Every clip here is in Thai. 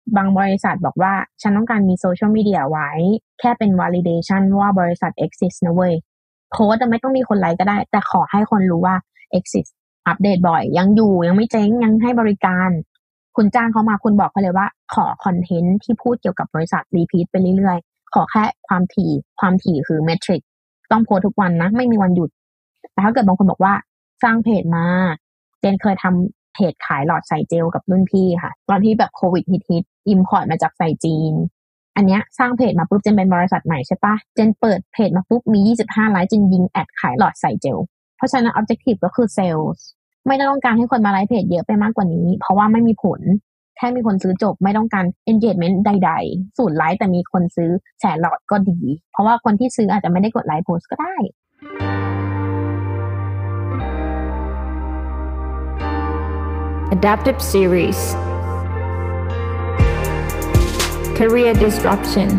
บางบริษัทบอกว่าฉันต้องการมีโซเชียลมีเดียไว้แค่เป็น validation ว่าบริษัท exist นะเว้ยโค้ดจะไม่ต้องมีคนไลค์ก็ได้แต่ขอให้คนรู้ว่า exist อัปเดตบ่อยยังอยู่ยังไม่เจ๊งยังให้บริการคุณจ้างเขามาคุณบอกเขาเลยว่าขอคอนเทนต์ที่พูดเกี่ยวกับบริษัทรีพีทไปเรื่อยๆขอแค่ความถี่คือเมทริกต้องโพสทุกวันนะไม่มีวันหยุดแต่ถ้าเกิดบางคนบอกว่าสร้างเพจมาเจนเคยทำเพจขายหลอดใส่เจลกับรุ่นพี่ค่ะตอนที่แบบโควิดฮิตอิมพอร์ตมาจากใส่จีนอันเนี้ยสร้างเพจมาปุ๊บเจนเป็นบริษัทใหม่ใช่ปะเจนเปิดเพจมาปุ๊บมี25ไลค์เจนยิงแอดขายหลอดใส่เจลเพราะฉะนั้น objective ก็คือ sales ไม่ได้ต้องการให้คนมาไลค์เพจเยอะไปมากกว่านี้เพราะว่าไม่มีผลแค่มีคนซื้อจบไม่ต้องการ engagement ใดๆ0ไลค์แต่มีคนซื้อแสนหลอดก็ดีเพราะว่าคนที่ซื้ออาจจะไม่ได้กดไลค์โพสก็ได้ Adaptive Series Career Disruption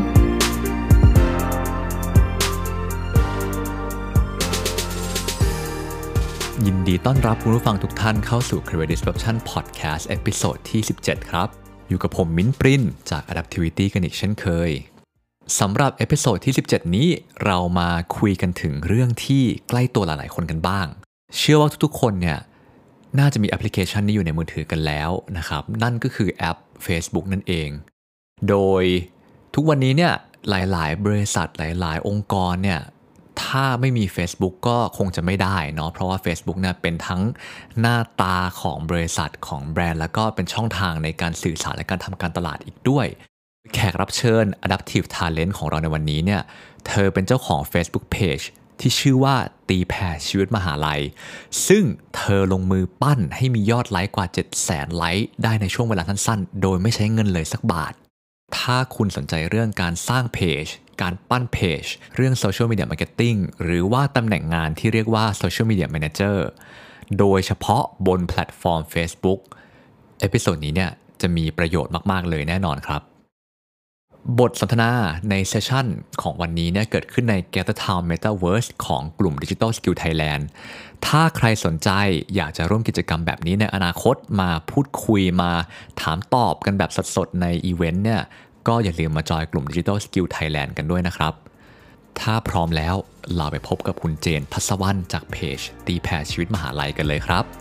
ยินดีต้อนรับคุณผู้ฟังทุกท่านเข้าสู่ Career Disruption Podcast เอพิโซดที่17ครับอยู่กับผมมิ้นท์ปริ้นจาก Adaptivity กันอีกเช่นเคยสำหรับเอพิโซดที่17นี้เรามาคุยกันถึงเรื่องที่ใกล้ตัวหลายๆคนกันบ้างเชื่อว่าทุกๆคนเนี่ยน่าจะมีแอปพลิเคชันนี้อยู่ในมือถือกันแล้วนะครับนั่นก็คือแอป Facebook นั่นเองโดยทุกวันนี้เนี่ยหลายๆบริษัทหลายๆองค์กรเนี่ยถ้าไม่มี Facebook ก็คงจะไม่ได้เนาะเพราะว่า Facebook เนี่ยเป็นทั้งหน้าตาของบริษัทของแบรนด์แล้วก็เป็นช่องทางในการสื่อสารและการทำการตลาดอีกด้วยแขกรับเชิญ Adaptive Talent ของเราในวันนี้เนี่ยเธอเป็นเจ้าของ Facebook Page ที่ชื่อว่าตีแผ่ชีวิตมหาลัยซึ่งเธอลงมือปั้นให้มียอดไลค์กว่า 700,000 ไลค์ได้ในช่วงเวลาสั้นๆโดยไม่ใช้เงินเลยสักบาทถ้าคุณสนใจเรื่องการสร้างเพจการปั้นเพจเรื่อง Social Media Marketing หรือว่าตำแหน่งงานที่เรียกว่า Social Media Manager โดยเฉพาะบนแพลตฟอร์ม Facebook เอพิโซดนี้เนี่ยจะมีประโยชน์มากๆเลยแน่นอนครับบทสนทนาในเซสชั่นของวันนี้เนี่ยเกิดขึ้นใน Gather Town Metaverse ของกลุ่ม Digital Skill Thailand ถ้าใครสนใจอยากจะร่วมกิจกรรมแบบนี้ในอนาคตมาพูดคุยมาถามตอบกันแบบสดๆในอีเวนต์เนี่ยก็อย่าลืมมาจอยกลุ่ม Digital Skill Thailand กันด้วยนะครับถ้าพร้อมแล้วเราไปพบกับคุณเจนทัศวรรณจากเพจตีแผ่ชีวิตมหาลัยกันเลยครับ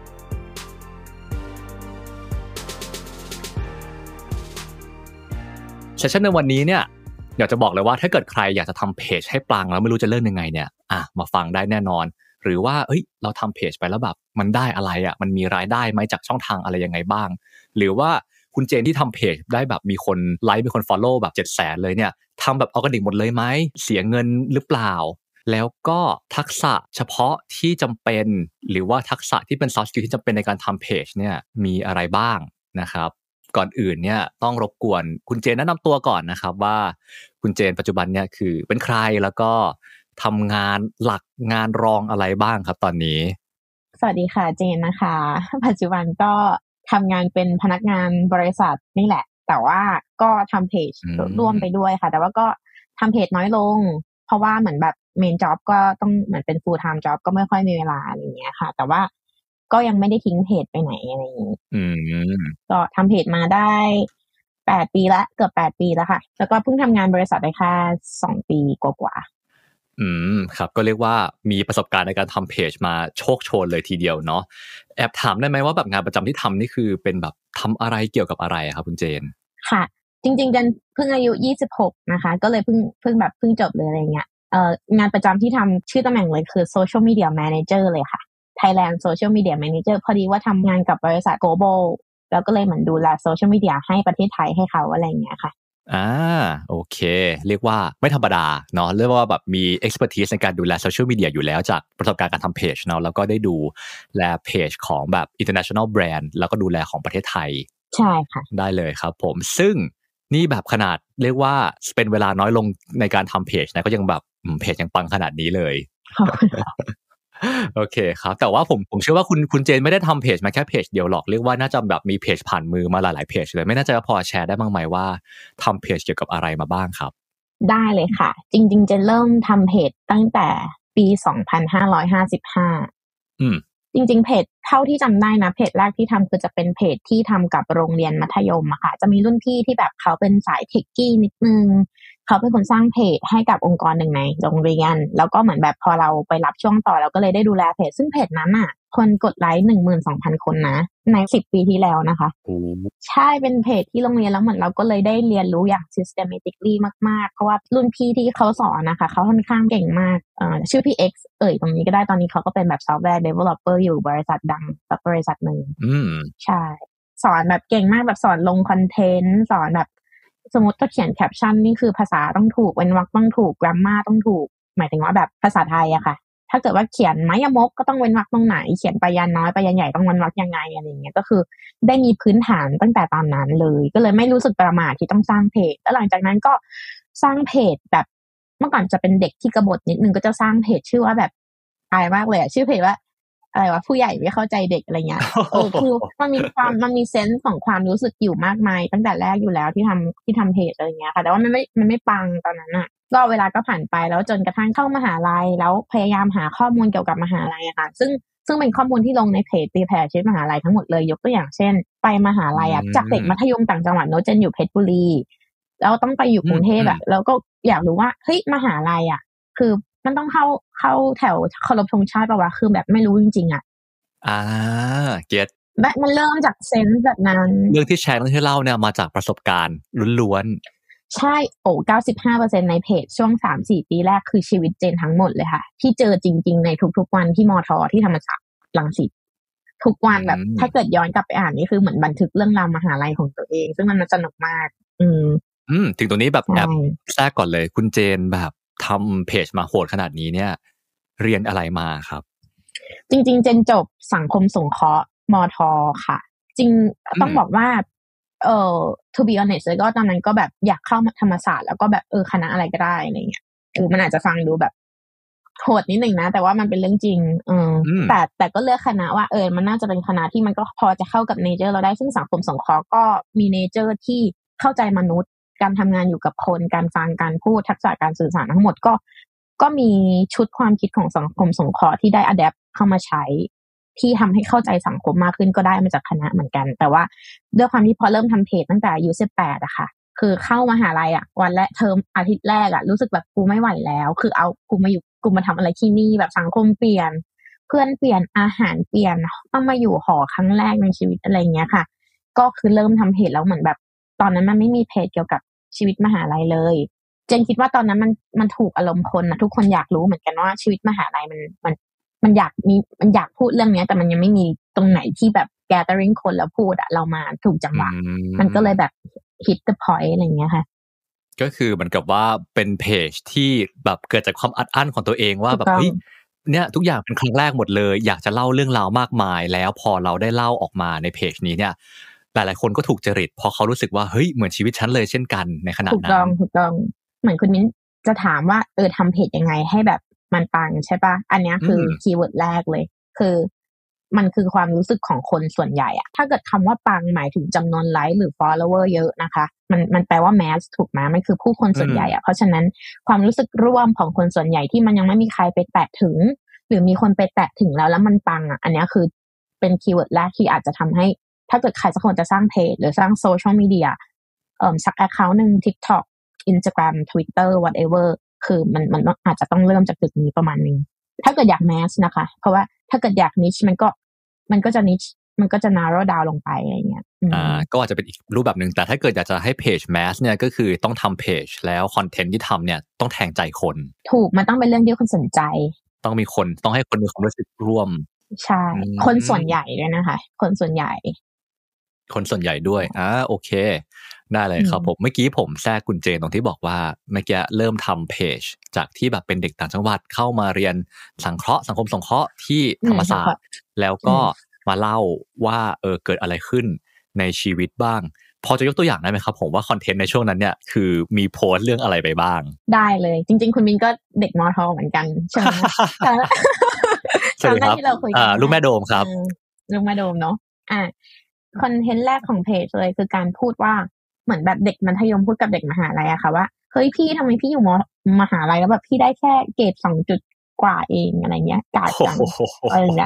เซสชั่นในวันนี้เนี่ยอยากจะบอกเลยว่าถ้าเกิดใครอยากจะทำเพจให้ปังแล้วไม่รู้จะเริ่มยังไงเนี่ยมาฟังได้แน่นอนหรือว่าเราทำเพจไปแล้วแบบมันได้อะไรมันมีรายได้ไหมจากช่องทางอะไรยังไงบ้างหรือว่าคุณเจนที่ทำเพจได้แบบมีคนไลค์มีคน follow แบบ 700,000 เลยเนี่ยทำแบบออร์แกนิกหมดเลยไหมเสียเงินหรือเปล่าแล้วก็ทักษะเฉพาะที่จำเป็นหรือว่าทักษะที่เป็น soft skill ที่จำเป็นในการทำเพจเนี่ยมีอะไรบ้างนะครับก่อนอื่นเนี่ยต้องรบกวนคุณเจนแนะนำตัวก่อนนะครับว่าคุณเจนปัจจุบันเนี่ยคือเป็นใครแล้วก็ทำงานหลักงานรองอะไรบ้างครับตอนนี้สวัสดีค่ะเจนนะคะปัจจุบันก็ทำงานเป็นพนักงานบริษัทนี่แหละแต่ว่าก็ทำเพจร่วมไปด้วยค่ะแต่ว่าก็ทำเพจน้อยลงเพราะว่าเหมือนแบบเมนจ็อบก็ต้องเหมือนเป็น full time job ก็ไม่ค่อยมีเวลาอะไรอย่างเงี้ยค่ะแต่ว่าก็ยังไม่ได้ทิ้งเพจไปไหนอะไรอย่างงี้ก็ทำเพจมาได้8 ปีละเกือบ8 ปีแล้วค่ะแล้วก็เพิ่งทำงานบริษัทได้แค่2 ปีกว่าครับก็เรียกว่ามีประสบการณ์ในการทำเพจมาโชคโชนเลยทีเดียวเนาะแอบถามได้ไหมว่าแบบงานประจำที่ทำนี่คือเป็นแบบทำอะไรเกี่ยวกับอะไรครับคุณเจนค่ะจริงๆเจนเพิ่งอายุ26นะคะก็เลยเพิ่งจบเลยอะไรเงี้ยงานประจำที่ทำชื่อตำแหน่งเลยคือ Social Media Manager เลยค่ะ Thailand Social Media Manager พอดีว่าทำงานกับบริษัท Global แล้วก็เลยเหมือนดูแล Social Media ให้ประเทศไทยให้เขาอะไรเงี้ยค่ะโอเคเรียกว่าไม่ธรรมดาเนาะเรียกว่าแบบมี expertise ในการดูแลโซเชียลมีเดียอยู่แล้วจากประสบการณ์การทำเพจเนาะแล้วก็ได้ดูแลเพจของแบบ international brand แล้วก็ดูแลของประเทศไทยใช่ค่ะได้เลยครับผมซึ่งนี่แบบขนาดเรียกว่าเป็นเวลาน้อยลงในการทำเพจนะก็ยังแบบเพจยังปังขนาดนี้เลยโอเคครับแต่ว่าผมเชื่อว่าคุณเจนไม่ได้ทำเพจมาแค่เพจเดียวหรอกเรียกว่าน่าจะแบบมีเพจผ่านมือมาหลายๆเพจเลยไม่น่าจะพอแชร์ได้บ้างไหมว่าทำเพจเกี่ยวกับอะไรมาบ้างครับได้เลยค่ะจริงๆเจนเริ่มทำเพจตั้งแต่ปี2555 จริงๆเพจเท่าที่จำได้นะเพจแรกที่ทำคือจะเป็นเพจที่ทำกับโรงเรียนมัธยมอะค่ะจะมีรุ่นพี่ที่แบบเขาเป็นสายเทคกี้นิดนึงเขาเป็นคนสร้างเพจให้กับองค์กรหนึ่งในโรงเรียนแล้วก็เหมือนแบบพอเราไปรับช่วงต่อเราก็เลยได้ดูแลเพจซึ่งเพจนั้นอะคนกดไลค์ 12,000 คนนะใน10 ปีที่แล้วนะคะใช่เป็นเพจที่โรงเรียนแล้วเหมือนเราก็เลยได้เรียนรู้อย่าง systematically มากๆเพราะว่ารุ่นพี่ที่เขาสอนนะคะเขาค่อนข้างเก่งมากชื่อพี่ X ตรงนี้ก็ได้ตอนนี้เขาก็เป็นแบบ software developer อยู่บริษัทดังสักบริษัทหนึ่งใช่สอนแบบเก่งมากแบบสอนลงคอนเทนต์สอนแบบสมมติถ้าเขียนแคปชั่นนี่คือภาษาต้องถูกเว้นวรรคต้องถูก grammar ต้องถูกหมายถึงว่าแบบภาษาไทยอะค่ะถ้าเกิดว่าเขียนไม้ยมกก็ต้องเว้นวรรคตรงไหนเขียนไปยันน้อยไปยันใหญ่ต้องเว้นวรรคยังไงอะไรอย่างเงี้ยก็คือได้มีพื้นฐานตั้งแต่ตอนนั้นเลยก็เลยไม่รู้สึกประหม่าที่ต้องสร้างเพจแล้วหลังจากนั้นก็สร้างเพจแบบเมื่อก่อนจะเป็นเด็กที่กบฏนิดนึงก็จะสร้างเพจชื่อว่าแบบอายมากเลยอะชื่อเพจว่าอะไรวะผู้ใหญ่ไม่เข้าใจเด็กอะไรเงี้ยคือมันมีเซนส์ของความรู้สึกอยู่มากมายตั้งแต่แรกอยู่แล้วที่ทำเพจอะไรเงี้ยค่ะแต่ว่ามันไม่ปังตอนนั้นอะก็เวลาก็ผ่านไปแล้วจนกระทั่งเข้ามหาลัยแล้วพยายามหาข้อมูลเกี่ยวกับมหาลัยอะค่ะซึ่งเป็นข้อมูลที่ลงในเพจตีแผ่ชีวิตมหาลัยทั้งหมดเลยยกตัวอย่างเช่นไปมหาลัยอะจากเด็กมัธยมต่างจังหวัดโน้ตเจนอยู่เพชรบุรีแล้วต้องไปอยู่กรุงเทพอะแล้วก็อยากรู้ว่าเฮ้ยมหาลัยอะคือมันต้องเข้าแถวเคารพธงชาติป่าววะคือแบบไม่รู้จริงๆอะเก็ทมันเริ่มจากเซนส์แบบนั้นเรื่องที่แชร์เรื่องที่เล่าเนี่ยมาจากประสบการณ์ล้วนๆใช่95% ในเพจช่วง 3-4 ปีแรกคือชีวิตเจนทั้งหมดเลยค่ะที่เจอจริงๆในทุกๆวันที่มทที่ธรรมศาสตร์รังสิตทุกวันแบบถ้าเกิดย้อนกลับไปอ่านนี่คือเหมือนบันทึกเรื่องราวมหาลัยของตัวเองซึ่งมันสนุกมากถึงตรงนี้แบบแอบแทรกก่อนเลยคุณเจนแบบทำเพจมาโหดขนาดนี้เนี่ยเรียนอะไรมาครับจริงๆเจนจบสังคมสงเคราะห์มทค่ะจริงต้องบอกว่าto be honest เลยก็ตอนนั้นก็แบบอยากเข้าธรรมศาสตร์แล้วก็แบบคณะอะไรก็ได้อะไรเงี้ยมันอาจจะฟังดูแบบโหดนิดนึงนะแต่ว่ามันเป็นเรื่องจริงแต่ก็เลือกคณะว่ามันน่าจะเป็นคณะที่มันก็พอจะเข้ากับเนเจอร์เราได้ซึ่งสังคมสงเคราะห์ก็มีเนเจอร์ที่เข้าใจมนุษย์การทำงานอยู่กับคนการฟังการพูดทักษะการสื่อสารทั้งหมดก็มีชุดความคิดของสังคมสงเคราะห์ที่ได้อะแดปเข้ามาใช้ที่ทำให้เข้าใจสังคมมากขึ้นก็ได้มาจากคณะเหมือนกันแต่ว่าด้วยความที่พอเริ่มทำเพจตั้งแต่อายุ18อะค่ะคือเข้ามหาลัยอะวันและเทอมอาทิตย์แรกอะรู้สึกแบบกูไม่ไหวแล้วคือเอากูมาทำอะไรที่นี่แบบสังคมเปลี่ยนเพื่อนเปลี่ยนอาหารเปลี่ยนต้องมาอยู่หอครั้งแรกในชีวิตอะไรเงี้ยค่ะก็คือเริ่มทำเพจแล้วเหมือนแบบตอนนั้นมันไม่มีเพจเกี่ยวกับชีวิตมหาลัยเลยเจนคิดว่าตอนนั้นมันถูกอารมณ์คนนะทุกคนอยากรู้เหมือนกันว่าชีวิตมหาลัยมันอยากพูดเรื่องนี้แต่มันยังไม่มีตรงไหนที่แบบ gathering คนแล้วพูดอะเรามาถูกจังหวะมันก็เลยแบบ hit the point อะไรเงี้ยค่ะก็คือเหมือนกับว่าเป็นเพจที่แบบเกิดจากความอัดอั้นของตัวเองว่าแบบเฮ้ยเนี่ยทุกอย่างเป็นครั้งแรกหมดเลยอยากจะเล่าเรื่องราวมากมายแล้วพอเราได้เล่าออกมาในเพจนี้เนี่ยหลายๆคนก็ถูกจริตพอเขารู้สึกว่าเฮ้ยเหมือนชีวิตฉันเลยเช่นกันในขณะนั้นถูกต้องเหมือนคุณมิ้นจะถามว่าทำเพจยังไงให้แบบมันปังใช่ปะอันนี้คือคีย์เวิร์ดแรกเลยคือมันคือความรู้สึกของคนส่วนใหญ่อะถ้าเกิดคำว่าปังหมายถึงจำนวนไลค์หรือ follower เยอะนะคะมันแปลว่า mass ถูกไหมมันคือผู้คนส่วนใหญ่อะเพราะฉะนั้นความรู้สึกร่วมของคนส่วนใหญ่ที่มันยังไม่มีใครไปแตะถึงหรือมีคนไปแตะถึงแล้วมันปังอะอันนี้คือเป็นคีย์เวิร์ดแรกที่อาจจะทำให้ถ้าเกิดใครสักคนจะสร้างเพจหรือสร้างโซเชียลมีเดียสัก account นึง TikTok Instagram Twitter whatever คือมันอาจจะต้องเริ่มจากจุดนี้ประมาณนึงถ้าเกิดอยากแมสนะคะเพราะว่าถ้าเกิดอยากนิชมันก็จะนิชมันก็จะ narrow down ลงไปอะไรเงี้ยก็อาจจะเป็นอีกรูปแบบนึงแต่ถ้าเกิดอยากจะให้เพจแมสเนี่ยก็คือต้องทำเพจแล้วคอนเทนต์ที่ทำเนี่ยต้องแทงใจคนถูกมันต้องเป็นเรื่องที่คนสนใจต้องมีคนต้องให้คนมีความรู้สึกร่วมใช่คนส่วนใหญ่ด้วยนะคะคนส่วนใหญ่ด้วยโอเคได้เลยครับผมเมื่อกี้ผมแทรกคุณเจนตรงที่บอกว่าเมื่อกี้เริ่มทำเพจจากที่แบบเป็นเด็กต่างจังหวัดเข้ามาเรียนสังคมสงเคราะห์ที่ธรรมศาสตร์แล้วก็มาเล่าว่าเกิดอะไรขึ้นในชีวิตบ้างพอจะยกตัวอย่างได้ไหมครับผมว่าคอนเทนต์ในช่วงนั้นเนี่ยคือมีโพสต์เรื่องอะไรไปบ้างได้เลยจริงๆคุณมินก็เด็กมท.เหมือนกันใช่ไหมใช่ครับลูกแม่โดมครับลูกแม่โดมเนาะคอนเทนต์แรกของเพจเลยคือการพูดว่าเหมือนแบบเด็กมัธยมพูดกับเด็กมหาลัยอะค่ะว่าเฮ้ยพี่ทำไมพี่อยู่มหาลัยแล้วแบบพี่ได้แค่เกรด2 จุดกว่าเองอะไรเงี้ยกาดจังอะไรเงี้ย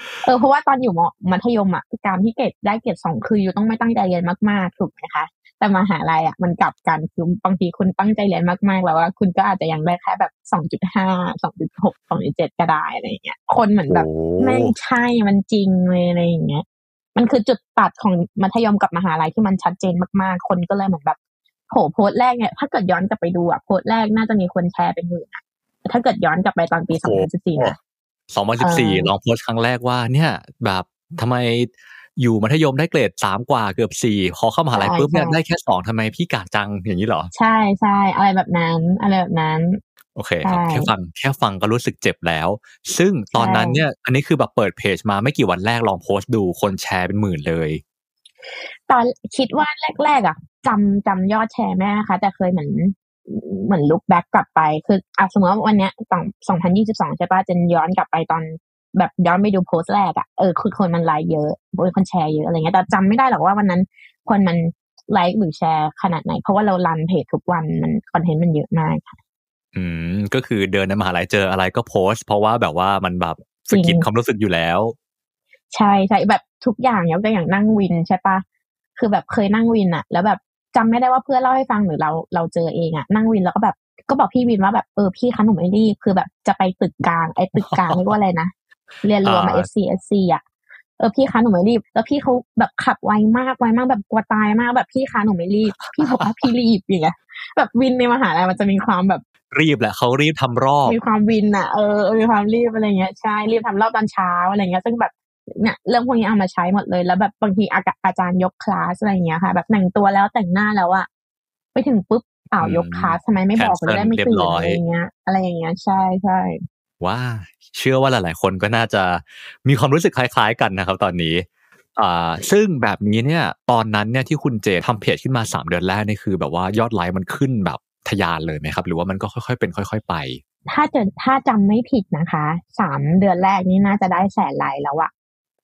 เพราะว่าตอนอยู่มัธยมอ่ะการที่เกรดได้เกรด2คืออยู่ต้องไม่ตั้งใจเรียนมากๆถูกไหมคะแต่มหาลัยอ่ะมันกลับกันคือบางทีคุณตั้งใจเรียนมากๆแล้วว่าคุณก็อาจจะยังได้แค่แบบ2.5 2.6 2.7ก็ได้อะไรอย่างเงี้ยคนเหมือนแบบไม่ใช่มันจริงเลยอะไรอย่างเงี้ยมันคือจุดตัดของมัธยมกับมหาลัยที่มันชัดเจนมากๆคนก็เลยเหมือนแบบโหโพสต์แรกเนี่ยถ้าเกิดย้อนกลับไปดูอ่ะโพสต์แรกน่าจะมีคนแชร์เป็นหมื่นอ่ะถ้าเกิดย้อนกลับไปตอนปี2014นะ 2014ลองโพสต์ครั้งแรกว่าเนี่ยแบบทำไมอยู่มัธยมได้เกรด3กว่าเกือบ4พอเข้ามหาลัยปุ๊บเนี่ยได้แค่2ทำไมพี่กากจังอย่างนี้เหรอใช่ๆอะไรแบบนั้นโอเคครับแค่ฟังก็รู้สึกเจ็บแล้วซึ่งตอนนั้นเนี่ยอันนี้คือแบบเปิดเพจมาไม่กี่วันแรกลองโพสต์ดูคนแชร์เป็นหมื่นเลยตอนคิดว่าแรกๆอ่ะจำยอดแชร์ไม่ได้นะคะแต่เคยเหมือนลุกแบ็กกลับไปคือสมมติว่าวันเนี้ย2022ใช่ป่ะเจนย้อนกลับไปตอนแบบย้อนไปดูโพสต์แรกอ่ะคือคนมันไลค์เยอะคนแชร์เยอะอะไรเงี้ยแต่จำไม่ได้หรอกว่าวันนั้นคนมันไลค์หรือแชร์ขนาดไหนเพราะว่าเรารันเพจทุกวันมันคอนเทนต์มันเยอะมากค่ะก็คือเดินในมหาลัยเจออะไรก็โพสต์เพราะว่าแบบว่ามันแบบสะกิดความรู้สึกอยู่แล้วใช่แบบทุกอย่างยกตัวอย่างนั่งวินใช่ปะคือแบบเคยนั่งวินอะแล้วแบบจำไม่ได้ว่าเพื่อนเล่าให้ฟังหรือเราเจอเองอะนั่งวินแล้วก็แบบก็บอกพี่วินว่าแบบพี่คะหนูไม่รีบคือแบบจะไปตึกกลางไอ้ตึกกลางเรียกว่าอะไรนะเรียนรวมSC อะพี่คะหนูไม่รีบแล้วพี่เขาแบบขับไวมากแบบกลัวตายมากแบบพี่คะหนูไม่รีบพี่บอกว่าพี่รีบอย่างเงี้ยแบบวินในมหาลัยมันจะมีความแบบรีบแหละเขารีบทำรอบมีความวินอ่ะมีความรีบอะไรเงี้ยใช่รีบทำรอบตอนเช้าอะไรเงี้ยซึ่งแบบเนี่ยเรื่องพวกนี้เอามาใช้หมดเลยแล้วแบบบางทีอาจารย์ยกคลาสอะไรเงี้ยค่ะแบบแต่งตัวแล้วแต่งหน้าแล้วอะไปถึงปุ๊บยกคลาสทำไมไม่บอกจะได้ไม่ตื่นอะไรเงี้ยใช่ว่าเชื่อว่าหลายๆคนก็น่าจะมีความรู้สึกคล้ายๆกันนะครับตอนนี้ซึ่งแบบนี้เนี่ยตอนนั้นเนี่ยที่คุณเจทำเพจขึ้นมา3เดือนแรกนี่คือแบบว่ายอดไลค์มันขึ้นแบบทะยานเลยไหมครับหรือว่ามันก็ค่อยๆเป็นค่อยๆไปถ้าจำไม่ผิดนะคะ3เดือนแรกนี่น่าจะได้100,000 ไลค์แล้วอะ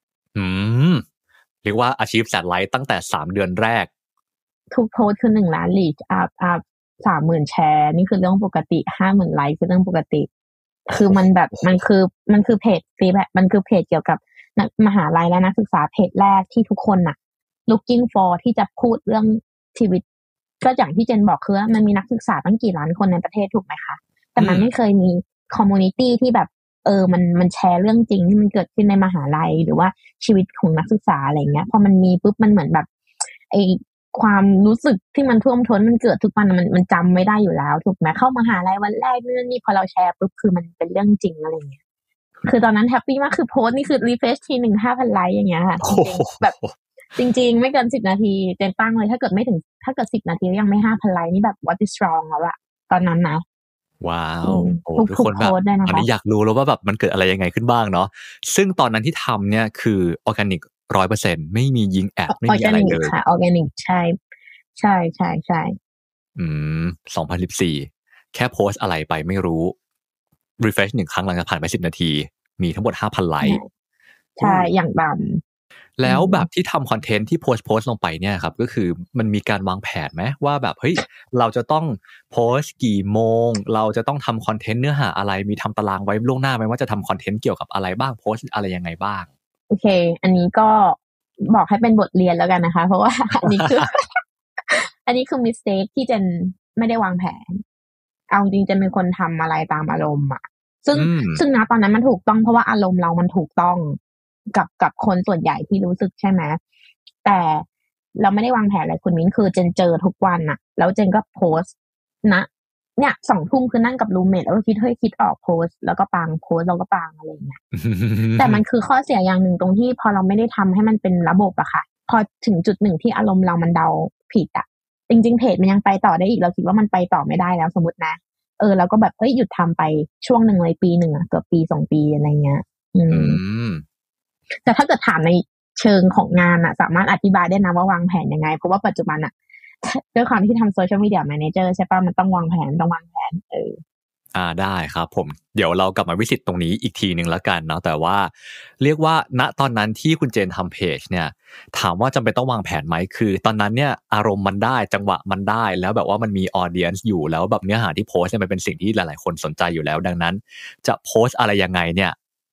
เรียกว่าอาชีพ100,000 ไลค์ตั้งแต่3เดือนแรกทุกโพสคือ1 ล้านรีช30,000 แชร์นี่คือเรื่องปกติ 50,000 ไลค์คือเรื่องปกติคือมันแบบมันคือเพจฟีดแบ็กมันคือเพจเกี่ยวกับนักมหาลัยและนักศึกษาเพจแรกที่ทุกคนน่ะ looking for ที่จะพูดเรื่องชีวิตก็อย่างที่เจนบอกคือว่ามันมีนักศึกษาตั้งกี่ล้านคนในประเทศถูกไหมคะแต่มันไม่เคยมีคอมมูนิตี้ที่แบบมันแชร์เรื่องจริงที่มันเกิดขึ้นในมหาลัยหรือว่าชีวิตของนักศึกษาอะไรเงี้ยพอมันมีปุ๊บมันเหมือนแบบไอความรู้สึกที่มันท่วมท้นมันเกิดทุกวันมันจำไม่ได้อยู่แล้วถูกไหมเข้ามหาลัยวันแรกนี่พอเราแชร์ปุ๊บคือมันเป็นเรื่องจริงอะไรเงี้ยคือตอนนั้นแฮปปี้มากคือโพสต์นี่คือรีเฟรชทีหนึ่ง5,000 ไลค์อย่างเงี้ยค่ะจริงๆแบบจริงๆไม่เกิน10 นาทีเจนตั้งเลยถ้าเกิด10 นาทียังไม่ 5,000 ไลค์นี่แบบ what is wrong แล้วอะตอนนั้นนะว้าวทุกคนแบบตอนนี้อยากรู้แล้วว่าแบบมันเกิดอะไรยังไงขึ้นบ้างเนาะซึ่งตอนนั้นที่ทำเนี่ยคือออร์แกนิก 100% ไม่มียิงแอดไม่มีอะไรเลยค่ะออร์แกนิกใช่ 2014แค่โพสอะไรไปไม่รู้ refresh 1 ครั้งหลังจากผ่านไป10 นาทีมีทั้งหมด 5,000 ไลค์ใช่อย่างต่ำแล้วแบบที่ทำคอนเทนต์ที่โพสลงไปเนี่ยครับก็คือมันมีการวางแผนไหมว่าแบบเฮ้ยเราจะต้องโพสกี่โมงเราจะต้องทำคอนเทนต์เนื้อหาอะไรมีทำตารางไว้ล่วงหน้าไหมว่าจะทำคอนเทนต์เกี่ยวกับอะไรบ้างโพสอะไรยังไงบ้างโอเคอันนี้ก็บอกให้เป็นบทเรียนแล้วกันนะคะเพราะว่าอันนี้คือ อันนี้คือ mistake ที่เจนไม่ได้วางแผนเอาจริงจะเป็นคนทำอะไรตามอารมณ์อ่ะซึ่งนะตอนนั้นมันถูกต้องเพราะว่าอารมณ์เรามันถูกต้องกับคนส่วนใหญ่ที่รู้สึกใช่ไหมแต่เราไม่ได้วางแผนอะไรคุณมิ้นคือเจนเจอทุกวันอ่ะแล้วเจนก็โพสต์นะเนี่ย2 ทุ่มคือนั่งกับรูมเมทแล้วก็คิดออกโพสต์แล้วก็ปังโพสต์แล้วก็ปังอะไรอย่างเงี้ยแต่มันคือข้อเสียอย่างหนึ่งตรงที่พอเราไม่ได้ทำให้มันเป็นระบบอะค่ะพอถึงจุดหนึ่งที่อารมณ์เรามันเดาผิดอะจริงๆเพจมันยังไปต่อได้อีกเราคิดว่ามันไปต่อไม่ได้แล้วสมมตินะเราก็แบบหยุดทำไปช่วงหนึ่งเลยปีหนึ่งอะเกือบปี2 ปีอะไรเงี้ยแต่ถ้าเกิดถามในเชิงของงานอะสามารถอธิบายได้นะว่าวางแผนยังไงเพราะว่าปัจจุบันอะด้วยความที่ทำโซเชียลมีเดียแมเนเจอร์ใช่ป่ะมันต้องวางแผนได้ครับผมเดี๋ยวเรากลับมาวิสิตตรงนี้อีกทีนึงแล้วกันเนาะแต่ว่าเรียกว่าณตอนนั้นที่คุณเจนทำเพจเนี่ยถามว่าจำเป็นต้องวางแผนไหมคือตอนนั้นเนี่ยอารมณ์มันได้จังหวะมันได้แล้วแบบว่ามันมีออเดียนซ์อยู่แล้วแบบเนื้อหาที่โพสเนี่ยมันเป็นสิ่งที่หลายๆคนสนใจอยู่แล้วดังนั้นจะโพสอะไรยังไงเนี่ย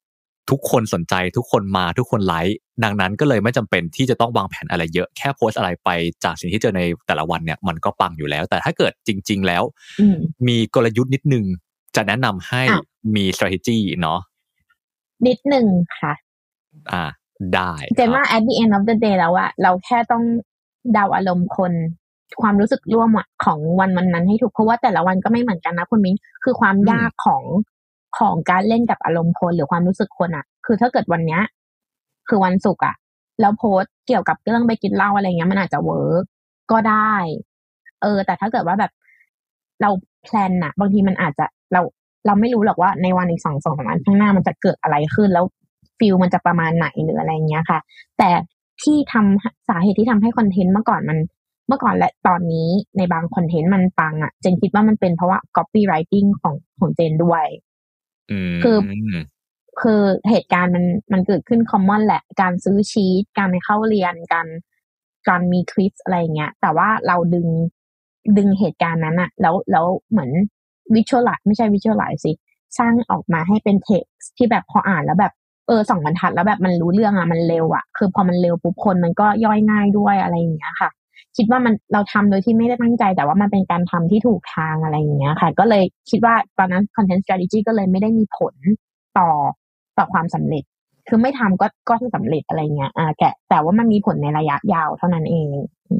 ทุกคนสนใจทุกคนมาทุกคนไลค์ดังนั้นก็เลยไม่จำเป็นที่จะต้องวางแผนอะไรเยอะแค่โพสอะไรไปจากสิ่งที่เจอในแต่ละวันเนี่ยมันก็ปังอยู่แล้วแต่ถ้าเกิดจริงๆแล้วมีกลยุทธ์นิดนึงจะแนะนำให้มี strategy เนาะนิดนึงค่ะได้เจนว่า at the end of the day แล้วอะเราแค่ต้องเดาอารมณ์คนความรู้สึกร่วมของวันนั้นให้ถูกเพราะว่าแต่ละวันก็ไม่เหมือนกันนะคุณมิ้นคือความยากของการเล่นกับอารมณ์คนหรือความรู้สึกคนอะคือถ้าเกิดวันเนี้ยคือวันศุกร์อะแล้วโพสเกี่ยวกับเรื่องไปกินเหล้าอะไรเงี้ยมันอาจจะเวิร์กก็ได้แต่ถ้าเกิดว่าแบบเราแพลนอะบางทีมันอาจจะเราไม่รู้หรอกว่าในวันอีก2-3 วันข้างหน้ามันจะเกิดอะไรขึ้นแล้วฟิลมันจะประมาณไหนหรืออะไรเงี้ยค่ะแต่ที่ทำสาเหตุที่ทำให้คอนเทนต์เมื่อก่อนและตอนนี้ในบางคอนเทนต์มันปังอ่ะเจนคิดว่ามันเป็นเพราะว่า copywriting ของเจนด้วยคือเหตุการณ์มันเกิดขึ้น common แหละการซื้อชีทการไปเข้าเรียนการมีควิสอะไรเงี้ยแต่ว่าเราดึงเหตุการณ์นั้นอะแล้วเหมือน visualize ไม่ใช่ visualize สิสร้างออกมาให้เป็น text ที่แบบพออ่านแล้วแบบ2 บรรทัดแล้วแบบมันรู้เรื่องอะมันเร็วอะคือพอมันเร็วปุ๊บคนมันก็ย่อยง่ายด้วยอะไรอย่างเงี้ยค่ะคิดว่าเราทำโดยที่ไม่ได้ตั้งใจแต่ว่ามันเป็นการทำที่ถูกทางอะไรอย่างเงี้ยค่ะก็เลยคิดว่าตอนนั้น content strategy ก็เลยไม่ได้มีผลต่อความสำเร็จคือไม่ทำก็จะสำเร็จอะไรเงี้ยแต่ว่ามันมีผลในระยะยาวเท่านั้นเอง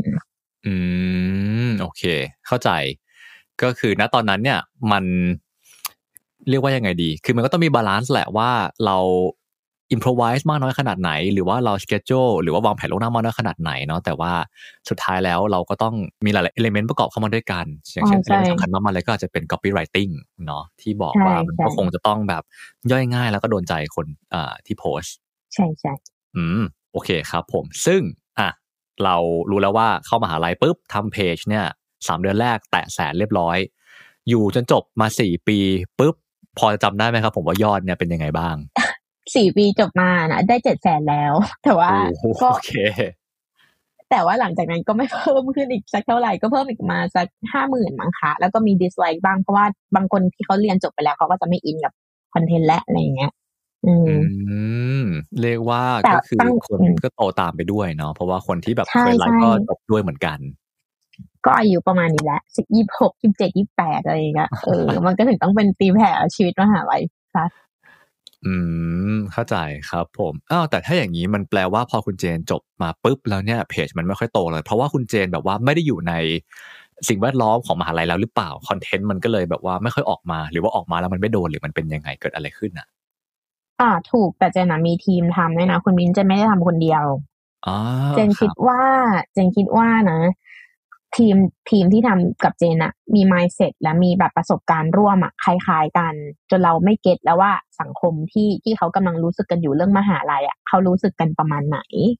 โอเคเข้าใจก็คือณตอนนั้นเนี่ยมันเรียกว่ายังไงดีคือมันก็ต้องมีบาลานซ์แหละว่าเราimprovise มากน้อยขนาดไหนหรือว่าเรา schedule หรือว่าวางแผนล่วงหน้ามากน้อยขนาดไหนเนาะแต่ว่าสุดท้ายแล้วเราก็ต้องมีหลายๆ element ประกอบเข้ามาด้วยกันอย่างเช่น element สำคัญมากๆเลยก็อาจจะเป็น copywriting เนาะที่บอกว่ามันก็คงจะต้องแบบย่อยง่ายแล้วก็โดนใจคนที่โพสใช่โอเคครับผมซึ่งเรารู้แล้วว่าเข้ามหาลัยปุ๊บทำเพจเนี่ย3 เดือนแรกแตะแสนเรียบร้อยอยู่จนจบมา4 ปีปุ๊บพอจะจำได้ไหมครับผมว่ายอดเนี่ยเป็นยังไงบ้าง 4 ปีจบมานะได้700,000แล้วแต่ว่าก็โอเคแต่ว่าหลังจากนั้นก็ไม่เพิ่มขึ้นอีกสักเท่าไหร่ก็เพิ่มอีกมาสัก 50,000 มั้งคะแล้วก็มี dislike บ้างเพราะว่าบางคนที่เขาเรียนจบไปแล้วเขาก็จะไม่อินกับคอนเทนต์และอะไรอย่างเงี้ยเรียกว่าก็คือคนก็โตตามไปด้วยเนาะเพราะว่าคนที่แบบเคยไลฟ์ก็จบด้วยเหมือนกันก็อายุประมาณนี้แหละ26 27 28อะไรอย่างเงี้ยมันก็ถึงต้องเป็นตีแผ่ชีวิตมหาลัยค่ะเข้าใจครับผมแต่ถ้าอย่างนี้มันแปลว่าพอคุณเจนจบมาปุ๊บแล้วเนี่ยเพจมันไม่ค่อยโตเลยเพราะว่าคุณเจนแบบว่าไม่ได้อยู่ในสิ่งแวดล้อมของมหาลัยแล้วหรือเปล่าคอนเทนต์มันก็เลยแบบว่าไม่ค่อยออกมาหรือว่าออกมาแล้วมันไม่โดนหรือมันเป็นยังไงเกิดอะไรขึ้นถูกแต่เจนมีทีมทำด้วยนะคุณมิ้นเจนไม่ได้ทำคนเดียวเจนคิดว่านะทีมที่ทำกับเจนมี mindset และมีแบบประสบการณ์ร่วมคล้ายๆกันจนเราไม่เก็ตแล้วว่าสังคมที่เขากำลังรู้สึกกันอยู่เรื่องมหาลัยเขารู้สึกกันประมาณไหน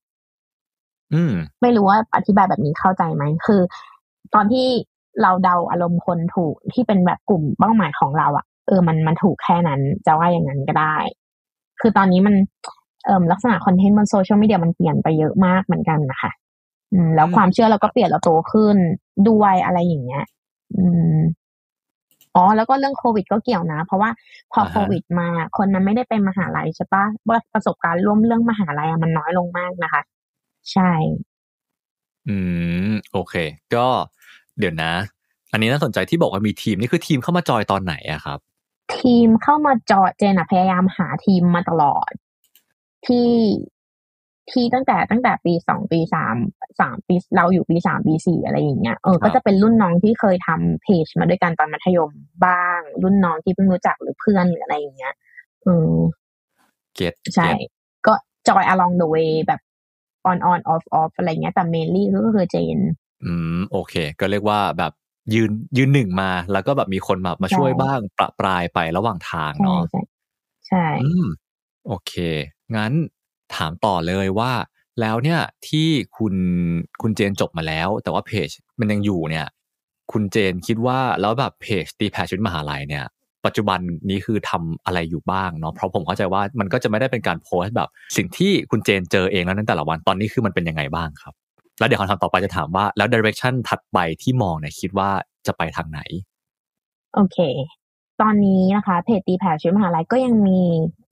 ไม่รู้ว่าอธิบายแบบนี้เข้าใจไหมคือตอนที่เราเดาอารมณ์คนถูกที่เป็นแบบกลุ่มเป้าหมายของเรามันถูกแค่นั้นจะว่าอย่างนั้นก็ได้คือตอนนี้มันลักษณะคอนเทนต์บนโซเชียลมีเดียมันเปลี่ยนไปเยอะมากเหมือนกันนะคะแล้วความเชื่อเราก็เปลี่ยนเราโตขึ้นด้วยอะไรอย่างเงี้ยแล้วก็เรื่องโควิดก็เกี่ยวนะเพราะว่าพอโควิดมาคนมันไม่ได้ไปมหาลัยใช่ปะว่าประสบการณ์ร่วมเรื่องมหาลัยมันน้อยลงมากนะคะใช่โอเคก็เดี๋ยวนะอันนี้น่าสนใจที่บอกว่ามีทีมนี่คือทีมเข้ามาจอยตอนไหนครับทีมเข้ามาจอยเจนพยายามหาทีมมาตลอดที่ตั้งแต่ปี2ปี3ปีเราอยู่ปี3ปี4อะไรอย่างเงี้ยก็จะเป็นรุ่นน้องที่เคยทำเพจมาด้วยกันตอนมัธยมบ้างรุ่นน้องที่เพิ่งรู้จักหรือเพื่อนหรืออะไรอย่างเงี้ยใช่ก็จอย along the way แบบ on off อะไรเงี้ยแต่ mainly ก็คือเจนโอเคก็เรียกว่าแบบยืนหนึ่งมาแล้วก็แบบมีคนมาช่วยบ้างประปรายไประหว่างทางเนาะใช่โอเคงั้นถามต่อเลยว่าแล้วเนี่ยที่คุณเจนจบมาแล้วแต่ว่าเพจมันยังอยู่เนี่ยคุณเจนคิดว่าแล้วแบบเพจตีแผ่ชีวิตมหาลัยเนี่ยปัจจุบันนี้คือทำอะไรอยู่บ้างเนาะเพราะผมเข้าใจว่ามันก็จะไม่ได้เป็นการโพสต์แบบสิ่งที่คุณเจนเจอเองแล้วในแต่ละวันตอนนี้คือมันเป็นยังไงบ้างครับแล้วเดี๋ยวคำถามต่อไปจะถามว่าแล้ว direction ถัดไปที่มองเนี่ยคิดว่าจะไปทางไหนโอเคตอนนี้นะคะเพจตีแผ่ชีวิตมหาลัยก็ยังมี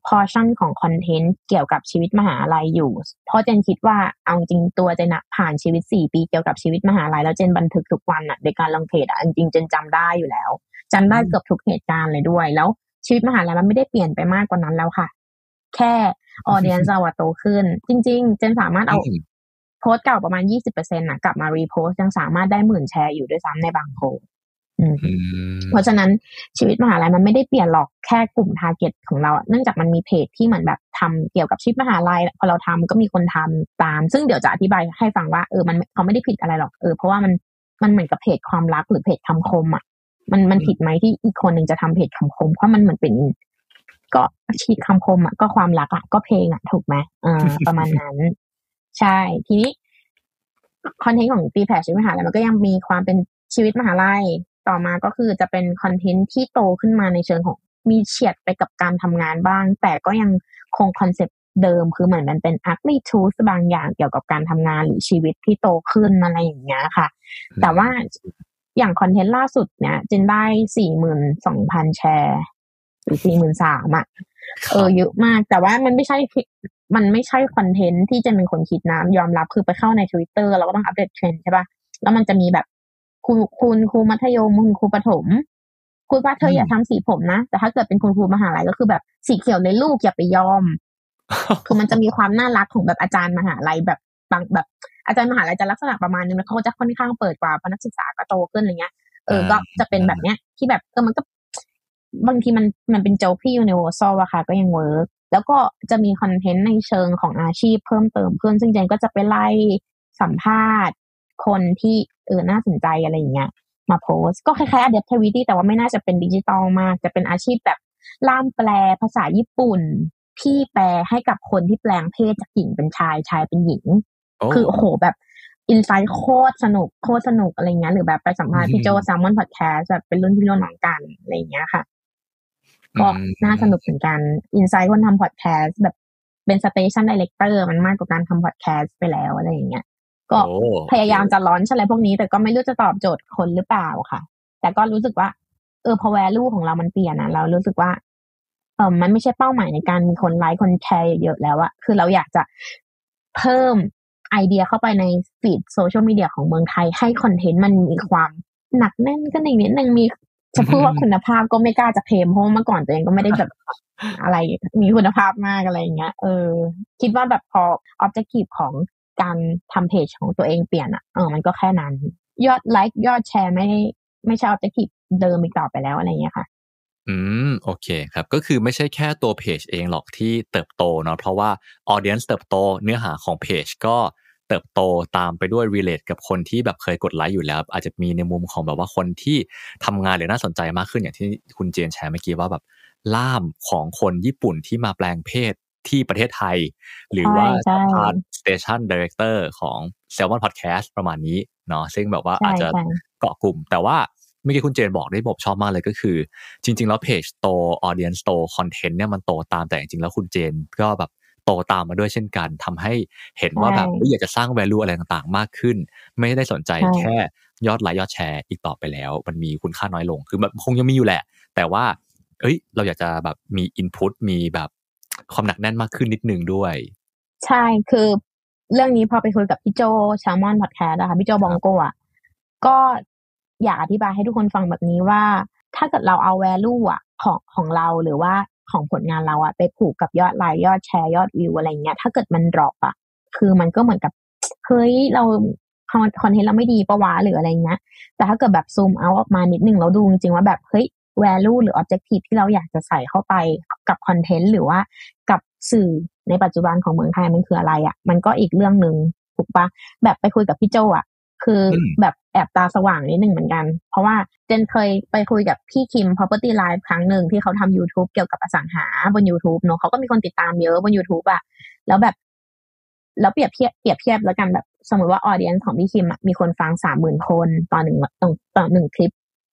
portion ของคอนเทนต์เกี่ยวกับชีวิตมหาลัยอยู่เพราะเจนคิดว่าเอาจริงตัวเจนผ่านชีวิต4ปีเกี่ยวกับชีวิตมหาลัยแล้วเจนบันทึกทุกวันในการลงเพจจริงๆเจนจำได้อยู่แล้วจำได้เกือบทุกเหตุการณ์เลยด้วยแล้วชีวิตมหาลัยมันไม่ได้เปลี่ยนไปมากกว่านั้นแล้วค่ะแค่ออเดียนซ์เราโตขึ้นจริงๆเจนสามารถเอาโพสต์เก่าประมาณ 20% น่ะกลับมารีโพสต์ยังสามารถได้10,000แชร์อยู่ด้วยซ้ำในบางโพสต์เพราะฉะนั้นชีวิตมหาลัยมันไม่ได้เปลี่ยนหรอกแค่กลุ่มทาร์เก็ตของเราเนื่องจากมันมีเพจที่เหมือนแบบทำเกี่ยวกับชีวิตมหาลัยพอเราทำก็มีคนทำตามซึ่งเดี๋ยวจะอธิบายให้ฟังว่ามันเขาไม่ได้ผิดอะไรหรอกเพราะว่ามันเหมือนกับเพจความรักหรือเพจคำคมอ่ะมันผิดไหมที่อีกคนนึงจะทำเพจคำคมเพราะมันเหมือนเป็นก็ชีวิตคำคมอ่ะก็ความรักอ่ะก็เพลงอ่ะถูกไหมประมาณนั้นใช่ทีนี้คอนเทนต์ของตีแผ่ชีวิตมหาลัยมันก็ยังมีความเป็นชีวิตมหาลัยต่อมาก็คือจะเป็นคอนเทนต์ที่โตขึ้นมาในเชิงของมีเฉียดไปกับการทำงานบ้างแต่ก็ยังคงคอนเซ็ปต์เดิมคือเหมือนมันเป็น ugly truth บางอย่างเกี่ยวกับการทำงานหรือชีวิตที่โตขึ้นอะไรอย่างเงี้ยค่ะแต่ว่าอย่างคอนเทนต์ล่าสุดเนี่ยเจนได้ 42,000 แชร์หรือ 43,000 อ่ะเยอะมากแต่ว่ามันไม่ใช่คอนเทนต์ที่เจนเป็นคนคิดนะยอมรับคือไปเข้าใน Twitter เราก็ต้องอัปเดตเทรนด์ใช่ป่ะแล้วมันจะมีแบบครูมัธยมครูประถมพูดว่าเธออย่าทำสีผมนะแต่ถ้าเกิดเป็นคุณครูมหาลัยก็คือแบบสีเขียวเลยลูกอย่าไปยอม คือมันจะมีความน่ารักของแบบอาจารย์มหาลัยแบบบางแบบอาจารย์มหาลัยจะลักษณะประมาณนึงแล้วเขาจะค่อนข้างเปิดกว่าเพราะนักศึกษาก็โตขึ้นอะไรเงี้ยก็จะเป็นแบบเนี้ยที่แบบมันก็บางทีมันเป็นโจ๊กที่ universal อะค่ะก็ยังเวิร์กแล้วก็จะมีคอนเทนต์ในเชิงของอาชีพเพิ่มเติมขึ้นซึ่งเจนก็จะไปไล่สัมภาษณ์คนที่น่าสนใจอะไรอย่างเงี้ยมาโพสก็คล้ายๆ adaptivity แต่ว่าไม่น่าจะเป็นดิจิตอลมากจะเป็นอาชีพแบบล่ามแปลภาษาญี่ปุ่นที่แปลให้กับคนที่แปลงเพศจากหญิงเป็นชายเป็นหญิงคือโอ้โหแบบอินไซต์โคตรสนุกอะไรเงี้ยหรือแบบไปสัมภาษณ์พี่โจแซลมอนพอดแคสต์แบบเป็นรุ่นพี่รุ่นน้องกันอะไรเงี้ยค่ะก็น่าสนุกเหมือนกันอินไซต์คนทำพอดแคสต์แบบเป็นสเตชันไดเรคเตอร์มันมากกว่าการทำพอดแคสต์ไปแล้วอะไรอย่างเงี้ยก็พยายามจะร้อนอะไรพวกนี้แต่ก็ไม่รู้จะตอบโจทย์คนหรือเปล่าค่ะแต่ก็รู้สึกว่าพอ value ของเรามันเปลี่ยนนะเรารู้สึกว่ามันไม่ใช่เป้าหมายในการมีคนไลค์คนแชร์เยอะแล้วอะคือเราอยากจะเพิ่มไอเดียเข้าไปในฟีดโซเชียลมีเดียของเมืองไทยให้คอนเทนต์มันมีความหนักแน่นก็อีกนิดนึงมีจะพูดว่าคุณภาพก็ไม่กล้าจะเคลมเพราะเมื่อก่อนตัวเองก็ไม่ได้แบบอะไรมีคุณภาพมากอะไรอย่างเงี้ยคิดว่าแบบพอ objective ของการทำเพจของตัวเองเปลี่ยนอะมันก็แค่นั้นยอดไลค์ยอดแชร์ไม่ใช่ objective เดิมอีกต่อไปแล้วอะไรอย่างเงี้ยค่ะโอเคครับก็คือไม่ใช่แค่ตัวเพจเองหรอกที่เติบโตเนาะเพราะว่า audience เติบโตเนื้อหาของเพจก็เติบโตตามไปด้วย relate กับคนที่แบบเคยกดไลค์อยู่แล้วอาจจะมีในมุมของแบบว่าคนที่ทำงานหรือน่าสนใจมากขึ้นอย่างที่คุณเจนแชร์เมื่อกี้ว่าแบบล่ามของคนญี่ปุ่นที่มาแปลงเพศที่ประเทศไทยหรือว่าสัมภาษณ์ station director ของ Salmon Podcast ประมาณนี้เนาะซึ่งแบบว่าอาจจะเกาะกลุ่มแต่ว่าเมื่อกี้คุณเจนบอกได้ผมชอบมากเลยก็คือจริงๆแล้วเพจโต audience โต content เนี่ยมันโตตามแต่จริงๆแล้วคุณเจนก็แบบโตตามมาด้วยเช่นกันทำให้เห็นว่าแบบอยากจะสร้าง value อะไรต่างๆมากขึ้นไม่ได้สนใจแค่ยอดไลค์ยอดแชร์อีกต่อไปแล้วมันมีคุณค่าน้อยลงคือมันคงยังมีอยู่แหละแต่ว่าเราอยากจะแบบมี input มีแบบความหนักแน่นมากขึ้นนิดนึงด้วยใช่คือเรื่องนี้พอไปคุยกับพี่โจแซลมอนพอดแคสต์นะคะพี่โจบองโกอ่ะก็อยากอธิบายให้ทุกคนฟังแบบนี้ว่าถ้าเกิดเราเอา value อ่ะของเราหรือว่าของผลงานเราอ่ะไปผูกกับยอดไลค์ยอดแชร์ยอดวิวอะไรเงี้ยถ้าเกิดมัน drop อ่ะคือมันก็เหมือนกับเฮ้ยเราคอนเทนต์เราไม่ดีปะวะหรืออะไรเงี้ยแต่ถ้าเกิดแบบซูมเอาออกมานิดนึงแล้วดูจริงๆว่าแบบเฮ้ย value หรือ objective ที่เราอยากจะใส่เข้าไปกับคอนเทนต์หรือว่ากับสื่อในปัจจุบันของเมืองไทยมันคืออะไรอ่ะมันก็อีกเรื่องนึงถูกปะแบบไปคุยกับพี่โจอ่ะคือแบบแอบตาสว่างนิดนึงเหมือนกันเพราะว่าเจนเคยไปคุยกับพี่คิม Property Live ครั้งหนึ่งที่เขาทำ YouTube เกี่ยวกับอสังหาบน YouTube เนอะเขาก็มีคนติดตามเยอะบน YouTube อ่ะแล้วแบบแล้วเปรียบเทียบแล้วกันแบบสมมติว่า audience ของพี่คิมมีคนฟัง 30,000 คนต่อหนึ่งคลิป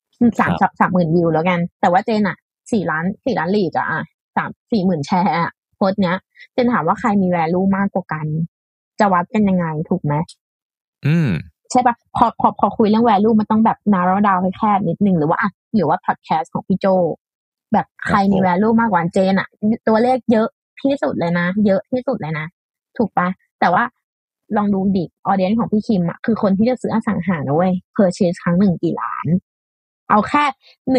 30,000 วิวแล้วกันแต่ว่าเจนอ่ะ4 ล้านลีดอ่ะ40,000 แชร์โพสต์เนี้ยเจนถามว่าใครมี value มากกว่ากันจะวัดกันยังไงถูกไหมใช่ปะพอคุยเรื่อง value มันต้องแบบ narrow down ให้แคบนิดนึงหรือว่าพอดแคสต์ของพี่โจแบบใครมี value มากกว่าเจนอะตัวเลขเยอะที่สุดเลยนะเยอะที่สุดเลยนะถูกปะแต่ว่าลองดูดิออเดียนของพี่คิมอะคือคนที่จะซื้ออสังหานะเว้ย purchase ครั้งหนึ่งกี่ล้านเอาแค่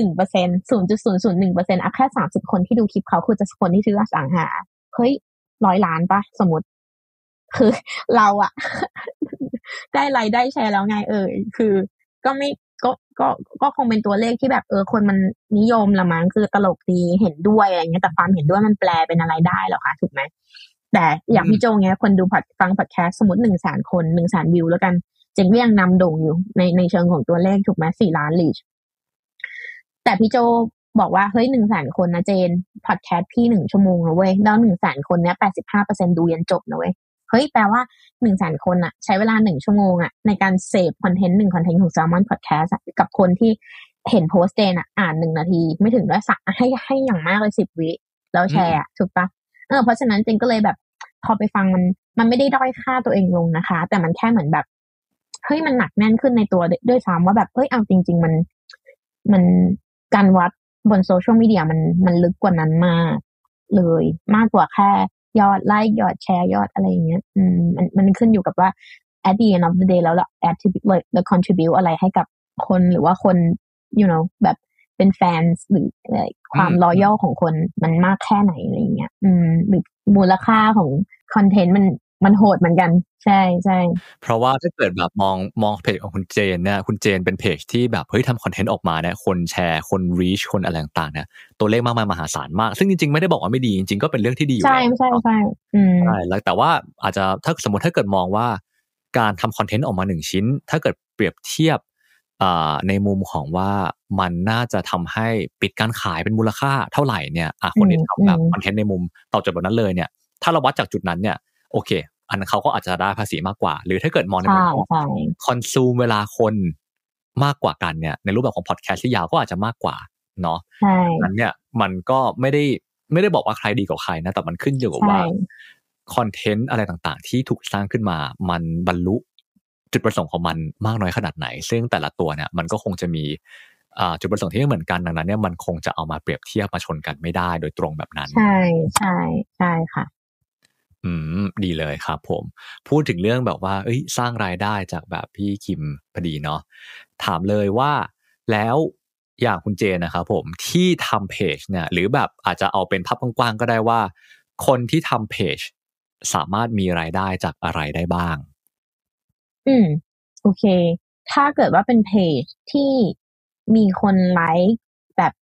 1% 0.001%เอาแค่30คนที่ดูคลิปเขาคือจะคนที่ซื้ออสังหาเฮ้ย100 ล้านปะสมมติคือเราอะ ได้รายได้แชร์แล้วไงคือก็ไม่ก็คงเป็นตัวเลขที่แบบคนมันนิยมละมั้งคือตลกดีเห็นด้วยอะไรเงี้ยแต่ความเห็นด้วยมันแปลเป็นอะไรได้หรอคะถูกไหมแต่อย่างพี่โจเงี้ยคนดูฟังพอดแคสต์สมมติ100,000 คน 100,000 วิวแล้วกันเจงก็ยังนำโด่งอยู่ในเชิงของตัวเลขถูกไหม4 ล้านรีชแต่พี่โจบอกว่าเฮ้ย100,000 คนนะเจนพอดแคสต์พี่1 ชั่วโมงนะเว้ยแล้ว100,000 คนเนี้ย 85% ดูยันจบนะเว้ยเฮ้ยแปลว่า100,000 คนอะใช้เวลา1 ชั่วโมงอะในการเสพคอนเทนต์1 คอนเทนต์ของ Salmon Podcast กับคนที่เห็นโพสต์เจนอะอ่าน1 นาทีไม่ถึงด้วยสักให้อย่างมากเลย10 วิแล้วแชร์ถูกปะเพราะฉะนั้นเจนก็เลยแบบพอไปฟังมันไม่ได้ด้อยค่าตัวเองลงนะคะแต่มันแค่เหมือนแบบเฮ้ยมันหนักแน่นขึ้นในตัวด้วยซ้ำว่าแบบเฮ้ยเอาจริงๆมันการวัดบนโซเชียลมีเดียมันลึกกว่านั้นมากเลยมากกว่าแค่ยอดไลค์ยอดแชร์ยอดอะไรอย่างเงี้ยมันขึ้นอยู่กับว่า at the end of the day แล้วเรา attribute หรือ contribute อะไรให้กับคนหรือว่าคน you know แบบเป็นแฟนหรือความ loyal ของคนมันมากแค่ไหนอะไรอย่างเงี้ยหรือมูลค่าของคอนเทนต์มันโหดเหมือนกันใช่ใช่เพราะว่าถ้าเกิดแบบมองเพจของคุณเจนเนี่ยคุณเจนเป็นเพจที่แบบเฮ้ยทำคอนเทนต์ออกมาเนี่ยคนแชร์คน reach คนอะไรต่างๆเนี่ยตัวเลขมากมายมหาศาลมากซึ่งจริงๆไม่ได้บอกว่าไม่ดีจริงๆก็เป็นเรื่องที่ดีอยู่แล้วใช่ใช่แล้วแต่ว่าอาจจะถ้าสมมติถ้าเกิดมองว่าการทำคอนเทนต์ออกมา1 ชิ้นถ้าเกิดเปรียบเทียบในมุมของว่ามันน่าจะทำให้ปิดการขายเป็นมูลค่าเท่าไหร่เนี่ยคนที่ทำแบบคอนเทนต์ในมุมตอบโจทย์แบบนั้นเลยเนี่ยถ้าเราวัดจากจุดนั้นเนี่ยโอเคอันนั้นเขาก็อาจจะได้ภาษีมากกว่าหรือถ้าเกิดมองในมุมของคอนซูมเวลาคนมากกว่ากันเนี่ยในรูปแบบของพอดแคสต์ที่ยาวก็อาจจะมากกว่าเนาะนั้นเนี่ยมันก็ไม่ได้บอกว่าใครดีกว่าใครนะแต่มันขึ้นอยู่กับว่าคอนเทนต์อะไรต่างๆที่ถูกสร้างขึ้นมามันบรรลุจุดประสงค์ของมันมากน้อยขนาดไหนซึ่งแต่ละตัวเนี่ยมันก็คงจะมีจุดประสงค์ที่ไม่เหมือนกันดังนั้นเนี่ยมันคงจะเอามาเปรียบเทียบมาชนกันไม่ได้โดยตรงแบบนั้นใช่ใช่ใช่ค่ะดีเลยครับผมพูดถึงเรื่องแบบว่าสร้างรายได้จากแบบพี่คิมพอดีเนาะถามเลยว่าแล้วอย่างคุณเจนนะครับผมที่ทำเพจเนี่ยหรือแบบอาจจะเอาเป็นภาพกว้างๆก็ได้ว่าคนที่ทำเพจสามารถมีรายได้จากอะไรได้บ้างโอเคถ้าเกิดว่าเป็นเพจที่มีคนไลค์แบบ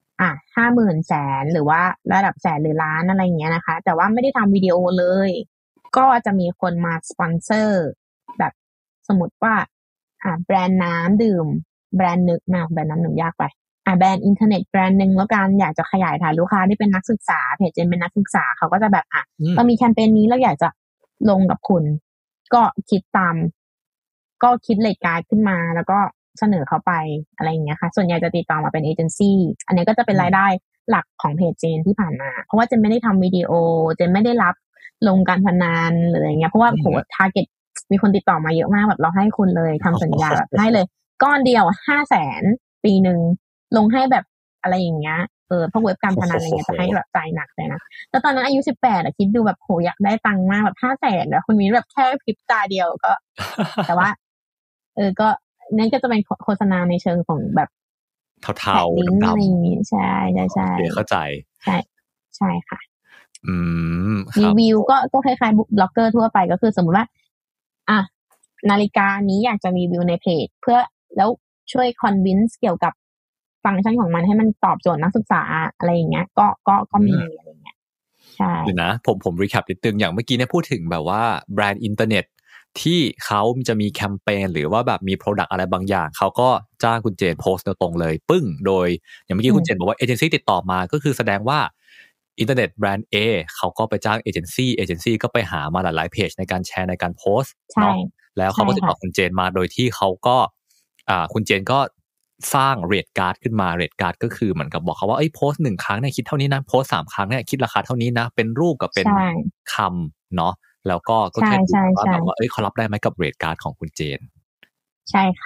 50,000 แสนหรือว่าระดับแสนหรือล้านอะไรอย่างเงี้ยนะคะแต่ว่าไม่ได้ทำวิดีโอเลยก็จะมีคนมาสปอนเซอร์แบบสมมติว่าแบรนด์น้ำดื่มแบรนด์นึกแบรนด์น้ำหนึ่งยากไปแบรนด์อินเทอร์เน็ตแบรนด์นึงแล้วกันอยากจะขยายฐานลูกค้าที่เป็นนักศึกษาเพจเจนเป็นนักศึกษาเขาก็จะแบบเรามีแคมเปญนี้เราอยากจะลงกับคุณก็คิดเลทการ์ดขึ้นมาแล้วก็เสนอเขาไปอะไรอย่างเงี้ยค่ะส่วนใหญ่จะติดต่อมาเป็นเอเจนซี่อันนี้ก็จะเป็นรายได้หลักของเพจเจนที่ผ่านมาเพราะว่าเจนไม่ได้ทำวิดีโอเจนไม่ได้รับลงการพนันหรืออะไรเงี้ยเพราะว่าโหทาร์เก็ตมีคนติดต่อมาเยอะมากแบบเราให้คุณเลยทำสัญญาแบบให้เลยก้อนเดียว500,000ปีนึงลงให้แบบอะไรอย่างเงี้ยพวกเว็บการพนันอะไรเงี้ยจะให้แบบจ่ายหนักเลยนะแล้วตอนนั้นอายุ18คิดดูแบบโหอยากได้ตังค์มากแบบ500,000แล้วคุณมีแบบแค่พริบตาเดียวก็แต่ว่าก็นั่นก็จะเป็นโฆษณาในเชิงของแบบเทาๆดำๆใช่ใช่เข้าใจใช่ค่ะรีวิวก็คล้ายๆบล็อกเกอร์ทั่วไปก็คือสมมติว่านาฬิกานี้อยากจะรีวิวในเพจเพื่อแล้วช่วยคอนวินส์เกี่ยวกับฟังก์ชันของมันให้มันตอบโจทย์นักศึกษาอะไรอย่างเงี้ยก็มีอะไรอย่างเงี้ยใช่เดี๋ยวนะผมรีแคปนิดนึงอย่างเมื่อกี้เนี่ยพูดถึงแบบว่าแบรนด์อินเทอร์เน็ตที่เขาจะมีแคมเปญหรือว่าแบบมี product อะไรบางอย่างเขาก็จ้างคุณเจนโพสต์ตรงเลยปึ้งโดยอย่างเมื่อกี้คุณเจนบอกว่าเอเจนซี่ติดต่อมาก็คือแสดงว่าอินเทอร์เน็ตแบรนด์ A เขาก็ไปจ้างเอเจนซี่ก็ไปหามาหลายๆเพจในการแชร์ในการโพสต์เนาะแล้วเขาก็ติดต่อคุณเจนมาโดยที่เขาก็คุณเจนก็สร้างเรทการ์ดขึ้นมาเรทการ์ดก็คือเหมือนกับบอกเขาว่าโพสต์1 ครั้งเนี่ยคิดเท่านี้นะโพสต์3 ครั้งเนี่ยคิดราคาเท่านี้นะเป็นรูปกับเป็นคำเนาะแล้วก็แค่ดูว่าแบบว่าเขารับได้ไหมกับเรทการ์ดของคุณเจนใช่ค่ะ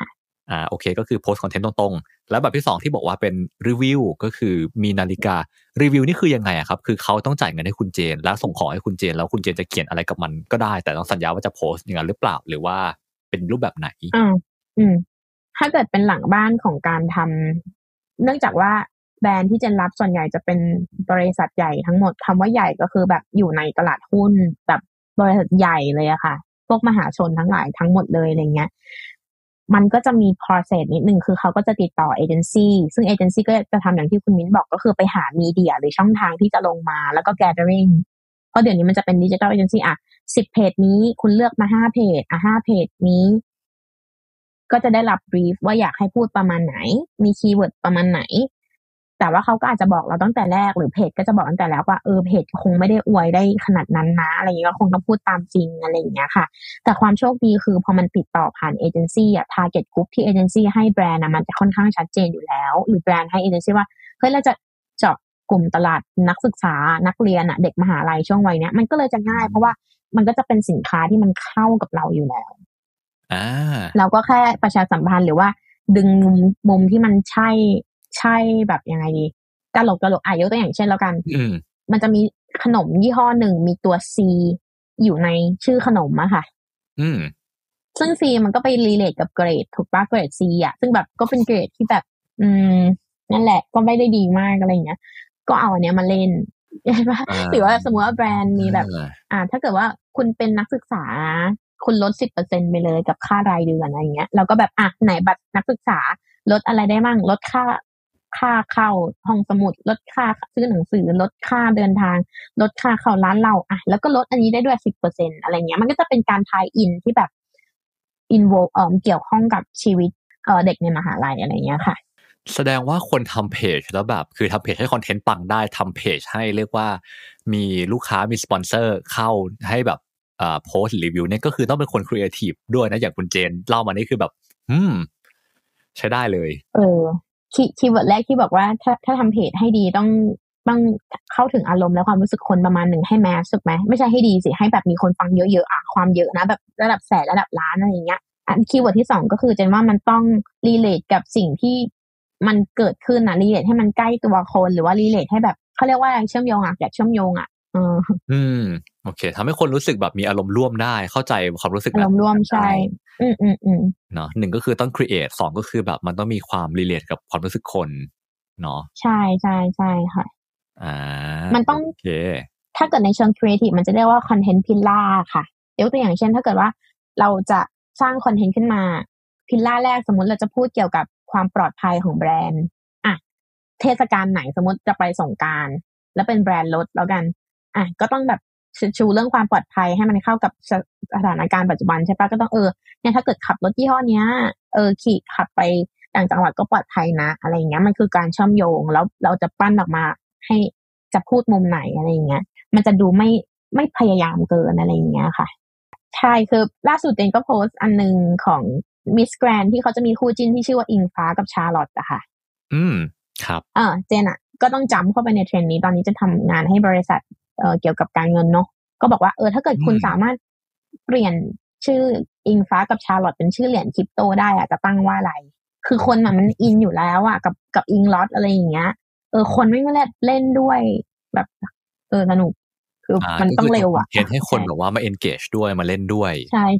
โอเคก็คือโพสต์คอนเทนต์ตรงๆแล้วแบบที่2ที่บอกว่าเป็นรีวิวก็คือมีนาฬิการีวิวนี่คือยังไงครับคือเขาต้องจ่ายเงินให้คุณเจนแล้วส่งของให้คุณเจนแล้วคุณเจนจะเขียนอะไรกับมันก็ได้แต่ต้องสัญญาว่าจะโพสต์อย่างนั้นหรือเปล่าหรือว่าเป็นรูปแบบไหนถ้าเกิดเป็นหลังบ้านของการทำเนื่องจากว่าแบรนด์ที่เจนรับส่วนใหญ่จะเป็นบริษัทใหญ่ทั้งหมดคำว่าใหญ่ก็คือแบบอยู่ในตลาดหุ้นแบบบริษัทใหญ่เลยอะค่ะพวกมหาชนทั้งหลายทั้งหมดเลยอะไรเงี้ยมันก็จะมี process นิดนึงคือเขาก็จะติดต่อเอเจนซี่ซึ่งเอเจนซี่ก็จะทำอย่างที่คุณมิ้นบอกก็คือไปหามีเดียหรือช่องทางที่จะลงมาแล้วก็ gathering เพราะเดี๋ยวนี้มันจะเป็นดิจิทัลเอเจนซี่10เพจนี้คุณเลือกมา5เพจ5เพจนี้ก็จะได้รับบรีฟว่าอยากให้พูดประมาณไหนมีคีย์เวิร์ดประมาณไหนแต่ว่าเขาก็อาจจะบอกเราตั้งแต่แรกหรือเพจก็จะบอกตั้งแต่แล้วว่าเพจคงไม่ได้อวยได้ขนาดนั้นนะอะไรอย่างเงี้ยก็คงต้องพูดตามจริงอะไรอย่างเงี้ยค่ะแต่ความโชคดีคือพอมันติดต่อผ่านเอเจนซี่target group ที่เอเจนซี่ให้แบรนด์มันจะค่อนข้างชัดเจนอยู่แล้วหรือแบรนด์ให้เอเจนซี่ว่าเฮ้ยเราจะเจาะกลุ่มตลาดนักศึกษานักเรียนเด็กมหาลัยช่วงวัยเนี้ยมันก็เลยจะง่ายเพราะว่ามันก็จะเป็นสินค้าที่มันเข้ากับเราอยู่แล้วเราก็แค่ประชาสัมพันธ์หรือว่าดึงมุมที่มันใช่แบบยังไงดีตลกยกตัวอย่างเช่นแล้วกันมันจะมีขนมยี่ห้อหนึ่งมีตัว C อยู่ในชื่อขนมอะค่ะซึ่ง C มันก็ไปรีเลทกับเกรดถูกปะเกรด C ซึ่งแบบก็เป็นเกรดที่แบบนั่นแหละก็ไม่ได้ดีมากอะไรเงี้ยก็เอาอันเนี้ยมาเล่นใช่ปะหรือว่าสมมติว่าแบรนด์มีแบบถ้าเกิดว่าคุณเป็นนักศึกษาคุณลด 10% ไปเลยกับค่ารายเดือนอะไรเงี้ยเราก็แบบไหนบัตรนักศึกษาลดอะไรได้มั่งลดค่าเข้าห้องสมุดลดค่าซื้อหนังสือลดค่าเดินทางลดค่าเข้าร้านเราแล้วก็ลดอันนี้ได้ด้วย 10% อะไรเงี้ยมันก็จะเป็นการทายอินที่แบบinvolve เกี่ยวข้องกับชีวิตเด็กในมหาลัยอะไรเงี้ยค่ะแสดงว่าคนทำเพจแล้วแบบคือทำเพจให้คอนเทนต์ปังได้ทำเพจให้เรียกว่ามีลูกค้ามีสปอนเซอร์เข้าให้แบบโพสต์รีวิวเนี่ยก็คือต้องเป็นคนครีเอทีฟด้วยนะอย่างคุณเจนเล่ามานี่คือแบบใช้ได้เลยคีย์เวิร์ดแรกที่บอกว่าถ้าทำเพจให้ดีต้องเข้าถึงอารมณ์และความรู้สึกคนประมาณหนึ่งให้แมสถูกไหมไม่ใช่ให้ดีสิให้แบบมีคนฟังเยอะๆความเยอะนะแบบระดับแสนระดับล้านอะไรอย่างเงี้ยคีย์เวิร์ดที่2ก็คือเจนว่ามันต้องรีเลทกับสิ่งที่มันเกิดขึ้นรีเลทให้มันใกล้ตัวคนหรือว่ารีเลทให้แบบเขาเรียกว่าเชื่อมโยงอยากเชื่อมโยงโอเคทำให้คนรู้สึกแบบมีอารมณ์ร่วมได้เข้าใจความรู้สึกอารมณ์ร่วมใช่เนาะ1ก็คือต้อง create 2ก็คือแบบมันต้องมีความ relate กับความรู้สึกคนเนาะใช่ค่ะมันต้องโอเคถ้าเกิดในเชิง creative มันจะเรียกว่า content pillar ค่ะยกตัวอย่างเช่นถ้าเกิดว่าเราจะสร้างคอนเทนต์ขึ้นมาพิลล่าแรกสมมติเราจะพูดเกี่ยวกับความปลอดภัยของแบรนด์เทศกาลไหนสมมติจะไปสงกรานต์แล้วเป็นแบรนด์รถแล้วกันก็ต้องแบบชูเรื่องความปลอดภัยให้มันเข้ากับสถานการณ์ปัจจุบันใช่ปะก็ต้องเนี่ยถ้าเกิดขับรถยี่ห้อเนี้ยขี่ขับไปต่างจังหวัดก็ปลอดภัยนะอะไรอย่างเงี้ยมันคือการเชื่อมโยงแล้วเราจะปั้นออกมาให้จะพูดมุมไหนอะไรอย่างเงี้ยมันจะดูไม่พยายามเกินอะไรอย่างเงี้ยค่ะใช่คือล่าสุดเจนก็โพสต์อันนึงของมิสแกรนที่เขาจะมีคู่จิ้นที่ชื่อว่าอิงฟ้ากับชาร์ลอตอะค่ะครับเจนก็ต้องจำเข้าไปในเทรนด์นี้ตอนนี้จะทำงานให้บริษัทเกี่ยวกับการเงินเนาะก็บอกว่าถ้าเกิดคุณสามารถเปลี่ยนชื่ออิงฟ้ากับชาร์ลอตเป็นชื่อเหรียญคริปโตได้จะตั้งว่าอะไรคือคนมันอินอยู่แล้วกับอิงลอตอะไรอย่างเงี้ยคนไม่เล่นด้วยแบบสนุกคือมันต้องเร็วเห็นให้คนแบบว่ามา engage ด้วยมาเล่นด้วยใช่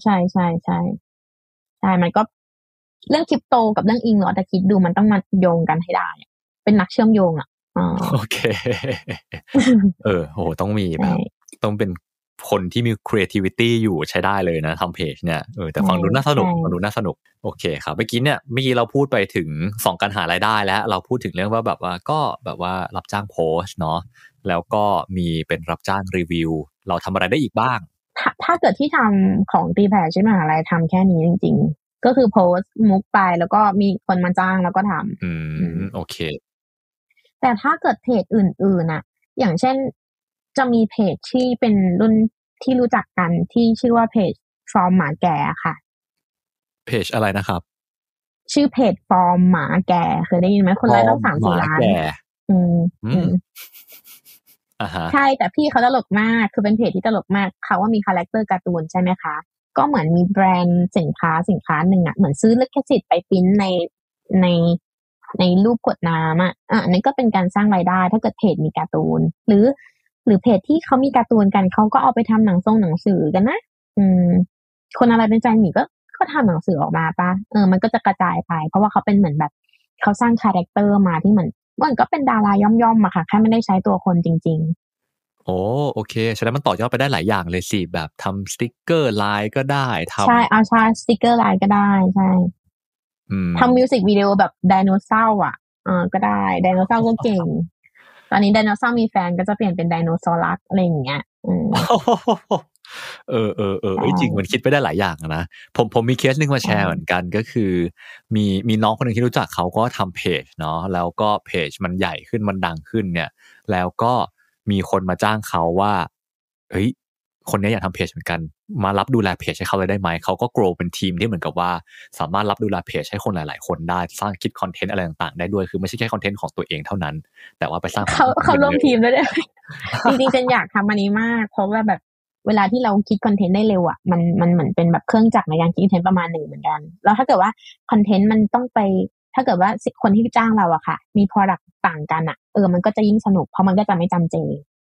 มันก็เรื่องคริปโตกับเรื่องอิงลอตคิดดูมันต้องมาโยงกันให้ได้เป็นนักเชื่อมโยงโอเคโหต้องมีแบบต้องเป็นคนที่มี creativity อยู่ใช้ได้เลยนะทำเพจเนี่ยแต่ฟังดูน่าสนุกโอเคครับเมื่อกี้เราพูดไปถึง2การหารายได้แล้วเราพูดถึงเรื่องว่าแบบว่าก็แบบว่ารับจ้างโพสเนาะแล้วก็มีเป็นรับจ้างรีวิวเราทำอะไรได้อีกบ้างถ้าเกิดที่ทำของตีแผ่ใช่ไหมอะไรทำแค่นี้จริงๆก็คือโพสมุกไปแล้วก็มีคนมาจ้างแล้วก็ทำโอเคแต่ถ้าเกิดเพจอื่นๆอย่างเช่นจะมีเพจที่เป็นรุ่นที่รู้จักกันที่ชื่อว่าเพจฟอร์มหมาแก่ค่ะเพจอะไรนะครับชื่อเพจฟอร์มหมาแก่เคยได้ยินไหมคนไลค์ต้อง 3-4 ล้านใช่แต่พี่เขาตลกมากคือเป็นเพจที่ตลกมากเขาว่ามีคาแรคเตอร์การ์ตูนใช่ไหมคะก็เหมือนมีแบรนด์สินค้าหนึ่งอ่ะเหมือนซื้อลิขสิทธิ์ไปพิมพ์ในในรูปกดน้ำอ่ะอันนี้ก็เป็นการสร้างรายได้ถ้าเกิดเพจมีการ์ตูนหรือเพจที่เขามีการ์ตูนกันเขาก็เอาไปทำหนังสือกันนะคนอะไรเป็นใจหมีก็ทำหนังสือออกมาปะมันก็จะกระจายไปเพราะว่าเขาเป็นเหมือนแบบเขาสร้างคาแรคเตอร์มาที่เหมือนก็เป็นดาราย่อมๆอะค่ะแค่ไม่ได้ใช้ตัวคนจริงโอ้โอเคฉะนั้นมันต่อยอดไปได้หลายอย่างเลยสิแบบทำสติกเกอร์ไลน์ก็ได้ๆใช่ใช่สติกเกอร์ไลน์ก็ได้ใช่ทำมิวสิกวิดีโอแบบไดโนเสาร์อ่ะก็ได้ไดโนเสาร์ก็เก่งตอนนี้ไดโนเสาร์มีแฟนก็จะเปลี่ยนเป็นไดโนซอรัสอะไรอย่างเงี้ยจริงมันคิดไปได้หลายอย่างนะผมมีเคสนึงมาแชร์เหมือนกันก็คือมีน้องคนนึงที่รู้จักเขาก็ทำเพจเนาะแล้วก็เพจมันใหญ่ขึ้นมันดังขึ้นเนี่ยแล้วก็มีคนมาจ้างเขาว่าเฮ้ยคนนี้อยากทำเพจเหมือนกันมารับดูแลเพจให้เขาเลยได้ไหมเขาก็ grow เป็นทีมที่เหมือนกับว่าสามารถรับดูแลเพจให้คนหลายๆคนได้สร้างคิดคอนเทนต์อะไรต่างๆได้ด้วยคือไม่ใช่แค่คอนเทนต์ของตัวเองเท่านั้นแต่ว่าไปสร้างเขาร่วมทีมด้วยจริงๆฉันอยากทำอันนี้มากเพราะว่าแบบเวลาที่เราคิดคอนเทนต์ได้เร็วอ่ะมันเหมือนเป็นแบบเครื่องจักรในการคิดคอนเทนต์ประมาณหนึ่งเหมือนกันแล้วถ้าเกิดว่าคอนเทนต์มันต้องไปถ้าเกิดว่าคนที่จ้างเราอะค่ะมี product ต่างกันอะมันก็จะยิ่งสนุกเพราะมันก็จะไม่จำเจ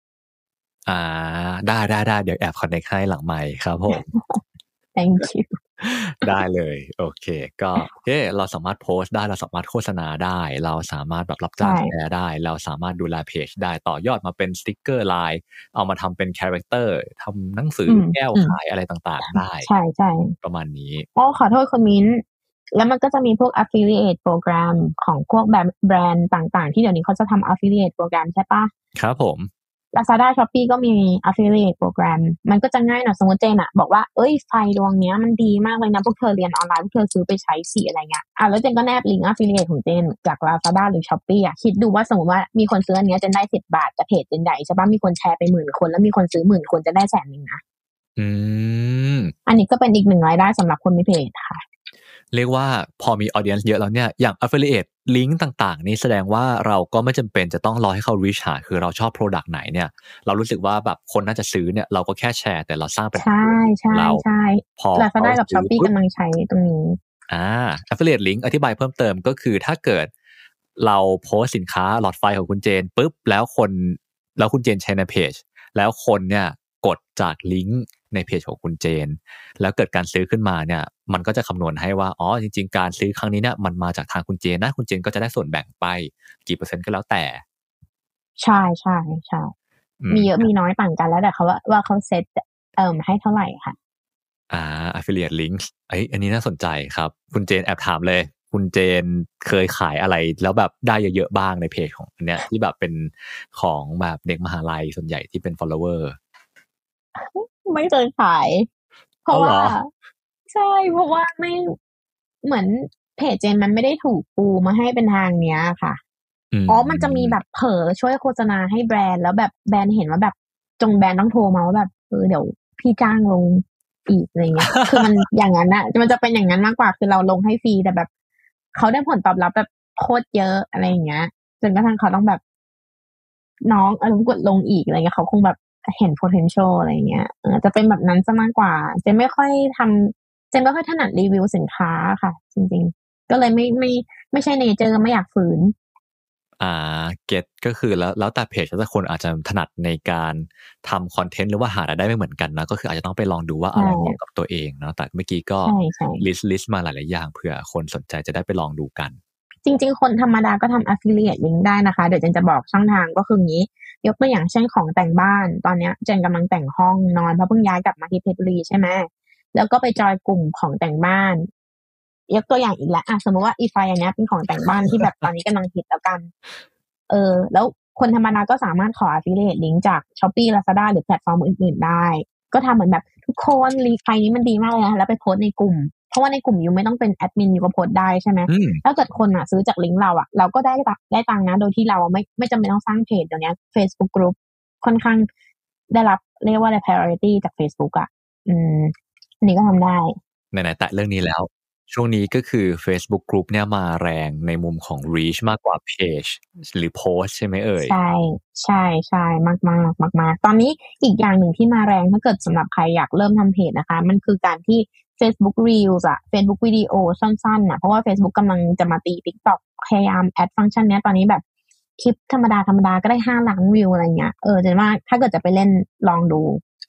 ได้เดี๋ยวแอบคอนเนคให้หลังไมค์ครับผม thank you ได้เลยโอเคก็เราสามารถโพสต์ได้เราสามารถโฆษณาได้เราสามารถแบบรับจ้างแชร์ได้เราสามารถดูแลเพจได้ต่อยอดมาเป็นสติ๊กเกอร์ไลน์เอามาทำเป็นคาแรคเตอร์ทำหนังสือแก้วขายอะไรต่างๆได้ใช่ประมาณนี้ขอโทษคุณมิ้นแล้วมันก็จะมีพวก affiliate program ของพวกแบบแบรนด์ต่างๆที่เดี๋ยวนี้เขาจะทำ affiliate program ใช่ปะครับผม Lazada Shopee ก็มี affiliate program มันก็จะง่ายหน่อยสมมติเจนอะบอกว่าไฟดวงเนี้ยมันดีมากเลยนะพวกเธอเรียนออนไลน์พวกเธอซื้อไปใช้สิอะไรเงี้ยแล้วเจนก็แนบลิงก์ affiliate ของเจนจาก Lazada หรือ Shopee อะคิดดูว่าสมมติว่ามีคนซื้ออันเนี้ยเจนได้10 บาทแต่เพจเจนใหญ่ใช่ปะมีคนแชร์ไป10,000 คนแล้วมีคนซื้อ10,000 คนจะได้100,000นะอันนี้ก็เป็นอีกหนึ่งรายได้สำหรับคนมีเพจค่ะเรียกว่าพอมี audience เยอะแล้วเนี่ยอย่าง affiliate link ต่างๆนี่แสดงว่าเราก็ไม่จำเป็นจะต้องรอให้เขา reach หาคือเราชอบ product ไหนเนี่ยเรารู้สึกว่าแบบคนน่าจะซื้อเนี่ยเราก็แค่แชร์แต่เราสร้างเป็นเราพอ Lazada กับ Shopee กำลังใช้ตรงนี้ affiliate link อธิบายเพิ่มเติมก็คือถ้าเกิดเราโพสสินค้าหลอดไฟของคุณเจนปุ๊บแล้วคุณเจนแชร์ในเพจแล้วคนเนี่ยกดจากลิงก์ในเพจของคุณเจนแล้วเกิดการซื้อขึ้นมาเนี่ยมันก็จะคำนวณให้ว่าจริงๆการซื้อครั้งนี้เนี่ยมันมาจากทางคุณเจนนะคุณเจนก็จะได้ส่วนแบ่งไปกี่เปอร์เซ็นต์ก็แล้วแต่ใช่มีเยอะมีน้อยต่างกันแล้วแต่เขาว่าเขาเซ็ตให้เท่าไหร่ค่ะ affiliate links อันนี้น่าสนใจครับคุณเจนแอบถามเลยคุณเจนเคยขายอะไรแล้วแบบได้เยอะๆบ้างในเพจของอันเนี้ยที่แบบเป็นของแบบเด็กมหาลัยส่วนใหญ่ที่เป็น follower ไม่เคยขายเพราะว่าใช่เพราะว่าไม่เหมือนเพจเจนมันไม่ได้ถูกปูมาให้เป็นทางเนี้ยค่ะมันจะมีแบบเผลอช่วยโฆษณาให้แบรนด์แล้วแบบแบรนด์เห็นว่าแบบจงแบรนด์ต้องโทรมาว่าแบบเดี๋ยวพี่จ้างลงอีกอะไรเงี้ยคือมันอย่างนั้นอะมันจะเป็นอย่างนั้นมากกว่าคือเราลงให้ฟรีแต่แบบเขาได้ผลตอบรับแบบโคตรเยอะอะไรอย่างเงี้ยจนกระทั่งเขาต้องแบบน้องกดลงอีกอะไรเงี้ยเขาคงแบบเห็น potential อะไรเงี้ยจะเป็นแบบนั้นซะมากกว่าเจนไม่ค่อยถนัดรีวิวสินค้าค่ะจริงๆก็เลยไม่ใช่เนเจอร์ไม่อยากฝืนเก็ตก็คือแล้วแต่เพจแต่คนอาจจะถนัดในการทำคอนเทนต์หรือว่าหารายได้ไม่เหมือนกันนะก็คืออาจจะต้องไปลองดูว่าอะไรเหมาะกับตัวเองเนาะแต่เมื่อกี้ก็ลิสต์มาหลายๆอย่างเผื่อคนสนใจจะได้ไปลองดูกันจริงๆคนธรรมดาก็ทำ affiliate link ได้นะคะเดี๋ยวเจนจะบอกช่องทางก็คืองี้ยกตัวอย่างเช่นของแต่งบ้านตอนนี้เจนกำลังแต่งห้องนอนเพราะเพิ่งย้ายกลับมาที่เพชรบุรีใช่ไหมแล้วก็ไปจอยกลุ่มของแต่งบ้านยกตัวอย่างอีกแล้วสมมติว่าอีไฟอย่างเงี้ยเป็นของแต่งบ้านที่แบบตอนนี้กำลังฮิตแล้วกันแล้วคนธรรมดาก็สามารถขอ affiliate link จาก Shopee Lazada หรือแพลตฟอร์มอื่นๆได้ก็ทำเหมือนแบบทุกคนรีไฟนี้มันดีมากเลยนะแล้วไปโพสในกลุ่มเพราะว่าในกลุ่มยูไม่ต้องเป็นแอดมินยูก็โพสได้ใช่ไหมถ้าเกิดคนซื้อจากลิงก์เราก็ได้ตังค์นะโดยที่เราไม่จำเป็นต้องสร้างเพจเดี๋ยวนี้ Facebook Group ค่อนข้างได้รับเรียกว่าอะไร priority จาก Facebook อันนี้ก็ทำได้ไหนๆแต่เรื่องนี้แล้วช่วงนี้ก็คือ Facebook Group เนี่ยมาแรงในมุมของ reach มากกว่า page หรือ post ใช่ไหมเอ่ยใช่ใช่ใช่มากมากมากมากตอนนี้อีกอย่างหนึ่งที่มาแรงถ้าเกิดสำหรับใครอยากเริ่มทำเพจนะคะมันคือการที่ Facebook Reels อะ Facebook วิดีโอสั้นๆอะเพราะว่า Facebook กำลังจะมาตี TikTok พยายามแอดฟังก์ชันเนี้ยตอนนี้แบบคลิปธรรมดาก็ได้5 ล้านวิวอะไรเงี้ยเจนว่าถ้าเกิดจะไปเล่นลองดู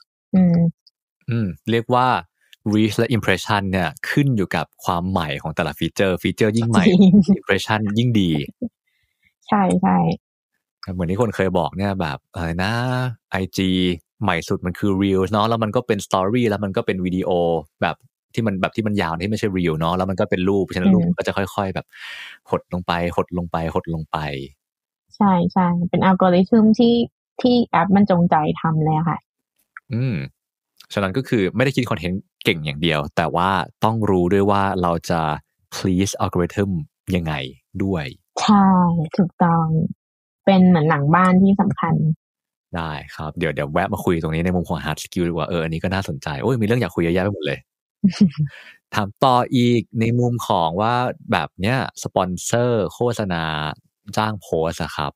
เรียกว่า reach และ impression เนี่ยขึ้นอยู่กับความใหม่ของแต่ละฟีเจอร์ยิ่งใหม่ impression ยิ่งดีใช่ใช่เหมือนที่คนเคยบอกเนี่ยแบบอะไรนะ IG ใหม่สุดมันคือ Reels เนาะแล้วมันก็เป็น Story แล้วมันก็เป็นวิดีโอแบบที่มันยาวที่ไม่ใช่ Reel เนาะแล้วมันก็เป็นรูปฉะนั้นรูปก็จะค่อยๆแบบหดลงไปใช่ใช่เป็นอัลกอริทึมที่แอปมันจงใจทำเลยค่ะฉะนั้นก็คือไม่ได้คิดคอนเทนต์เก่งอย่างเดียวแต่ว่าต้องรู้ด้วยว่าเราจะ please algorithm ยังไงด้วยใช่ถูกต้องเป็นเหมือนหลังบ้านที่สำคัญได้ครับเดี๋ยวแวะมาคุยตรงนี้ในมุมของ hard skill ดีกว่าอันนี้ก็น่าสนใจโอ้ยมีเรื่องอยากคุยเยอะแยะไปหมดเลย ถามต่ออีกในมุมของว่าแบบเนี้ยสปอนเซอร์โฆษณาจ้างโพสอะครับ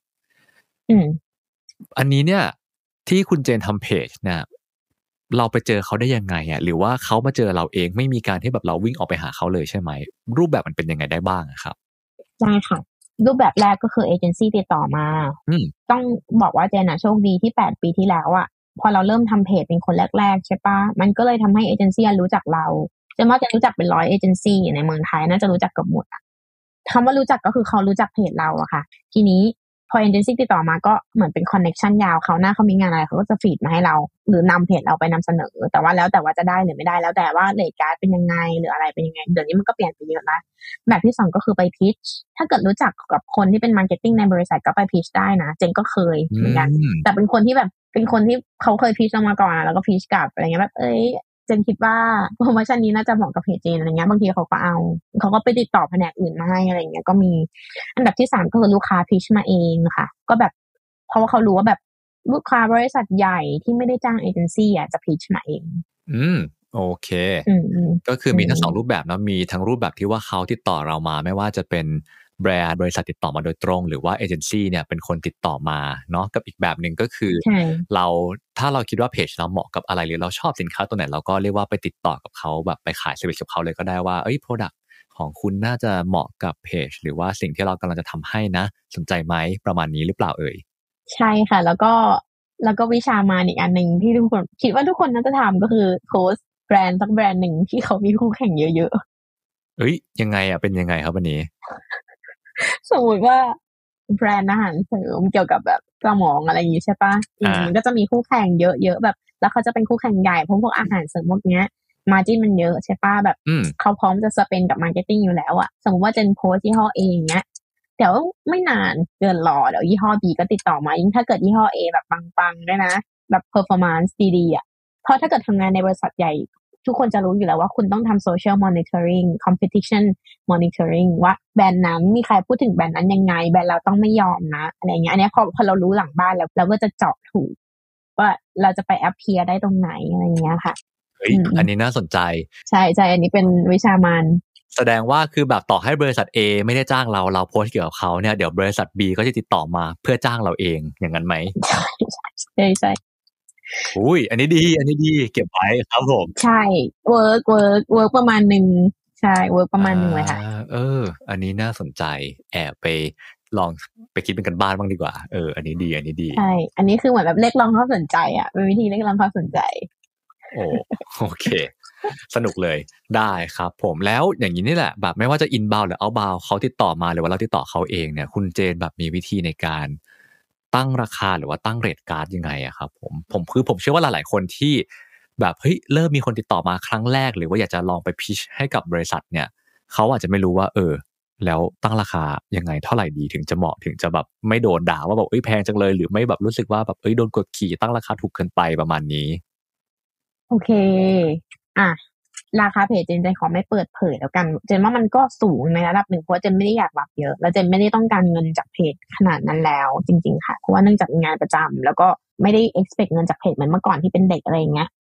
อันนี้เนี่ยที่คุณเจนทำเพจเนี่ยเราไปเจอเขาได้ยังไงหรือว่าเขามาเจอเราเองไม่มีการที่แบบเราวิ่งออกไปหาเขาเลยใช่ไหมรูปแบบมันเป็นยังไงได้บ้างครับใช่ค่ะรูปแบบแรกก็คือเอเจนซี่ติดต่อมาต้องบอกว่าเจนโชคดีที่8 ปีที่แล้วพอเราเริ่มทำเพจเป็นคนแรกๆใช่ปะมันก็เลยทำให้เอเจนซี่รู้จักเราเจนว่าจะรู้จักเป็น100เอเจนซี่ในเมืองไทยน่าจะรู้จักเกือบหมดคำว่ารู้จักก็คือเขารู้จักเพจเราค่ะทีนี้พอเอเจนซี่ติดต่อมาก็เหมือนเป็นคอนเนคชั่นยาวเขาหน้าเขามีงานอะไรเขาก็จะฟีดมาให้เราหรือนำเพจเราไปนำเสนอแต่ว่าแล้วแต่ว่าจะได้หรือไม่ได้แล้วแต่ว่าเรทการ์ดเป็นยังไงหรืออะไรเป็นยังไงเดี๋ยวนี้มันก็เปลี่ยนไปเยอะนะแบบที่2ก็คือไปพิชถ้าเกิดรู้จักกับคนที่เป็นมาร์เก็ตติ้งในบริษัทก็ไปพิชได้นะเจนก็เคยเหมือนกันแต่เป็นคนที่เขาเคยพิชเรามาก่อนแล้วก็พิชกลับอะไรเงี้ยแบบเจนคิดว่าโปรโมชั่นนี้น่าจะเหมาะกับเพจเจนอะไรเงี้ยบางทีเขาก็ไปติดต่อแผนกอื่นมาให้อะไรเงี้ยก็มีอันดับที่3ก็คือลูกค้าพิชมาเองค่ะก็แบบเพราะว่าเขารู้ว่าแบบลูกค้าบริษัทใหญ่ที่ไม่ได้จ้างเอเจนซี่จะพิชมาเองโอเคก็คือมีทั้ง2รูปแบบนะมีทั้งรูปแบบที่ว่าเขาติดต่อเรามาไม่ว่าจะเป็นแบรนด์บริษัทติดต่อมาโดยตรงหรือว่าเอเจนซี่เนี่ยเป็นคนติดต่อมาเนาะกับอีกแบบหนึ่งก็คือถ้าเราคิดว่าเพจเราเหมาะกับอะไรหรือเราชอบสินค้าตัวไหนเราก็เรียกว่าไปติดต่อกับเขาแบบไปขายเซอร์วิสกับเขาเลยก็ได้ว่าproduct ของคุณน่าจะเหมาะกับเพจหรือว่าสิ่งที่เรากำลังจะทำให้นะสนใจไหมประมาณนี้หรือเปล่าเอ่ยใช่ค่ะแล้วก็วิชามานอีกอันหนึ่งที่ทุกคนคิดว่าทุกคนน่าจะทำก็คือโพสต์แบรนด์สักแบรนด์หนึ่งที่เขามีคู่แข่งเยอะๆยังไงเป็นยังไงครับวันนี้สมมติว่าแบรนด์อาหารเสริมเกี่ยวกับแบบสมองอะไรอย่างนี้ใช่ปะมันก็จะมีคู่แข่งเยอะๆแบบแล้วเขาจะเป็นคู่แข่งใหญ่เพราะพวกอาหารเสริมพวกเนี้ยมาร์จิ้นมันเยอะใช่ปะแบบเขาพร้อมจะสเปนกับมาร์เก็ตติ้งอยู่แล้วสมมติว่าเจนโพสยี่ห้อเองเนี้ยเดี๋ยวไม่นานเกินรอเดี๋ยวยี่ห้อ B ก็ติดต่อมายิ่งถ้าเกิดยี่ห้อ A แบบปังๆด้วยนะแบบ performance ดีๆเพราะถ้าเกิดทำงานในบริษัทใหญ่ทุกคนจะรู้อยู่แล้วว่าคุณต้องทำ social monitoring competition monitoring ว่าแบรนด์นั้นมีใครพูดถึงแบรนด์นั้นยังไงแบรนด์เราต้องไม่ยอมนะอะไรเงี้ยอันนี้พอเรารู้หลังบ้านแล้วเราก็จะเจาะถูกว่าเราจะไปแอปเพียได้ตรงไหนอะไรเงี้ยค่ะอันนี้น่าสนใจใช่ใช่อันนี้เป็นวิชามานแสดงว่าคือแบบต่อให้บริษัท A ไม่ได้จ้างเราโพสต์เกี่ยวกับเขาเนี่ยเดี๋ยวบริษัท B ก็จะติดต่อมาเพื่อจ้างเราเองอย่างนั้นไหมใช่อุ้ยอันนี้ดีเก็บไว้ครับผมใช่เวิร์กประมาณนึงใช่เวิร์กประมาณนึงเลยค่ะอันนี้น่าสนใจแอบไปลองไปคิดเป็นกันบ้านบ้างดีกว่าอันนี้ดีใช่อันนี้คือเหมือนแบบเรียกร้องความสนใจเป็นวิธีเรียกร้องความสนใจโอเคสนุกเลยได้ครับผมแล้วอย่างนี้นี่แหละแบบไม่ว่าจะ inbound หรือ outbound เขาติดต่อมาหรือว่าเราติดต่อเขาเองเนี่ยคุณเจนแบบมีวิธีในการตั้งราคาหรือว่าตั้งเรทการ์ดยังไงครับผมเชื่อว่าหลายๆคนที่แบบเริ่มมีคนติดต่อมาครั้งแรกหรือว่าอยากจะลองไปพิชให้กับบริษัทเนี่ยเขาอาจจะไม่รู้ว่าแล้วตั้งราคายังไงเท่าไหร่ดีถึงจะเหมาะถึงจะแบบไม่โดนด่าว่าแบบแพงจังเลยหรือไม่แบบรู้สึกว่าแบบโดนกดขี่ตั้งราคาถูกเกินไปประมาณนี้โอเคราคาเพจเจนขอไม่เปิดเผยแล้วกันเจนว่ามันก็สูงในระดับหนึ่งเพราะเจนไม่ได้อยากรับเยอะแล้วเจนไม่ได้ต้องการเงินจากเพจขนาดนั้นแล้วจริงๆค่ะเพราะว่าเนื่องจากงานประจำแล้วก็ไม่ได้ expect เงินจากเพจเหมือนเมื่อก่อนที่เป็นเด็กอะไรอย่างเงี้ย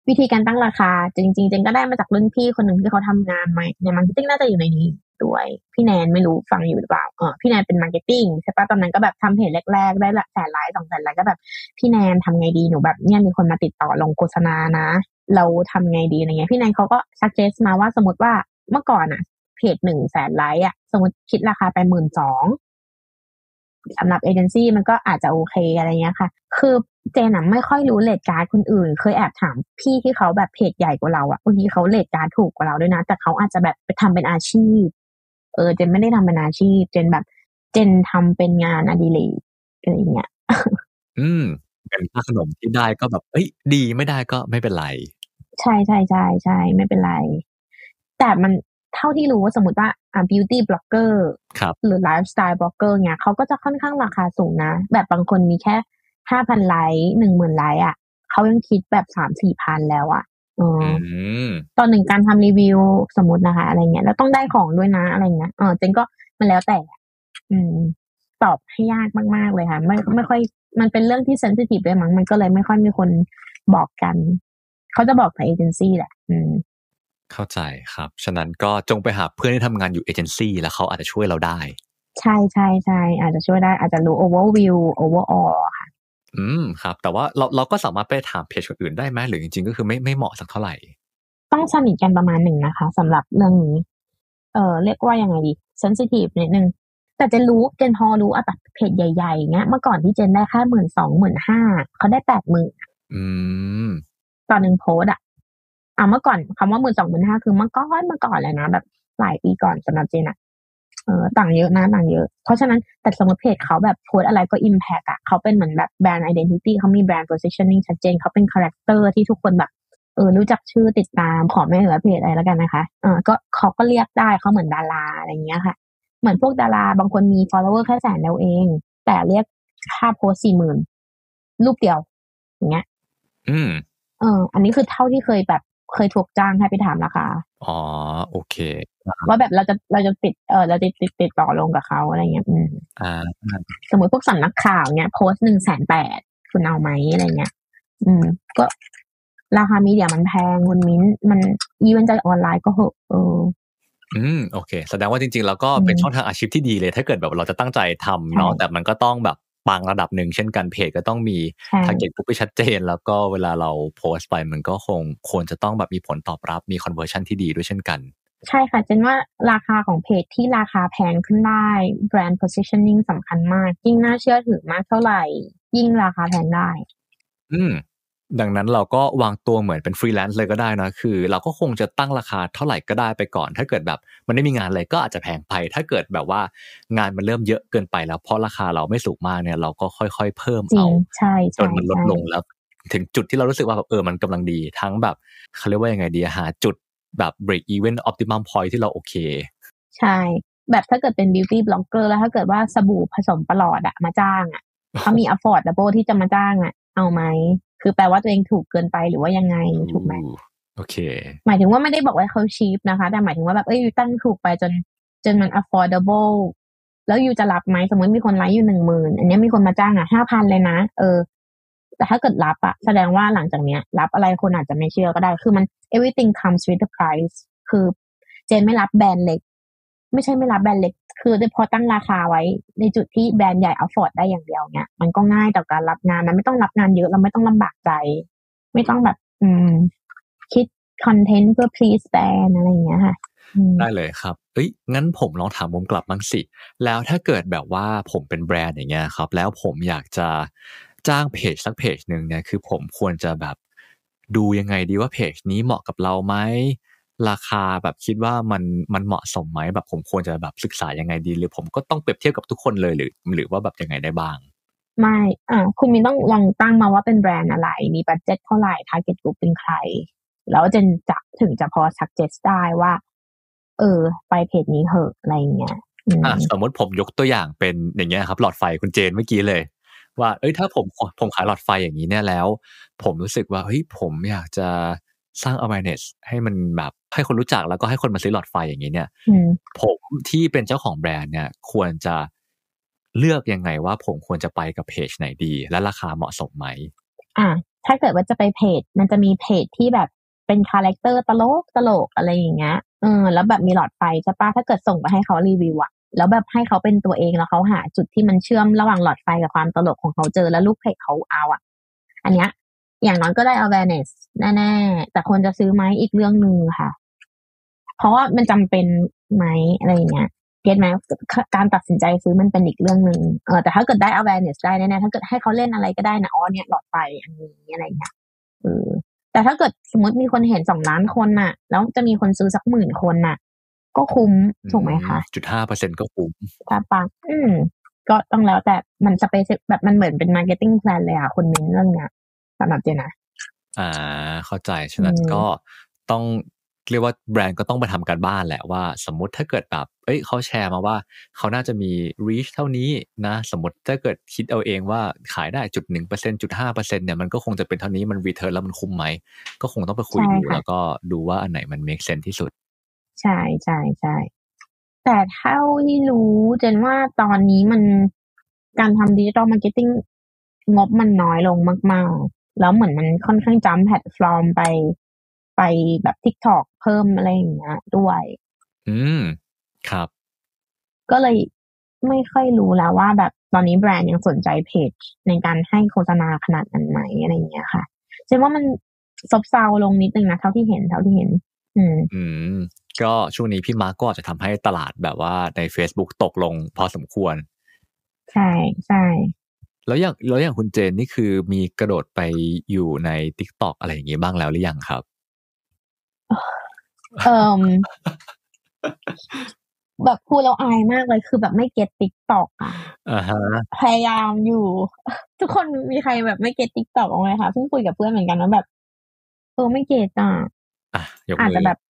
วิธีการตั้งราคาจริงๆเจนก็ได้มาจากรุ่นพี่คนหนึ่งที่เขาทำงานในมาร์เก็ตติ้งน่าจะอยู่ในนี้ด้วยพี่แนนไม่รู้ฟังอยู่หรือเปล่าพี่แนนเป็นมาร์เก็ตติ้งใช่ปะตอนนั้นก็แบบทำเพจแรกๆได้ละ100,000 ไลค์ 200,000 ไลค์ก็แบบพี่แนนทำไงดีหนูแบบเนี่ยมีคนมาติดต่อลงโฆษณานะเราทำไงดีอะไรเงี้ยพี่แนนเขาก็ซักเจสมาว่าสมมติว่าเมื่อก่อนอ่ะเพจ100,000 ไลค์อ่ะสมมติคิดราคาไป 12,000 สำหรับเอเจนซี่มันก็อาจจะโอเคอะไรเงี้ยค่ะคือเจนอะไม่ค่อยรู้เรทการ์ดคนอื่นเคยแอบถามพี่ที่เขาแบบเพจใหญ่กว่าเราอะบางทีเขาเรทการ์ดถูกกว่าเราด้วยนะแต่เขาอาจจะแบบไปทำเป็นอาชีพเจนไม่ได้ทำเป็นอาชีพเจนแบบเจนทำเป็นงานอดิเรกอะไรอย่างเงี้ยเป็นค่าขนมที่ได้ก็แบบดีไม่ได้ก็ไม่เป็นไรใช่ใช่ใช่ใช่ไม่เป็นไรแต่มันเท่าที่รู้ว่าสมมติว่าbeauty blogger หรือ lifestyle blogger เนี่ยเขาก็จะค่อนข้างราคาสูงนะแบบบางคนมีแค่ 5,000 ไลค์ 10,000 ไลค์อ่ะเขายังคิดแบบ 3-4 พันแล้วอ่ะตอนหนึ่งการทำรีวิวสมมตินะคะอะไรเงี้ยแล้วต้องได้ของด้วยนะอะไรเงี้ยเจนก็มันแล้วแต่ตอบให้ยากมากๆเลยค่ะไม่ค่อยมันเป็นเรื่องที่เซนซิทีฟด้วยมั้งมันก็เลยไม่ค่อยมีคนบอกกันเขาจะบอกแต่เอเจนซี่แหละเข้าใจครับฉะนั้นก็จงไปหาเพื่อนที่ทำงานอยู่เอเจนซี่แล้วเขาอาจจะช่วยเราได้ใช่ใช่ใช่อาจจะช่วยได้อาจจะรู้ overview overall ค่ะครับแต่ว่าเราก็สามารถไปถามเพจคนอื่นได้ไหมหรือจริงๆก็คือไม่เหมาะสักเท่าไหร่ต้องสนิทกันประมาณหนึ่งนะคะสำหรับเรื่องนี้เรียกว่ายังไงดี sensitive นิดนึงแต่เจนพอรู้แบบเพจใหญ่ๆเงี้ยเมื่อก่อนที่เจนได้แค่ 12,000 15,000 เขาได้ 80,000 ต่อหนึ่งโพสอะเมื่อก่อนคำว่า 12,000 15,000 คือเมื่อก่อนเลยนะแบบหลายปีก่อนสำหรับเจนอะต่างเยอะนะต่างเยอะเพราะฉะนั้นแต่สมมติเพจเขาแบบโพสอะไรก็ impact อะเขาเป็นเหมือนแบบแบรนด์ identity เขามีแบรนด์ positioning ชัดเจนเขาเป็น character ที่ทุกคนแบบรู้จักชื่อติดตามขอไม่เอ่ยเพจอะไรแล้วกันนะคะก็เขาก็เรียกได้เขาเหมือนดาราอะไรอย่างเงี้ยค่ะเหมือนพวกดาราบางคนมี follower แค่100,000แล้วเองแต่เรียกค่าโพส 40,000 รูปเดียวอย่างเงี้ยอันนี้คือเท่าที่เคยถูกจ้างให้ไปถามราคาโอเคว่าแบบเราจะติดต่อลงกับเขาอะไรเงี้ยสมมติพวกสำนักข่าวเงี้ยโพสต์ 180,000 คุณเอาไหมอะไรเงี้ยก็ราคามีเดียมันแพงคุณมิ้นมันอีเวนต์จากออนไลน์ก็เหอะโอเคแสดงว่าจริงๆแล้วก็เป็นช่องทางอาชีพที่ดีเลยถ้าเกิดแบบเราจะตั้งใจทำเนาะแต่มันก็ต้องแบบบางระดับหนึ่งเช่นกันเพจก็ต้องมี target group ที่ชัดเจนแล้วก็เวลาเราโพสต์ไปมันก็ควรจะต้องแบบมีผลตอบรับมี conversion ที่ดีด้วยเช่นกันใช่ค่ะเจนว่าราคาของเพจที่ราคาแพงขึ้นได้ brand positioning สำคัญมากยิ่งน่าเชื่อถือมากเท่าไหร่ยิ่งราคาแพงได้ดังนั้นเราก็วางตัวเหมือนเป็นฟรีแลนซ์เลยก็ได้นะคือเราก็คงจะตั้งราคาเท่าไหร่ก็ได้ไปก่อนถ้าเกิดแบบมันไม่มีงานเลยก็อาจจะแพงไปถ้าเกิดแบบว่างานมันเริ่มเยอะเกินไปแล้วเพราะราคาเราไม่สูงมากเนี่ยเราก็ค่อยๆเพิ่มเอาจนมันลดลงแล้วถึงจุดที่เรารู้สึกว่าแบบมันกำลังดีทั้งแบบเขาเรียกว่ายังไงดีหาจุดแบบ break even optimum point ที่เราโอเคใช่แบบถ้าเกิดเป็น beauty blogger แล้วถ้าเกิดว่าสบู่ผสมประหลอดมาจ้างเขามี affordable ที่จะมาจ้างเอาไหมคือแปลว่าตัวเองถูกเกินไปหรือว่ายังไงถูกไหมโอเคหมายถึงว่าไม่ได้บอกว่าเขาชีพนะคะแต่หมายถึงว่าแบบยูตั้งถูกไปจนมัน affordable แล้วยูจะรับไหมสมมติมีคนไลค์อยู่ 10,000 อันนี้มีคนมาจ้าง5,000 เลยนะแต่ถ้าเกิดรับแสดงว่าหลังจากเนี้ยรับอะไรคนอาจจะไม่เชื่อก็ได้คือมัน everything comes with the price คือเจนไม่รับแบรนด์เล็กไม่ใช่ไม่รับแบรนด์เล็กคือพอตั้งราคาไว้ในจุดที่แบรนด์ใหญ่ afford ได้อย่างเดียวเนี่ยมันก็ง่ายต่อการรับงานมันไม่ต้องรับงานเยอะเราไม่ต้องลำบากใจไม่ต้องแบบคิดคอนเทนต์เพื่อ please แบรนด์อะไรอย่างเงี้ยค่ะได้เลยครับงั้นผมลองถามมุมกลับบ้างสิแล้วถ้าเกิดแบบว่าผมเป็นแบรนด์อย่างเงี้ยครับแล้วผมอยากจะจ้างเพจสักเพจนึงเนี่ยคือผมควรจะแบบดูยังไงดีว่าเพจนี้เหมาะกับเราไหมราคาแบบคิดว่ามันเหมาะสมไหมแบบผมควรจะแบบศึกษายังไงดีหรือผมก็ต้องเปรียบเทียบกับทุกคนเลยหรือว่าแบบยังไงได้บ้างไม่คุณมินต้องลองตั้งมาว่าเป็นแบรนด์อะไรมีบัดเจ็ตเท่าไหร่ target group เป็นใครแล้วเจนจะถึงจะพอ suggest ได้ว่าไปเพจนี้เหอะอะไรเงี้ยสมมติผมยกตัวอย่างเป็นอย่างเงี้ยครับหลอดไฟคุณเจนเมื่อกี้เลยว่าถ้าผมขายหลอดไฟอย่างนี้เนี่ยแล้วผมรู้สึกว่าผมอยากจะสร้าง awareness ให้มันแบบให้คนรู้จักแล้วก็ให้คนมาซื้อหลอดไฟอย่างนี้เนี่ยผมที่เป็นเจ้าของแบรนด์เนี่ยควรจะเลือกยังไงว่าผมควรจะไปกับเพจไหนดีและราคาเหมาะสมไหมถ้าเกิดว่าจะไปเพจมันจะมีเพจที่แบบเป็นคาแรคเตอร์ตลกอะไรอย่างเงี้ยแล้วแบบมีหลอดไฟใช่ปะถ้าเกิดส่งไปให้เขารีวิวอะแล้วแบบให้เขาเป็นตัวเองแล้วเขาหาจุดที่มันเชื่อมระหว่างหลอดไฟกับความตลกของเขาเจอแล้วลูกเพจเขาเอาอะอันเนี้ยอย่างน้อยก็ได้ awareness แน่ๆแต่คนจะซื้อไหมอีกเรื่องนึงค่ะเพราะว่ามันจำเป็นไหมอะไรอย่างเงี้ยเก็ทไหมการตัดสินใจซื้อมันเป็นอีกเรื่องนึงแต่ถ้าเกิดได้ awareness ได้แน่ๆถ้าเกิดให้เขาเล่นอะไรก็ได้นะเนี่ยหลอดไฟอันนี้อะไรเงี้ยแต่ถ้าเกิดสมมติมีคนเห็น2 ล้านคนน่ะแล้วจะมีคนซื้อสัก10,000 คนน่ะก็คุ้มถูกไหมคะ 0.5% ก็คุ้มถ้าปังก็ต้องแล้วแต่มันสเปซแบบมันเหมือนเป็นมาร์เก็ตติ้งแพลนเลยคุณมิ้นเรื่องเนี้ยสำหรับเจนะเข้าใจฉะนั้นก็ต้องเรียกว่าแบรนด์ก็ต้องไปทำการบ้านแหละว่าสมมติถ้าเกิดแบบเขาแชร์มาว่าเขาน่าจะมี reach เท่านี้นะสมมติถ้าเกิดคิดเอาเองว่าขายได้ 0.1% 0.5% เนี่ยมันก็คงจะเป็นเท่านี้มัน return แล้วมันคุ้มไหมก็คงต้องไปคุยดูแล้วก็ดูว่าอันไหนมัน make sense ที่สุดใช่ใช่ใช่แต่เท่าที่รู้เจนว่าตอนนี้มันการทำดิจิตอลมาร์เก็ตติ้งงบมันน้อยลงมากๆแล้วเหมือนมันค่อนข้างจัมป์แพลตฟอร์มไปแบบ TikTok เพิ่มอะไรอย่างเงี้ยด้วยครับก็เลยไม่ค่อยรู้แล้วว่าแบบตอนนี้แบรนด์ยังสนใจเพจในการให้โฆษณาขนาดนั้นไหมอะไรอย่างเงี้ยค่ะเจนว่ามันซบเซาลงนิดนึงนะเท่าที่เห็นก็ช่วงนี้พี่มาร์กก็อาจจะทำให้ตลาดแบบว่าใน Facebook ตกลงพอสมควรใช่ใช่แล้วอย่างคุณเจนนี่คือมีกระโดดไปอยู่ใน TikTok อะไรอย่างงี้บ้างแล้วหรือยังครับแบบพูดแล้วอายมากเลยคือแบบไม่เก็ต TikTok อ่ะพยายามอยู่ทุกคนมีใครแบบไม่เก็ต TikTok บ้างไหมคะเพิ่งคุยกับเพื่อนเหมือนกันว่าแบบไม่เก็ตอ่ะอาจจะแบบ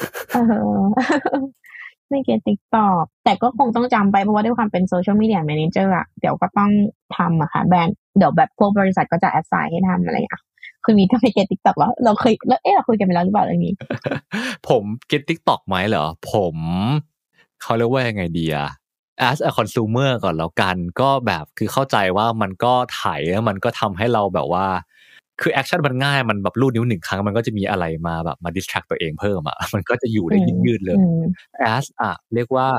ไม่เก็ต TikTok แต่ก็คงต้องจำไปเพราะว่าด้วยความเป็นโซเชียลมีเดียแมเนเจอร์อ่ะเดี๋ยวก็ต้องทำอะค่ะแบรนด์เดี๋ยวแบบพวกบริษัทก็จะแอสไซน์ให้ทำอะไรอ่ะคุณมีก็ไม่เก็ต TikTok แล้วเราเคยแล้วเราคุยกันไปแล้วหรือเปล่าเรื่องนี้ผมเก็ต TikTok ไหมเหรอผมเขาเรียกว่ายังไงดีอะ as a consumer ก่อนแล้วกันก็แบบคือเข้าใจว่ามันก็ถ่ายแล้วมันก็ทำให้เราแบบว่าคือแอคชั่นมันง่ายมันแบบลูดนิ้ว1 ครั้งมันก็จะมีอะไรมาแบบมา distract ตัวเองเพิ่มอ่ะมันก็จะอยู่ได้ยืดๆเลย as เรียกว่า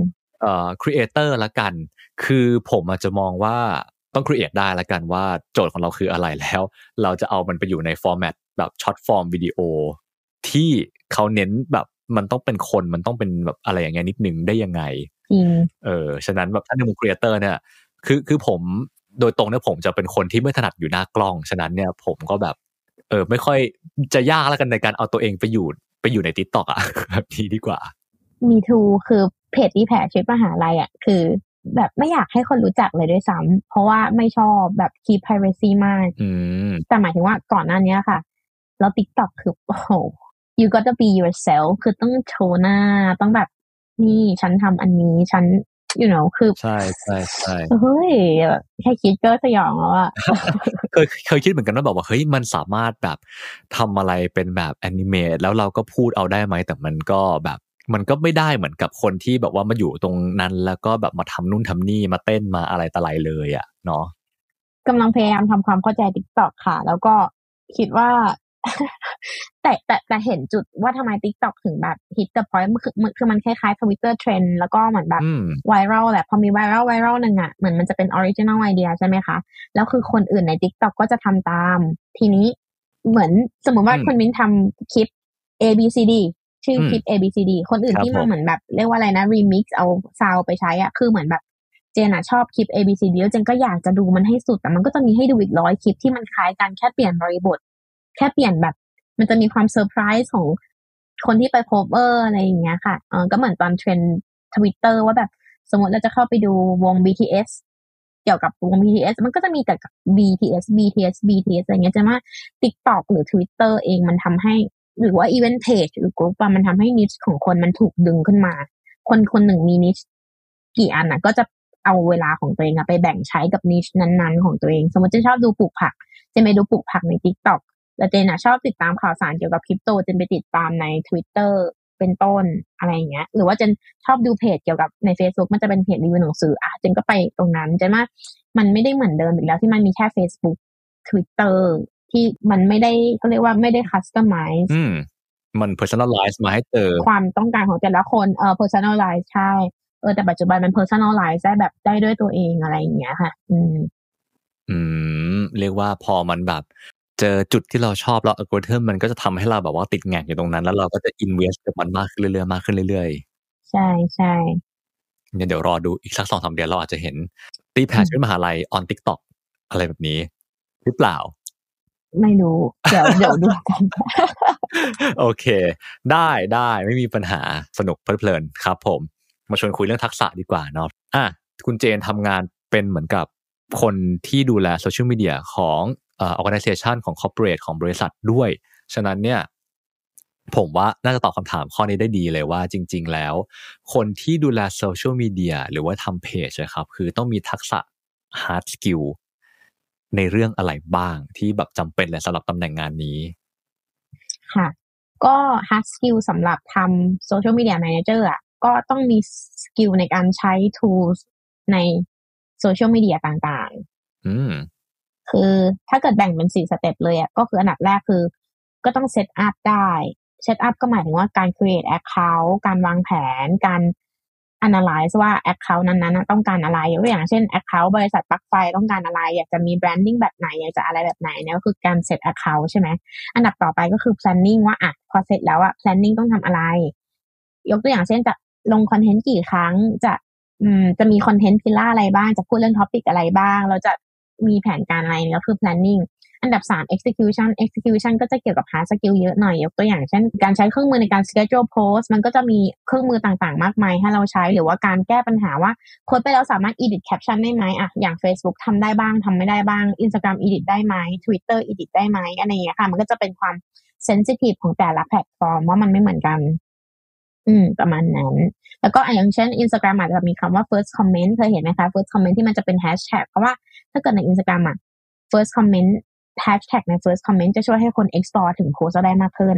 creator ละกันคือผมอาจจะมองว่าต้อง create ได้ละกันว่าโจทย์ของเราคืออะไรแล้วเราจะเอามันไปอยู่ใน format แบบช็อตฟอร์มวิดีโอที่เขาเน้นแบบมันต้องเป็นคนมันต้องเป็นแบบอะไรอย่างเงี้ยนิดนึงได้ยังไงฉะนั้นแบบถ้าในมุม creator เนี่ยคือผมโดยตรงเนี่ยผมจะเป็นคนที่ไม่ถนัดอยู่หน้ากล้องฉะนั้นเนี่ยผมก็แบบไม่ค่อยจะยากแล้วกันในการเอาตัวเองไปอยู่ใน TikTok อ่ะแบบนี้ดีกว่ามีทูคือเพจที่แผ่ชีวิตมหาลัยอ่ะคือแบบไม่อยากให้คนรู้จักเลยด้วยซ้ำเพราะว่าไม่ชอบแบบ keep privacy มากแต่หมายถึงว่าก่อนหน้านี้ค่ะแล้ว TikTok คือโอ้โห you gotta be yourself คือต้องโชว์หน้าต้องแบบนี่ฉันทำอันนี้ฉัน you know คือใช่ใช่ใช่เฮ้ยแบบแค่คิดก็สยองแล้วอะเคยคิดเหมือนกันว่าแบบว่าเฮ้ยมันสามารถแบบทำอะไรเป็นแบบแอนิเมตแล้วเราก็พูดเอาได้ไหมแต่มันก็แบบมันก็ไม่ได้เหมือนกับคนที่แบบว่ามาอยู่ตรงนั้นแล้วก็แบบมาทำนู่นทำนี่มาเต้นมาอะไรต่ออะไรเลยอ่ะเนาะกำลังพยายามทำความเข้าใจ TikTok ค่ะแล้วก็คิดว่าแต่เห็นจุดว่าทำไม TikTok ถึงแบบ hit the point คือมันคล้ายๆ Twitter trend แล้วก็เหมือนแบบไวรัลแหละพอมีไวรัลหนึ่งอ่ะเหมือนมันจะเป็น original idea ใช่ไหมคะแล้วคือคนอื่นใน TikTok ก็จะทำตามทีนี้เหมือนสมมติว่าคุณมิ้นทำคลิป ABCD ชื่อคลิป ABCD คนอื่นที่มาเหมือนแบบเรียกว่าอะไรนะ remix เอาซาวไปใช้อ่ะคือเหมือนแบบเจนชอบคลิป ABCD แล้วเจนก็อยากจะดูมันให้สุดแต่มันก็จะมีให้ดูอีก100 คลิปที่มันคล้ายกันแค่เปลี่ยนบริบทแค่เปลี่ยนแบบมันจะมีความเซอร์ไพรส์ของคนที่ไปโคเวอร์อะไรอย่างเงี้ยค่ะก็เหมือนตอนเทรนด์ Twitter ว่าแบบสมมติเราจะเข้าไปดูวง BTS เกี่ยวกับวง BTS มันก็จะมีแต่ BTS อะไรเงี้ยจะว่า TikTok หรือ Twitter เองมันทำให้หรือว่า Event Page หรือกลุ่มมันทำให้นิชของคนมันถูกดึงขึ้นมาคนหนึ่งมีนิชกี่อันก็จะเอาเวลาของตัวเองไปแบ่งใช้กับนิชนั้นๆของตัวเองสมมติจะชอบดูปลูกผักจะไปดูปลูกผักใน TikTok แล้วเจนชอบติดตามข่าวสารเกี่ยวกับคริปโตเจนไปติดตามใน Twitter เป็นต้นอะไรอย่างเงี้ยหรือว่าเจนชอบดูเพจเกี่ยวกับใน Facebook มันจะเป็นเพจรีวิวหนังสือเจนก็ไปตรงนั้นเจนว่ามันไม่ได้เหมือนเดิมอีกแล้วที่มันมีแค่ Facebook Twitter ที่มันไม่ได้เขาเรียกว่าไม่ได้ customize มัน personalize มาให้เจอความต้องการของแต่ละคน personalize ใช่แต่ปัจจุบันมัน personalize ได้แบบได้ด้วยตัวเองอะไรอย่างเงี้ยค่ะเรียกว่าพอมันแบบเจอจุดที่เราชอบแล้วอัลกอริทึมมันก็จะทำให้เราแบบว่าติดแง่งอยู่ตรงนั้นแล้วเราก็จะ invest กับมันมากขึ้นเรื่อยๆมากขึ้นเรื่อยๆใช่ๆเดี๋ยวรอดูอีกสัก 2-3 เดือนเราอาจจะเห็นตีแผ่ชีวิตมหาลัย on TikTok อะไรแบบนี้หรือเปล่าไม่รู้เดี๋ยวดูกันโอเคได้ไม่มีปัญหาสนุกเพลินครับผมมาชวนคุยเรื่องทักษะดีกว่าเนาะคุณเจนทำงานเป็นเหมือนกับคนที่ดูแลโซเชียลมีเดียของorganization ของ corporate ของบริษัทด้วยฉะนั้นเนี่ยผมว่าน่าจะตอบคำถามข้อนี้ได้ดีเลยว่าจริงๆแล้วคนที่ดูแลโซเชียลมีเดียหรือว่าทำเพจนะครับคือต้องมีทักษะ hard skill ในเรื่องอะไรบ้างที่แบบจำเป็นเลยสำหรับตำแหน่งงานนี้ค่ะก็ hard skill สำหรับทำ social media manager ก็ต้องมีสกิลในการใช้ tools ในโซเชียลมีเดียต่างๆคือถ้าเกิดแบ่งเป็น4สเต็ปเลยก็คืออันดับแรกคือก็ต้องเซตอัพได้เซตอัพก็หมายถึงว่าการ create account การวางแผนการ analyze ว่า account นั้นๆต้องการอะไรยกตัวอย่างเช่น account บริษัทปลั๊กไฟต้องการอะไรอยากจะมี branding แบบไหนอยากจะอะไรแบบไหนเนี่ยก็คือการ set account ใช่ไหมอันดับต่อไปก็คือ planning ว่าพอเสร็จแล้วplanning ต้องทำอะไรยกตัวอย่างเช่นจะลงคอนเทนต์กี่ครั้งจะมีคอนเทนต์พิล่าอะไรบ้างจะพูดเรื่องท็อปิกอะไรบ้างเราจะมีแผนการอะไรเนี่ยก็คือ planning อันดับ3 execution ก็จะเกี่ยวกับ hard skill เยอะหน่อยยกตัวอย่างเช่นการใช้เครื่องมือในการ schedule post มันก็จะมีเครื่องมือต่างๆมากมายให้เราใช้หรือว่าการแก้ปัญหาว่าโพสต์ไปแล้วสามารถ edit caption ได้ไหมอย่าง Facebook ทำได้บ้างทำไม่ได้บ้าง Instagram edit ได้ไหม Twitter edit ได้ไหมอะไรอย่างเงี้ยค่ะมันก็จะเป็นความ sensitive ของแต่ละแพลตฟอร์มว่ามันไม่เหมือนกันประมาณนั้นแล้วก็อย่างเช่น Instagram อาจจะมีคำว่า first comment เคยเห็นไหมคะ first comment ที่มันจะเป็น hashtag เพราะว่าถ้าเกิดใน Instagram first comment hashtag ใน first comment จะช่วยให้คน explore ถึงโพสต์ได้มากขึ้น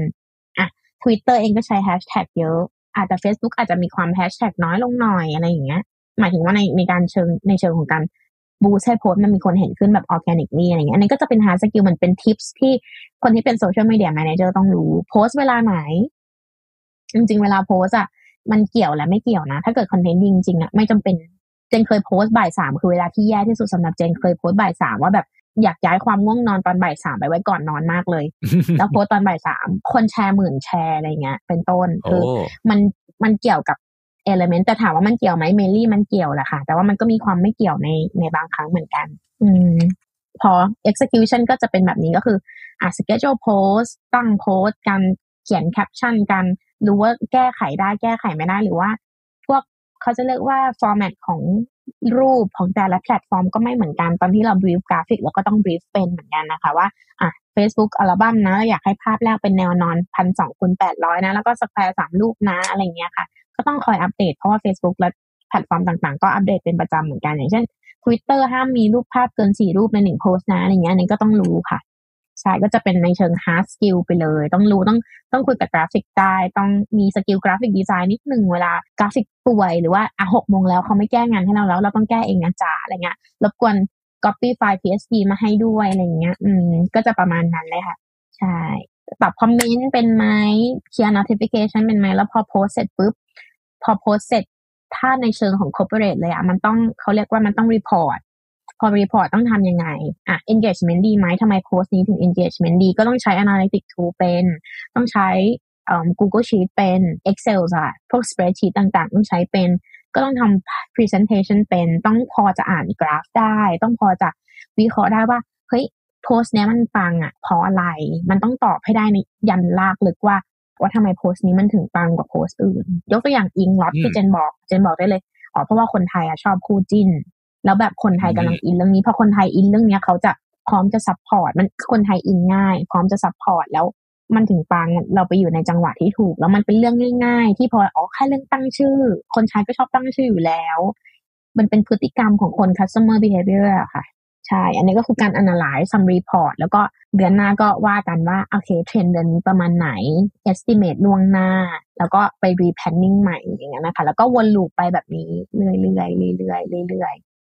Twitter เองก็ใช้ hashtag เยอะแต่ Facebook อาจจะมีความ hashtag น้อยลงหน่อยอะไรอย่างเงี้ยหมายถึงว่าในการเชิงของการบูสต์ให้โพสต์มันมีคนเห็นขึ้นแบบ organically อะไรอย่างเงี้ยอันนี้ก็จะเป็น hard skill มันเป็น tips ที่คนที่เป็น social media manager ต้องรู้โพสต์เวลาไหนจริงๆเวลาโพสมันเกี่ยวและไม่เกี่ยวนะถ้าเกิดคอนเทนต์จริงๆไม่จำเป็นเจนเคยโพสต์บ่าย3คือเวลาที่แย่ที่สุดสำหรับเจนเคยโพสต์บ่าย3ว่าแบบอยากย้ายความง่วงนอนตอนบ่าย3ไปไว้ก่อนนอนมากเลย แล้วโพสต์ตอนบ่าย3คนแชร์10,000แชร์อะไรเงี้ยเป็นต้นคือมันเกี่ยวกับ element แต่ถามว่ามันเกี่ยวไหมเมลี่มันเกี่ยวแหละค่ะแต่ว่ามันก็มีความไม่เกี่ยวในบางครั้งเหมือนกันพอ execution ก็จะเป็นแบบนี้ก็คือschedule post ตั้งโพสต์การเขียนแคปชั่นกันรู้ว่าแก้ไขได้แก้ไขไม่ได้หรือว่าพวกเขาจะเรียกว่า format ของรูปของแต่ละแพลตฟอร์มก็ไม่เหมือนกันตอนที่เรา brief กราฟิกแล้วก็ต้อง brief เป็นเหมือนกันนะคะว่าFacebook อัลบั้มนะอยากให้ภาพแรกเป็นแนวนอน 1,200x800 นะแล้วก็สแควร์3รูปนะอะไรอย่างเงี้ยค่ะก็ต้องคอยอัปเดตเพราะว่า Facebook และแพลตฟอร์มต่างๆก็อัปเดตเป็นประจำเหมือนกันอย่างเช่น Twitter ห้ามมีรูปภาพเกิน4รูปใน1โพสต์นะอะไรเงี้ยอันนี้ก็ต้องรู้ค่ะใช่ก็จะเป็นในเชิง hard skill ไปเลยต้องรู้ต้องคุยกับกราฟิกได้ต้องมีสกิลกราฟิกดีไซน์นิดนึงเวลากราฟิกป่วยหรือว่า6 โมงแล้วเขาไม่แก้งานให้เราแล้วเราต้องแก้เองนะจ๊ะอะไรเงี้ยรบกวน copy ไฟล์ PSD มาให้ด้วยอะไรเงี้ยก็จะประมาณนั้นเลยค่ะใช่ตอบคอมเมนต์เป็นไหมเคลียร์ notification เป็นไหมแล้วพอโพสเสร็จปุ๊บพอโพสเสร็จถ้าในเชิงของ corporate เลยมันต้องเขาเรียกว่ามันต้อง reportพอ report ต้องทำยังไงengagement ดีไหมทำไมโพสต์นี้ถึง engagement ดีก็ต้องใช้ analytic tool เป็นต้องใช้Google Sheet เป็น Excel พวก spreadsheet ต่างๆต้องใช้เป็นก็ต้องทำ presentation เป็นต้องพอจะอ่านกราฟได้ต้องพอจะวิเคราะห์ได้ว่าเฮ้ยโพสต์เนี้ยมันปังเพราะอะไรมันต้องตอบให้ได้ในยันลากลึกว่าทำไมโพสต์นี้มันถึงปังกว่าโพสต์อื่นยกตัวอย่างอิงล็อตที่เจนบอกได้เลยเพราะว่าคนไทยชอบคู่จิ้นแล้วแบบคนไทยกำลังอินเรื่องนี้พอคนไทยอินเรื่องนี้เขาจะพร้อมจะซัพพอร์ตมันคนไทยอินง่ายพร้อมจะซัพพอร์ตแล้วมันถึงปังเราไปอยู่ในจังหวะที่ถูกแล้วมันเป็นเรื่องง่ายๆที่พอแค่เรื่องตั้งชื่อคนใช้ก็ชอบตั้งชื่ออยู่แล้วมันเป็นพฤติกรรมของคน customer behavior ค่ะใช่อันนี้ก็คือการ analyze ทำ report แล้วก็เดือนหน้าก็ว่ากันว่าโอเคเทรนด์เดือนนี้ประมาณไหน estimate ล่วงหน้าแล้วก็ไป replanning ใหม่อย่างเงี้ยนะคะแล้วก็วนลูปไปแบบนี้เรื่อยๆเรื่อยๆเรื่อย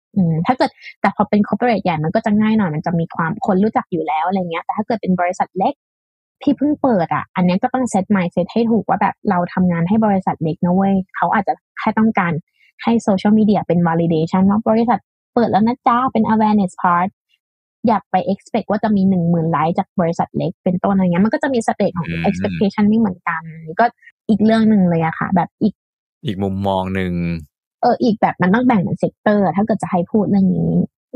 ถ้าเกิดแต่พอเป็น corporate ใหญ่มันก็จะง่ายหน่อยมันจะมีความคนรู้จักอยู่แล้วอะไรเงี้ยแต่ถ้าเกิดเป็นบริษัทเล็กที่เพิ่งเปิดอันนี้ก็ต้องเซต mindset ให้ถูกว่าแบบเราทำงานให้บริษัทเล็กนะเว้ยเขาอาจจะแค่ต้องการให้โซเชียลมีเดียเป็น validation ว่าบริษัทเปิดแล้วนะจ๊ะเป็น awareness part อยากไป expect ว่าจะมี 10,000 ไลค์จากบริษัทเล็กเป็นต้นอะไรเงี้ยมันก็จะมีสเตจของ expectation ไม่เหมือนกันก็อีกเรื่องนึงเลยอะค่ะแบบอีกมุมมองนึงอีกแบบมันต้องแบ่งเป็นเซกเตอร์ถ้าเกิดจะให้พูดเรื่องนี้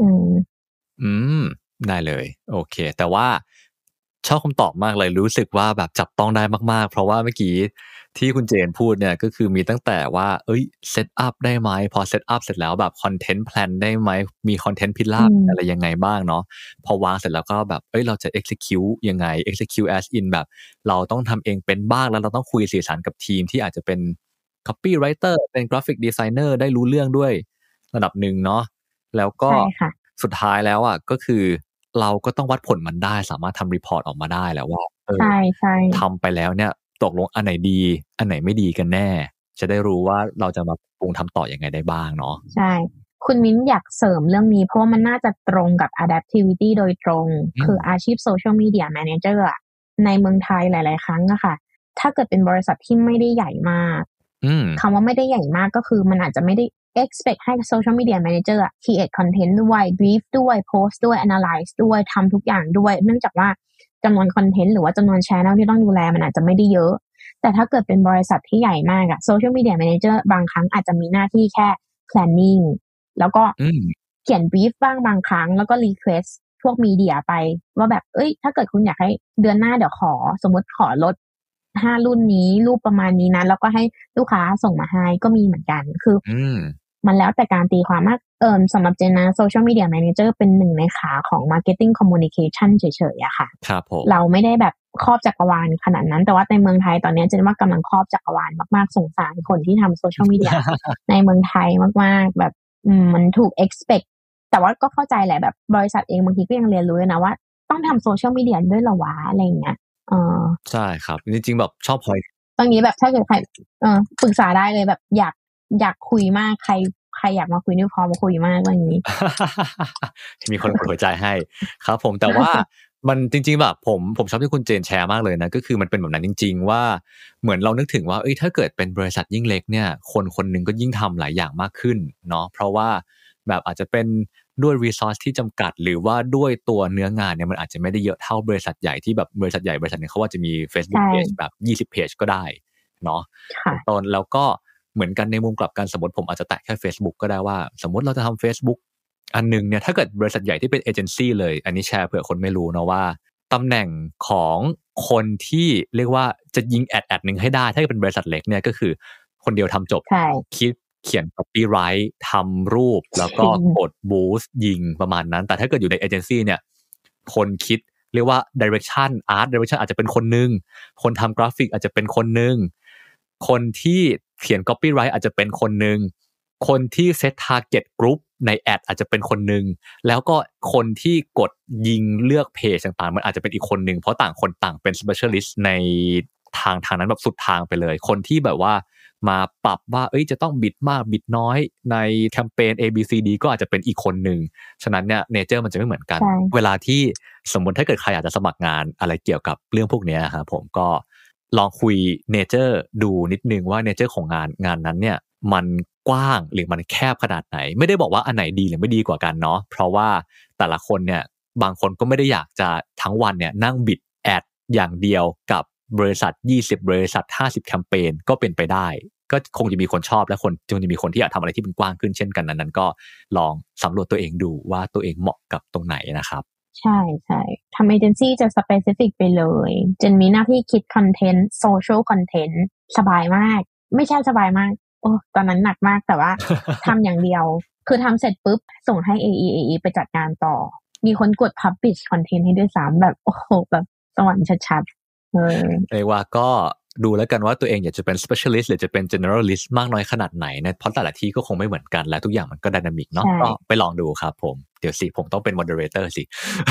ได้เลยโอเคแต่ว่าชอบคำตอบมากเลยรู้สึกว่าแบบจับต้องได้มากๆเพราะว่าเมื่อกี้ที่คุณเจนพูดเนี่ยก็คือมีตั้งแต่ว่าเซตอัพได้ไหมพอเซตอัพเสร็จแล้วแบบคอนเทนต์แพลนได้ไหมมีคอนเทนต์พิลาร์อะไรยังไงบ้างเนาะพอวางเสร็จแล้วก็แบบเราจะ execute ยังไง execute as in แบบเราต้องทำเองเป็นบ้างแล้วเราต้องคุยสื่อสารกับทีมที่อาจจะเป็น copywriter เป็น graphic designer ได้รู้เรื่องด้วยระดับหนึ่งเนาะแล้วก็สุดท้ายแล้วก็คือเราก็ต้องวัดผลมันได้สามารถทำรีพอร์ตออกมาได้แล้วว่าใช่ทำไปแล้วเนี่ยตกลงอันไหนดีอันไหนไม่ดีกันแน่จะได้รู้ว่าเราจะมาปรุงทำต่อยังไงได้บ้างเนาะใช่คุณมิ้นอยากเสริมเรื่องนี้เพราะว่ามันน่าจะตรงกับ adaptivity โดยตรงคืออาชีพ social media manager ในเมืองไทยหลายๆครั้งอะค่ะถ้าเกิดเป็นบริษัทที่ไม่ได้ใหญ่มากคำว่าไม่ได้ใหญ่มากก็คือมันอาจจะไม่ได้ expect ให้ social media manager create content ด้วย brief ด้วย post ด้วย analyze ด้วยทำทุกอย่างด้วยเนื่องจากว่าจำนวนคอนเทนต์หรือว่าจำนวน channel ที่ต้องดูแลมันอาจจะไม่ได้เยอะแต่ถ้าเกิดเป็นบริษัทที่ใหญ่มากsocial media manager บางครั้งอาจจะมีหน้าที่แค่ planning แล้วก็เขียน brief บ้างบางครั้งแล้วก็ request พวกมีเดียไปว่าแบบถ้าเกิดคุณอยากให้เดือนหน้าเดี๋ยวสมมติขอลด5รุ่นนี้รูปประมาณนี้นะแล้วก็ให้ลูกค้าส่งมาให้ก็มีเหมือนกันคือมันแล้วแต่การตีความมากสำหรับเจนนะ social media manager เป็นหนึ่งในขาของ marketing communication เฉยๆอะค่ะครับผมเราไม่ได้แบบครอบจักรวาลขนาดนั้นแต่ว่าในเมืองไทยตอนนี้เจนว่ากำลังครอบจักรวาลมากๆสงสารคนที่ทำ social media ในเมืองไทยมากๆแบบมันถูก expect แต่ว่าก็เข้าใจแหละแบบบริษัทเองบางทีก็ยังเรียนรู้นะว่าต้องทำโซเชียลมีเดียด้วยเหรอวะอะไรอย่างเงี้ยใช่ครับจริงๆแบบชอบพอยตรงนี้แบบถ้าเกิดใครปรึกษาได้เลยแบบอยากคุยมากใครอยากมาคุยนี่พร้อมมาคุยมากวันนี้มีคนกดหัวใจให้ครับผมแต่ว่ามันจริงๆแบบผมชอบที่คุณเจนแชร์มากเลยนะก็คือมันเป็นแบบนั้นจริงๆว่าเหมือนเรานึกถึงว่าถ้าเกิดเป็นบริษัทยิ่งเล็กเนี่ยคนนึงก็ยิ่งทำหลายอย่างมากขึ้นเนาะเพราะว่าแบบอาจจะเป็นด้วย resource ที่จำกัดหรือว่าด้วยตัวเนื้องานเนี่ยมันอาจจะไม่ได้เยอะเท่าบริษัทใหญ่ที่แบบบริษัทใหญ่บริษัทนึงเขาว่าจะมี Facebook page แบบ20 page ก็ได้เนาะตอนแล้วก็เหมือนกันในมุมกลับกันสมมติผมอาจจะแตะแค่ Facebook ก็ได้ว่าสมมติเราจะทำ Facebook อันนึงเนี่ยถ้าเกิดบริษัทใหญ่ที่เป็นเอเจนซี่เลยอันนี้แชร์เผื่อคนไม่รู้นะว่าตำแหน่งของคนที่เรียกว่าจะยิงแอดนึงให้ได้ถ้าเป็นบริษัทเล็กเนี่ยก็คือคนเดียวทำจบคิดเขียน copyright ทำรูปแล้วก็กด boost ยิงประมาณนั้นแต่ถ้าเกิดอยู่ในเอเจนซี่เนี่ยคนคิดเรียกว่า direction art direction อาจจะเป็นคนนึงคนทำกราฟิกอาจจะเป็นคนนึงคนที่เขียน copyright อาจจะเป็นคนนึงคนที่ set target group ในแอดอาจจะเป็นคนนึงแล้วก็คนที่กดยิงเลือกเพจต่างๆมันอาจจะเป็นอีกคนนึงเพราะต่างคนต่างเป็น specialist ในทางนั้นแบบสุดทางไปเลยคนที่แบบว่ามาปรับว่าจะต้องบิดมากบิดน้อยในแคมเปญ ABCD ก็อาจจะเป็นอีกคนนึงฉะนั้นเนี่ยเนเจอร์มันจะไม่เหมือนกันเวลาที่สมมติถ้าเกิดใครอยากจะสมัครงานอะไรเกี่ยวกับเรื่องพวกนี้ครับผมก็ลองคุยเนเจอร์ดูนิดนึงว่าเนเจอร์ของงานนั้นเนี่ยมันกว้างหรือมันแคบขนาดไหนไม่ได้บอกว่าอันไหนดีหรือไม่ดีกว่ากันเนาะเพราะว่าแต่ละคนเนี่ยบางคนก็ไม่ได้อยากจะทั้งวันเนี่ยนั่งบิดแอดอย่างเดียวกับบริษัท20บริษัท50แคมเปญก็เป็นไปได้ก็คงจะมีคนชอบและคงจะมีคนที่อยากทำอะไรที่เป็นกว้างขึ้นเช่นกันนั้นก็ลองสำรวจตัวเองดูว่าตัวเองเหมาะกับตรงไหนนะครับใช่ใช่ทำเอเจนซี่จะ specific ไปเลยเจนมีหน้าที่คิดคอนเทนต์โซเชียลคอนเทนต์สบายมากไม่ใช่สบายมากตอนนั้นหนักมากแต่ว่า ทำอย่างเดียวคือทำเสร็จปุ๊บส่งให้ AE ไปจัดการต่อมีคนกด publish content ให้ด้วยซ้ำแบบโอ้โหแบบสวรรค์ชัดๆเรียกว่าก็ดูแล้วกันว่าตัวเองอยากจะเป็น specialist หรือจะเป็น generalist มากน้อยขนาดไหนนะเพราะแต่ละที่ก็คงไม่เหมือนกันและทุกอย่างมันก็ dynamic เนาะก็ไปลองดูครับผมเดี๋ยวสิผมต้องเป็น moderator สิ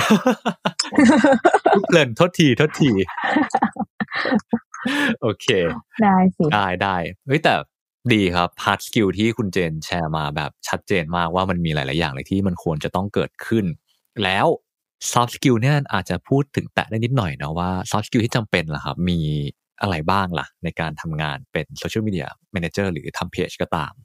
เล่นโทษทีโอเคได้สิได้เฮ้ยแต่ดีครับ hard skill ที่คุณเจนแชร์มาแบบชัดเจนมากว่ามันมีหลายๆอย่างเลยที่มันควรจะต้องเกิดขึ้นแล้ว soft skill เนี่ยอาจจะพูดถึงแตะได้นิดหน่อยนะว่า soft skill ที่จำเป็นล่ะครับมีอะไรบ้างล่ะในการทำงานเป็น social media manager หรือทำเพจก็ตาม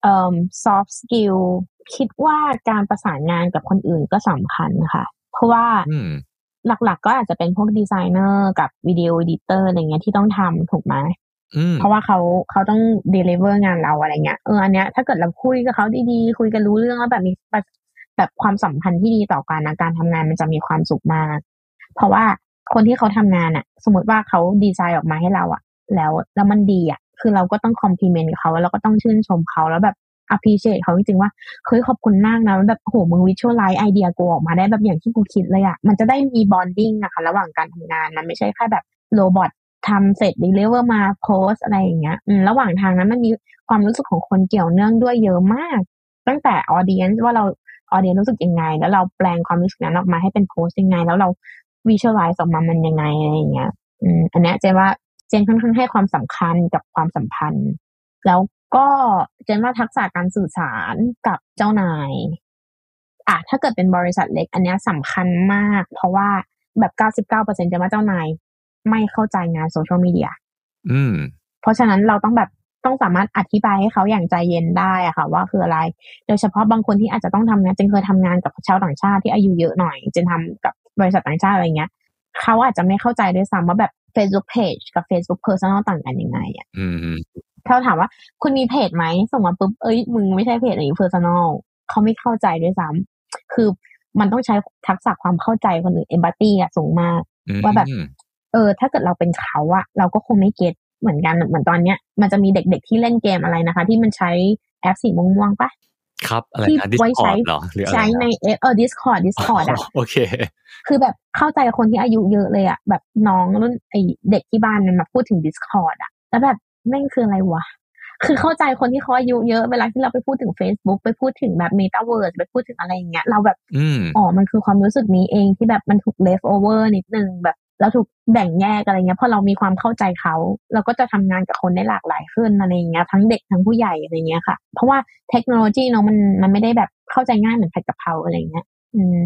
soft skill คิดว่าการประสานงานกับคนอื่นก็สำคัญค่ะเพราะว่าหลักๆก็อาจจะเป็นพวกดีไซเนอร์กับวิดีโอเอดิเตอร์อะไรเงี้ยที่ต้องทำถูกไหมเพราะว่าเขาต้อง deliver งานเราอะไรเงี้ยอันเนี้ยถ้าเกิดเราคุยกับเขาดีๆคุยกันรู้เรื่องแล้วแบบมีแบบความสัมพันธ์ที่ดีต่อกันนะการทำงานมันจะมีความสุขมากเพราะว่าคนที่เขาทำงานสมมติว่าเขาดีไซน์ออกมาให้เราแล้วมันดีคือเราก็ต้องคอมพลีเมนต์เขาแล้วก็ต้องชื่นชมเขาแล้วแบบ appreciate เขาจริงๆว่าเฮ้ยขอบคุณมากนะแบบโหมึง visualize ไอเดียกูออกมาได้แบบอย่างที่กูคิดเลยมันจะได้มี bonding นะคะระหว่างการทำงานมันไม่ใช่แค่แบบโรบอททำเสร็จ deliver มาโพสอะไรอย่างเงี้ยระหว่างทางนั้นมันมีความรู้สึกของคนเกี่ยวเนื่องด้วยเยอะมากตั้งแต่ audience ว่าเรา audience รู้สึกยังไงแล้วเราแปลงความรู้สึกนั้นออกมาให้เป็นโพสยังไงแล้วเรา visualize ออกมามันยังไงอะไรอย่างเงี้ยอันเนี้ยเจนว่าเจนค่อนข้างให้ความสำคัญกับความสัมพันธ์แล้วก็เจนว่าทักษะการสื่อสารกับเจ้านายถ้าเกิดเป็นบริษัทเล็กอันเนี้ยสำคัญมากเพราะว่าแบบ 99% เจนว่าเจ้านายไม่เข้าใจงานโซเชียลมีเดียเพราะฉะนั้นเราต้องสามารถอธิบายให้เขาอย่างใจเย็นได้ค่ะว่าคืออะไรโดยเฉพาะบางคนที่อาจจะต้องทำงานเจนเคยทำงานกับชาวต่างชาติที่อายุเยอะหน่อยเจนทำกับบริษัทต่างชาติอะไรเงี้ยเขาอาจจะไม่เข้าใจด้วยซ้ำว่าแบบ Facebook Page กับ Facebook Personal ต่างกันยังไงถ้าถามว่าคุณมีเพจไหมส่งมาปุ๊บมึงไม่ใช่เพจอันนี้ Personal เขาไม่เข้าใจด้วยซ้ำคือมันต้องใช้ทักษะความเข้าใจคนอื่น empathy สูงมากว่าแบบถ้าเกิดเราเป็นเขาเราก็คงไม่เก็ตเหมือนกันเหมือนตอนเนี้ยมันจะมีเด็กๆที่เล่นเกมอะไรนะคะที่มันใช้แอปสีม่วงๆปะครับอะไรนะ Discord เหรอหรืออะไรใช้ในDiscord โอเคคือแบบเข้าใจคนที่อายุเยอะเลยแบบน้องรุ่นเด็กที่บ้านมันมาพูดถึง Discord แล้วแบบแม่งคืออะไรวะคือเข้าใจคนที่เขาอายุเยอะเวลาที่เราไปพูดถึง Facebook ไปพูดถึงแบบ Metaverse ไปพูดถึงอะไรอย่างเงี้ยเราแบบมันคือความรู้สึกนี้เองที่แบบมันถูก left over นิดนึงแบบแล้วถูกแบ่งแยกอะไรเงี้ยพอเรามีความเข้าใจเขาเราก็จะทำงานกับคนได้หลากหลายขึ้นอะไรอย่างเงี้ยทั้งเด็กทั้งผู้ใหญ่อะไรเงี้ยค่ะเพราะว่าเทคโนโลยีเนาะมันไม่ได้แบบเข้าใจง่ายเหมือนผัดกะเพราอะไรเงี้ย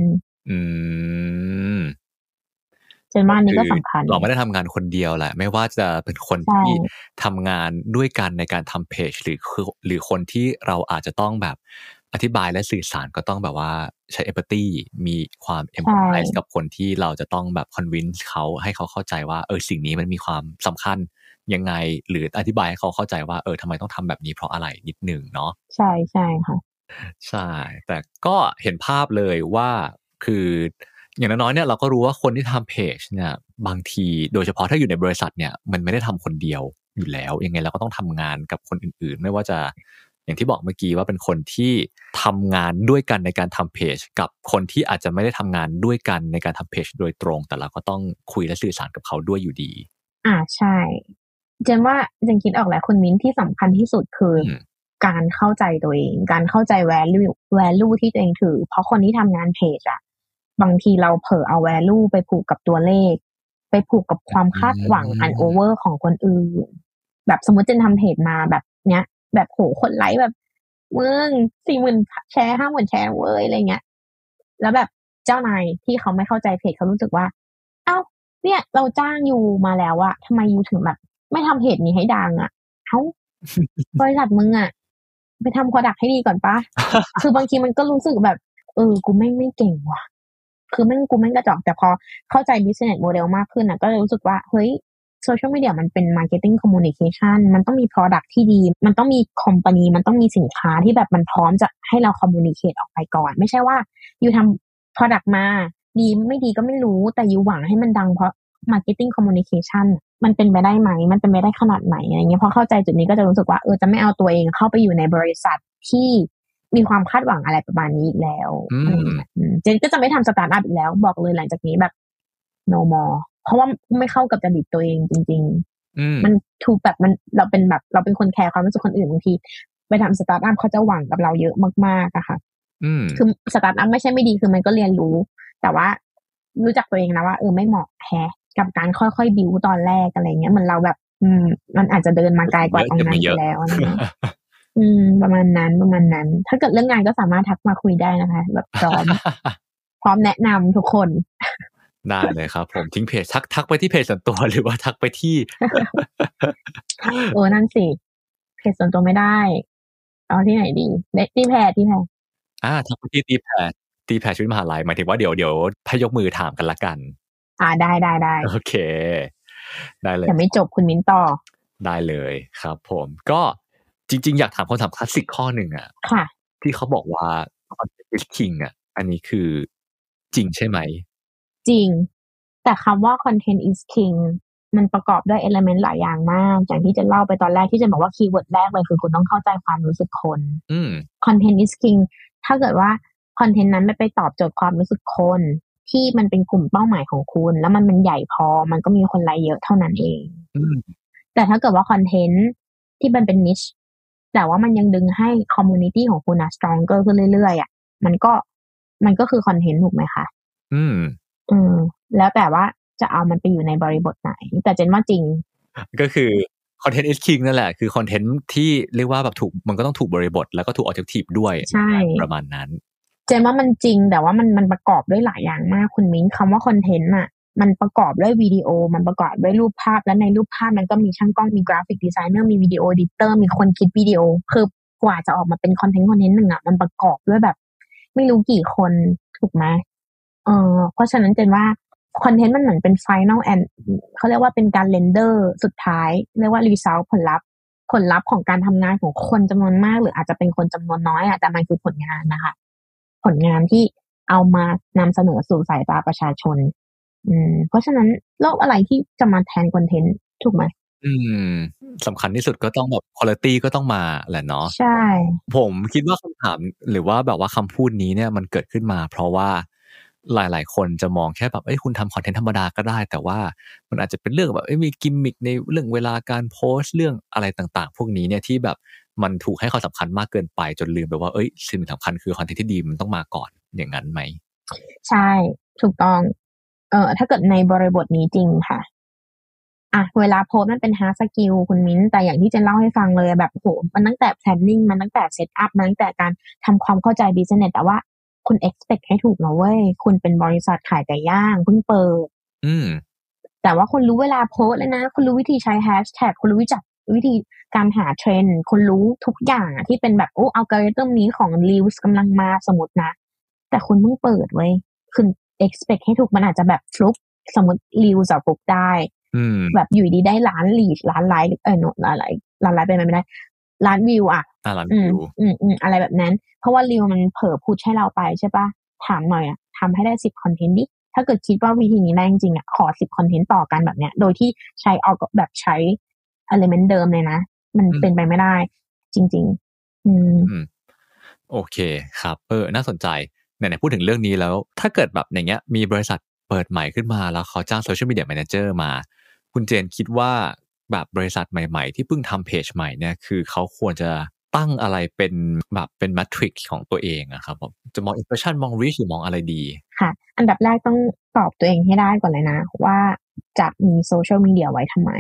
เจนว่านี่ก็สำคัญเราไม่ได้ทำงานคนเดียวแหละไม่ว่าจะเป็นคนที่ทำงานด้วยกันในการทำเพจหรือคนที่เราอาจจะต้องแบบอธิบายและสื่อสารก็ต้องแบบว่าใช้ empathy มีความ empathize กับคนที่เราจะต้องแบบ convince เขาให้เขาเข้าใจว่าสิ่งนี้มันมีความสำคัญยังไงหรืออธิบายให้เขาเข้าใจว่าทำไมต้องทำแบบนี้เพราะอะไรนิดนึงเนาะใช่ใช่ค่ะใช่แต่ก็เห็นภาพเลยว่าคืออย่างน้อยๆเนี่ยเราก็รู้ว่าคนที่ทำเพจเนี่ยบางทีโดยเฉพาะถ้าอยู่ในบริษัทเนี่ยมันไม่ได้ทำคนเดียวอยู่แล้วยังไงเราก็ต้องทำงานกับคนอื่นๆไม่ว่าจะอย่างที่บอกเมื่อกี้ว่าเป็นคนที่ทำงานด้วยกันในการทำเพจกับคนที่อาจจะไม่ได้ทำงานด้วยกันในการทำเพจโดยตรงแต่เราก็ต้องคุยและสื่อสารกับเขาด้วยอยู่ดีใช่เจนว่าเจนคิดออกแล้วคุณมิ้นที่สำคัญที่สุดคือการเข้าใจตัวเองการเข้าใจ value ที่ตัวเองถือเพราะคนที่ทำงานเพจบางทีเราเผลอเอา value ไปผูกกับตัวเลขไปผูกกับความคาดหวังอันโอเวอร์ของคนอื่นแบบสมมติเจนทำเพจมาแบบเนี้ยแบบโหคนไลค์แบบมึง 40,000 แชร์ 50,000 แชร์เว้ยอะไรเงี้ยแล้วแบบเจ้านายที่เขาไม่เข้าใจเพจเขารู้สึกว่าเอ้าเนี่ยเราจ้างอยู่มาแล้วทำไมอยู่ถึงแบบไม่ทำเพจนี้ให้ดังเอ้าบริษัทมึงไปทำ product ให้ดีก่อนปะ คือบางทีมันก็รู้สึกแบบกูไม่เก่งว่ะคือกูกระจอกแต่พอเข้าใจ business model มากขึ้นก็เลยรู้สึกว่าเฮ้ยโซเชียลมีเดียมันเป็น marketing communication มันต้องมี product ที่ดีมันต้องมี company มันต้องมีสินค้าที่แบบมันพร้อมจะให้เรา communicate ออกไปก่อนไม่ใช่ว่าอยู่ทำ product มาดีไม่ดีก็ไม่รู้แต่อยู่หวังให้มันดังเพราะ marketing communication มันเป็นไปได้ไหมมันเป็นไปได้ขนาดไหนอะไรเงี้ยพอเข้าใจจุดนี้ก็จะรู้สึกว่าจะไม่เอาตัวเองเข้าไปอยู่ในบริษัทที่มีความคาดหวังอะไรประมาณนี้อีกแล้วเจนก็จะไม่ทำสตาร์ทอัพอีกแล้วบอกเลยหลังจากนี้แบบ no more เพราะว่าไม่เข้ากับจริตตัวเองจริงๆมันถูกแบบมันเราเป็นคนแคร์ความรู้สึกคนอื่นบางทีไปทำสตาร์ทอัพเขาจะหวังกับเราเยอะมากๆค่ะคือสตาร์ทอัพไม่ใช่ไม่ดีคือมันก็เรียนรู้แต่ว่ารู้จักตัวเองนะว่าไม่เหมาะกับการค่อยๆบิวตอนแรกอะไรเงี้ยเหมือนเราแบบมันอาจจะเดินมาไกลกว่าตรงนั้นไปแล้วอะไรเงี้ยประมาณนั้นถ้าเกิดเรื่องงานก็สามารถทักมาคุยได้นะคะแบบพร้อมแนะนำทุกคนได้เลยครับผมทิ้งเพจทักไปที่เพจส่วนตัวหรือว่าทักไปที่นั่นสิเพจส่วนตัวไม่ได้เอาที่ไหนดีที่แพรทักไปที่ตีแพรชีวิตมหาลัยหมายถึงว่าเดี๋ยวให้ยกมือถามกันละกันได้โอเคได้เลยแต่ไม่จบคุณมิ้นต่อได้เลยครับผมก็จริงๆอยากถามคำถามคลาสสิกข้อหนึ่งอ่ะค่ะที่เขาบอกว่า content is king อ่ะอันนี้คือจริงใช่ไหมจริงแต่คำว่า content is king มันประกอบด้วย element หลายอย่างมากอย่างที่จะเล่าไปตอนแรกที่จะบอกว่าคีย์เวิร์ดแรกเลยคือคุณต้องเข้าใจความรู้สึกคน content is king ถ้าเกิดว่าคอนเทนต์นั้นไม่ไปตอบโจทย์ความรู้สึกคนที่มันเป็นกลุ่มเป้าหมายของคุณแล้วมันใหญ่พอมันก็มีคนไลค์เยอะเท่านั้นเองแต่ถ้าเกิดว่าคอนเทนต์ที่มันเป็น niche แต่ว่ามันยังดึงให้ community ของคุณstronger ขึ้นเรื่อยๆอ่ะมันก็คือคอนเทนต์ถูกไหมคะแล้วแต่ว่าจะเอามันไปอยู่ในบริบทไหนแต่เจนว่าจริงก็คือคอนเทนต์ is king นั่นแหละคือคอนเทนต์ที่เรียกว่าแบบถูกมันก็ต้องถูกบริบทแล้วก็ถูก objective ด้วยใช่ประมาณนั้นเจนว่ามันจริงแต่ว่ามันประกอบด้วยหลายอย่างมากคุณมิ้นคำว่าคอนเทนต์อ่ะมันประกอบด้วยวิดีโอมันประกอบด้วยรูปภาพและในรูปภาพมันก็มีช่างกล้องมีกราฟิกดีไซเนอร์มีวิดีโอเอดิเตอร์มีคนคิดวิดีโอคือกว่าจะออกมาเป็นคอนเทนต์หนึ่งอ่ะมันประกอบด้วยแบบไม่รู้กี่คนถูกไหมเพราะฉะนั้นเจนว่าคอนเทนต์มันเหมือนเป็น final and เขาเรียกว่าเป็นการเรนเดอร์สุดท้ายเรียกว่า result ผลลัพธ์ของการทำงานของคนจำนวนมากหรืออาจจะเป็นคนจำนวนน้อยอ่ะแต่มันคือผลงานนะคะผลงานที่เอามานำเสนอสู่สายตาประชาชนเพราะฉะนั้นโลกอะไรที่จะมาแทนคอนเทนต์ถูกไหมสำคัญที่สุดก็ต้องแบบ quality ก็ต้องมาแหละเนาะใช่ผมคิดว่าคำถามหรือว่าแบบว่าคำพูดนี้เนี่ยมันเกิดขึ้นมาเพราะว่าหลายๆคนจะมองแค่แบบคุณทำคอนเทนต์ธรรมดาก็ได้แต่ว่ามันอาจจะเป็นเรื่องแบบมีกิมมิคในเรื่องเวลาการโพสต์เรื่องอะไรต่างๆพวกนี้เนี่ยที่แบบมันถูกให้ความสำคัญมากเกินไปจนลืมไปว่าสิ่งสำคัญคือคอนเทนต์ที่ดีมันต้องมาก่อนอย่างนั้นไหมใช่ถูกต้องถ้าเกิดในบริบทนี้จริงค่ะเวลาโพสมันเป็น hard skill คุณมิ้นแต่อย่างที่เจนเล่าให้ฟังเลยแบบโหมันตั้งแต่ planning มันตั้งแต่ set up มันตั้งแต่การทำความเข้าใจ business แต่ว่าคุณ expect ให้ถูกนะเว้ยคุณเป็นบริษัทขายไก่ย่างเพิ่งเปิดแต่ว่าคุณรู้เวลาโพสเลยนะคุณรู้วิธีใช้ hashtag คุณรู้วิธีการหาเทรนด์คุณรู้ทุกอย่างที่เป็นแบบอัลกอริทึมนี้ของ reels กำลังมาสมมตินะแต่คุณเพิ่งเปิดเว้ยคุณ expect ให้ถูกมันอาจจะแบบฟลุกสมมติ reels จะฟลุกได้แบบอยู่ดีได้ล้านลีดล้านไลค์ล้านไลค์เป็นไม่ได้ล้านวิวล้านวิวอะไรแบบนั้นเพราะว่ารีวมันเผลอพุชให้เราไปใช่ปะถามหน่อยทำให้ได้10คอนเทนต์ดิถ้าเกิดคิดว่าวิธีนี้ได้จริงๆขอ10คอนเทนต์ต่อกันแบบเนี้ยโดยที่ใช้เอาแบบใช้ element เดิมเลยนะมันเป็นไปไม่ได้จริงๆโอเคครับน่าสนใจไหนๆพูดถึงเรื่องนี้แล้วถ้าเกิดแบบอย่างเงี้ยมีบริษัทเปิดใหม่ขึ้นมาแล้วเขาจ้างโซเชียลมีเดียแมเนเจอร์มาคุณเจนคิดว่าแบบบริษัทใหม่ๆที่เพิ่งทำเพจใหม่เนี่ยคือเขาควรจะตั้งอะไรเป็นแบบเป็นแมทริกซ์ของตัวเองอะครับผมจะมอง impression มอง reach หรือมองอะไรดีค่ะอันดับแรกต้องตอบตัวเองให้ได้ก่อนเลยนะว่าจะมีโซเชียลมีเดียไว้ทำไม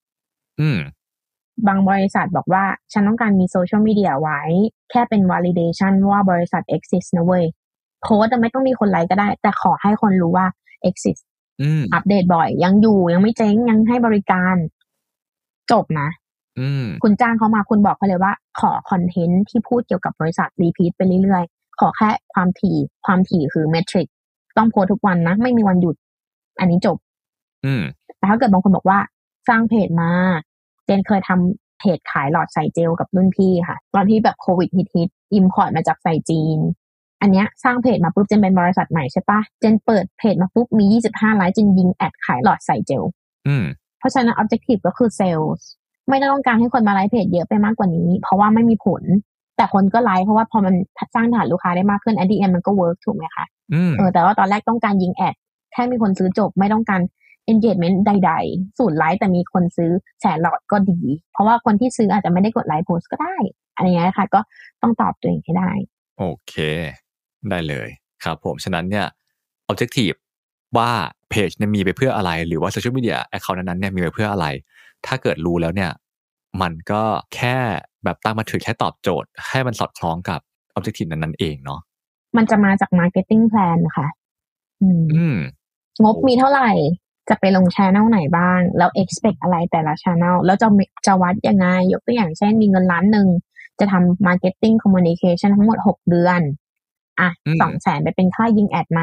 บางบริษัทบอกว่าฉันต้องการมีโซเชียลมีเดียไว้แค่เป็น validation ว่าบริษัท exist นะเว้ยโพสต์จะไม่ต้องมีคนไลค์ก็ได้แต่ขอให้คนรู้ว่า exist อัปเดตบ่อยยังอยู่ยังไม่เจ๊งยังให้บริการจบนะคุณจ้างเขามาคุณบอกเขาเลยว่าขอคอนเทนต์ที่พูดเกี่ยวกับบริษัทรีพีทไปเรื่อยๆขอแค่ความถี่คือเมทริกต้องโพสทุกวันนะไม่มีวันหยุดอันนี้จบแต่ถ้าเกิดบางคนบอกว่าสร้างเพจมาเจนเคยทำเพจขายหลอดใส่เจลกับรุ่นพี่ค่ะตอนที่แบบโควิดฮิตอิมพอร์ตมาจากใส่จีนอันเนี้ยสร้างเพจมาปุ๊บเจนเป็นบริษัทใหม่ใช่ปะเจนเปิดเพจมาปุ๊บมี25ไลค์เจนยิงแอดขายหลอดใส่เจลเพราะฉะนั้น objective ก็คือ sales ไม่ได้ต้องการให้คนมาไลค์เพจเยอะไปมากกว่านี้เพราะว่าไม่มีผลแต่คนก็ไลค์เพราะว่าพอมันสร้างฐานลูกค้าได้มากขึ้น at the end มันก็ work ถูกไหมคะแต่ว่าตอนแรกต้องการยิงแอดแค่มีคนซื้อจบไม่ต้องการ engagement ใดๆ0ไลค์แต่มีคนซื้อแสนหลอดก็ดีเพราะว่าคนที่ซื้ออาจจะไม่ได้กดไลค์โพสก็ได้อะไรอย่างเงี้ยค่ะก็ต้องตอบตัวเองให้ได้โอเคได้เลยครับผมฉะนั้นเนี่ย objective ว่าเพจเนี่ยมีไปเพื่ออะไรหรือว่าโซเชียลมีเดียแอคเคาท์นั้นเนี่ยมีไปเพื่ออะไรถ้าเกิดรู้แล้วเนี่ยมันก็แค่แบบตั้งมาถือแค่ตอบโจทย์ให้มันสอดคล้องกับ objective นั้นๆเองเนาะมันจะมาจาก marketing plan ค่ะงบมีเท่าไหร่จะไปลง channel ไหนบ้างแล้ว expect อะไรแต่ละ channel แล้วจะวัดยังไงยกตัวอย่างเช่นมีเงิน1,000,000จะทำ marketing communication ทั้งหมด6 เดือน200,000ไปเป็นค่ายิงแอดไหม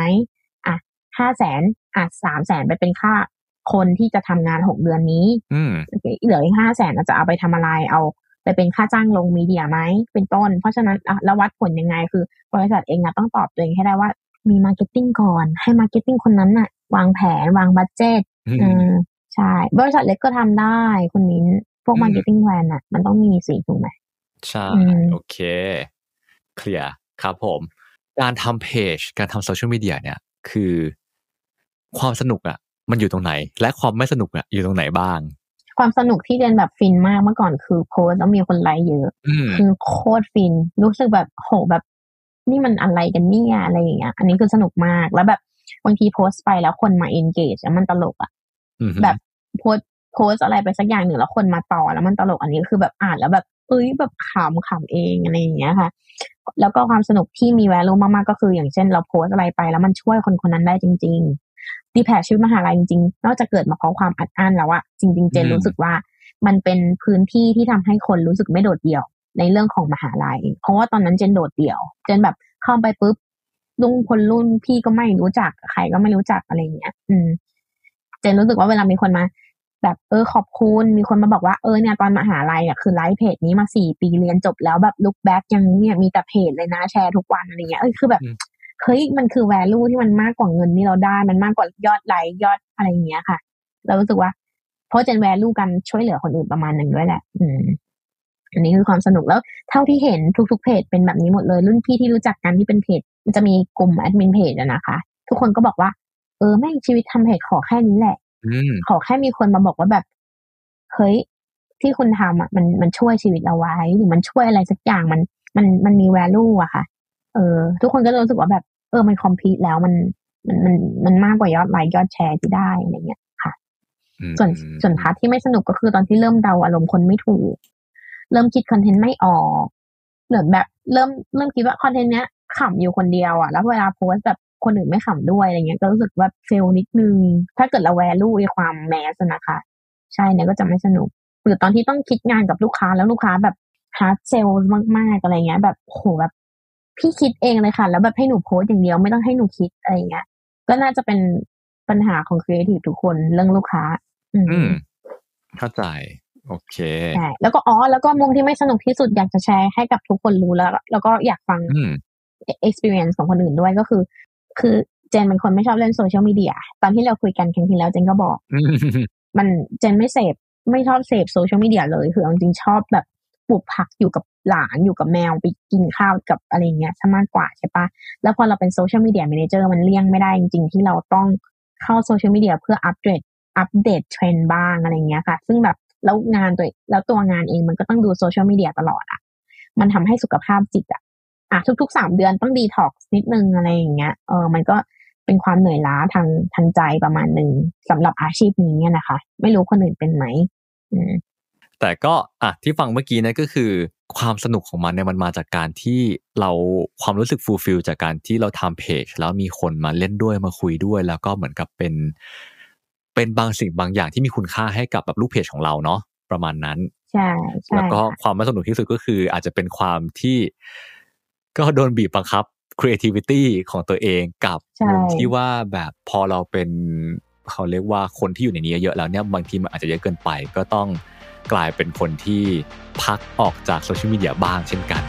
500,000300,000ไปเป็นค่าคนที่จะทำงาน6 เดือนนี้เหลืออีก500,000อาจจะเอาไปทำอะไรเอาไปเป็นค่าจ้างลงมีเดียไหมเป็นต้นเพราะฉะนั้นแล้ววัดผลยังไงคือบริษัทเองต้องตอบตัวเองให้ได้ว่ามีมาร์เก็ตติ้งก่อนให้มาร์เก็ตติ้งคนนั้นน่ะวางแผนวางบัดเจ็ตใช่บริษัทเล็กก็ทำได้คุณมิ้นพวกมาร์เก็ตติ้งแพลนน่ะมันต้องมีสิถูกไหมใช่โอเคเคลียร์ครับผมการทำเพจการทำโซเชียลมีเดียเนี่ยคือความสนุกอ่ะมันอยู่ตรงไหนและความไม่สนุกอ่ะอยู่ตรงไหนบ้างความสนุกที่เจนแบบฟินมากเมื่อก่อนคือโพสแล้วมีคนไลค์เยอะคือโคตรฟินรู้สึกแบบโหแบบนี่มันอะไรกันเนี่ยอะไรอย่างเงี้ยอันนี้คือสนุกมากแล้วแบบบางทีโพสไปแล้วคนมา engage แล้วมันตลกอ่ะแบบโพสอะไรไปสักอย่างหนึ่งแล้วคนมาต่อแล้วมันตลกอันนี้คือแบบอ่านแล้วแบบแบบขำเองอะไรอย่างเงี้ยค่ะแล้วก็ความสนุกที่มี value มากๆก็คืออย่างเช่นเราโพสอะไรไปแล้วมันช่วยคนนั้นได้จริงๆดีแพชชีวิตมหาลัยจริงๆนอกจากเกิดมาเพราะความอัดอั้นแล้วอะจริงๆเจนรู้สึกว่ามันเป็นพื้นที่ที่ทำให้คนรู้สึกไม่โดดเดี่ยวในเรื่องของมหาลัยเพราะว่าตอนนั้นเจนโดดเดี่ยวเจนแบบเข้าไปปุ๊บรุ่นพี่ก็ไม่รู้จักใครก็ไม่รู้จักอะไรอย่างเงี้ยเจนรู้สึกว่าเวลามีคนมาแบบขอบคุณมีคนมาบอกว่าเนี่ยตอนมหาลัยคือไลฟ์เพจนี้มา4 ปีเรียนจบแล้วแบบลุคแบ็กยังเนี่ยมีแต่เพจเลยนะแชร์ทุกวันอะไรเงี้ยคือแบบเฮ้ยมันคือ value ที่มันมากกว่าเงินที่เราได้มันมากกว่ายอดไลค์ยอดอะไรอย่างเงี้ยค่ะเรารู้สึกว่าเพราะเจน value กันช่วยเหลือคนอื่นประมาณนึงด้วยแหละอันนี้คือความสนุกแล้วเท่าที่เห็นทุกๆเพจเป็นแบบนี้หมดเลยรุ่นพี่ที่รู้จักกันที่เป็นเพจมันจะมีกลุ่มแอดมินเพจนะคะทุกคนก็บอกว่าแม่งชีวิตทำเพจขอแค่นี้แหละขอแค่มีคนมาบอกว่าแบบเฮ้ยที่คุณทำอ่ะมันช่วยชีวิตเราไว้หรือมันช่วยอะไรสักอย่างมันมี value อะค่ะทุกคนก็รู้สึกว่าแบบมัน complete แล้วมันมากกว่ายอดไลค์ยอดแชร์ที่ได้อะไรเงี้ยค่ะส่วนพาร์ทที่ไม่สนุกก็คือตอนที่เริ่มเดาอารมณ์คนไม่ถูกเริ่มคิดคอนเทนต์ไม่ออกหรือแบบเริ่มคิดว่าคอนเทนต์เนี้ยขำอยู่คนเดียวอ่ะแล้วเวลาโพสแบบคนอื่นไม่ขำด้วยอะไรเงี้ยก็รู้สึกว่าเฟลนิดนึงถ้าเกิดเราแวลูในความแมสนะคะใช่เนี่ยก็จะไม่สนุกหรือตอนที่ต้องคิดงานกับลูกค้าแล้วลูกค้าแบบฮาร์ดเซลส์มากๆอะไรเงี้ยแบบโหแบบพี่คิดเองเลยค่ะแล้วแบบให้หนูโพสอย่างเดียวไม่ต้องให้หนูคิดอะไรเงี้ยก็น่าจะเป็นปัญหาของครีเอทีฟทุกคนเรื่องลูกค้าเข้าใจโอเคใช่แล้วก็มุมที่ไม่สนุกที่สุดอยากจะแชร์ให้กับทุกคนรู้แล้วก็อยากฟังexperience ของคนอื่นด้วยก็คือเจนเป็นคนไม่ชอบเล่นโซเชียลมีเดียตอนที่เราคุยกันครั้งที่แล้วเจนก็บอกเจนไม่ชอบเสพโซเชียลมีเดียเลยคือจริงๆชอบแบบปลูกผักอยู่กับหลานอยู่กับแมวไปกินข้าวกับอะไรเงี้ยซะมากกว่าใช่ปะแล้วพอเราเป็นโซเชียลมีเดียแมเนเจอร์มันเลี่ยงไม่ได้จริงๆที่เราต้องเข้าโซเชียลมีเดียเพื่ออัปเดตเทรนด์บ้างอะไรเงี้ยค่ะซึ่งแบบแล้วตัวงานเองมันก็ต้องดูโซเชียลมีเดียตลอดมันทำให้สุขภาพจิตทุกๆ3 เดือนต้องดีท็อกซ์นิดนึงอะไรอย่างเงี้ยมันก็เป็นความเหนื่อยล้าทางใจประมาณนึงสำหรับอาชีพนี้เนี่ยนะคะไม่รู้คนอื่นเป็นไหมแต่ก็ที่ฟังเมื่อกี้นะก็คือความสนุกของมันเนี่ยมันมาจากการที่เราความรู้สึกฟูลฟิลจากการที่เราทำเพจแล้วมีคนมาเล่นด้วยมาคุยด้วยแล้วก็เหมือนกับเป็นบางสิ่งบางอย่างที่มีคุณค่าให้กับแบบลูกเพจของเราเนาะประมาณนั้นใช่แล้วก็ความไม่สนุกที่สุดก็คืออาจจะเป็นความที่ก็โดนบีบบังคับ creativity ของตัวเองกับมุมที่ว่าแบบพอเราเป็นเขาเรียกว่าคนที่อยู่ในนี้เยอะแล้วเนี่ยบางทีมันอาจจะเยอะเกินไปก็ต้องกลายเป็นคนที่พักออกจากโซเชียลมีเดียบ้างเช่นกัน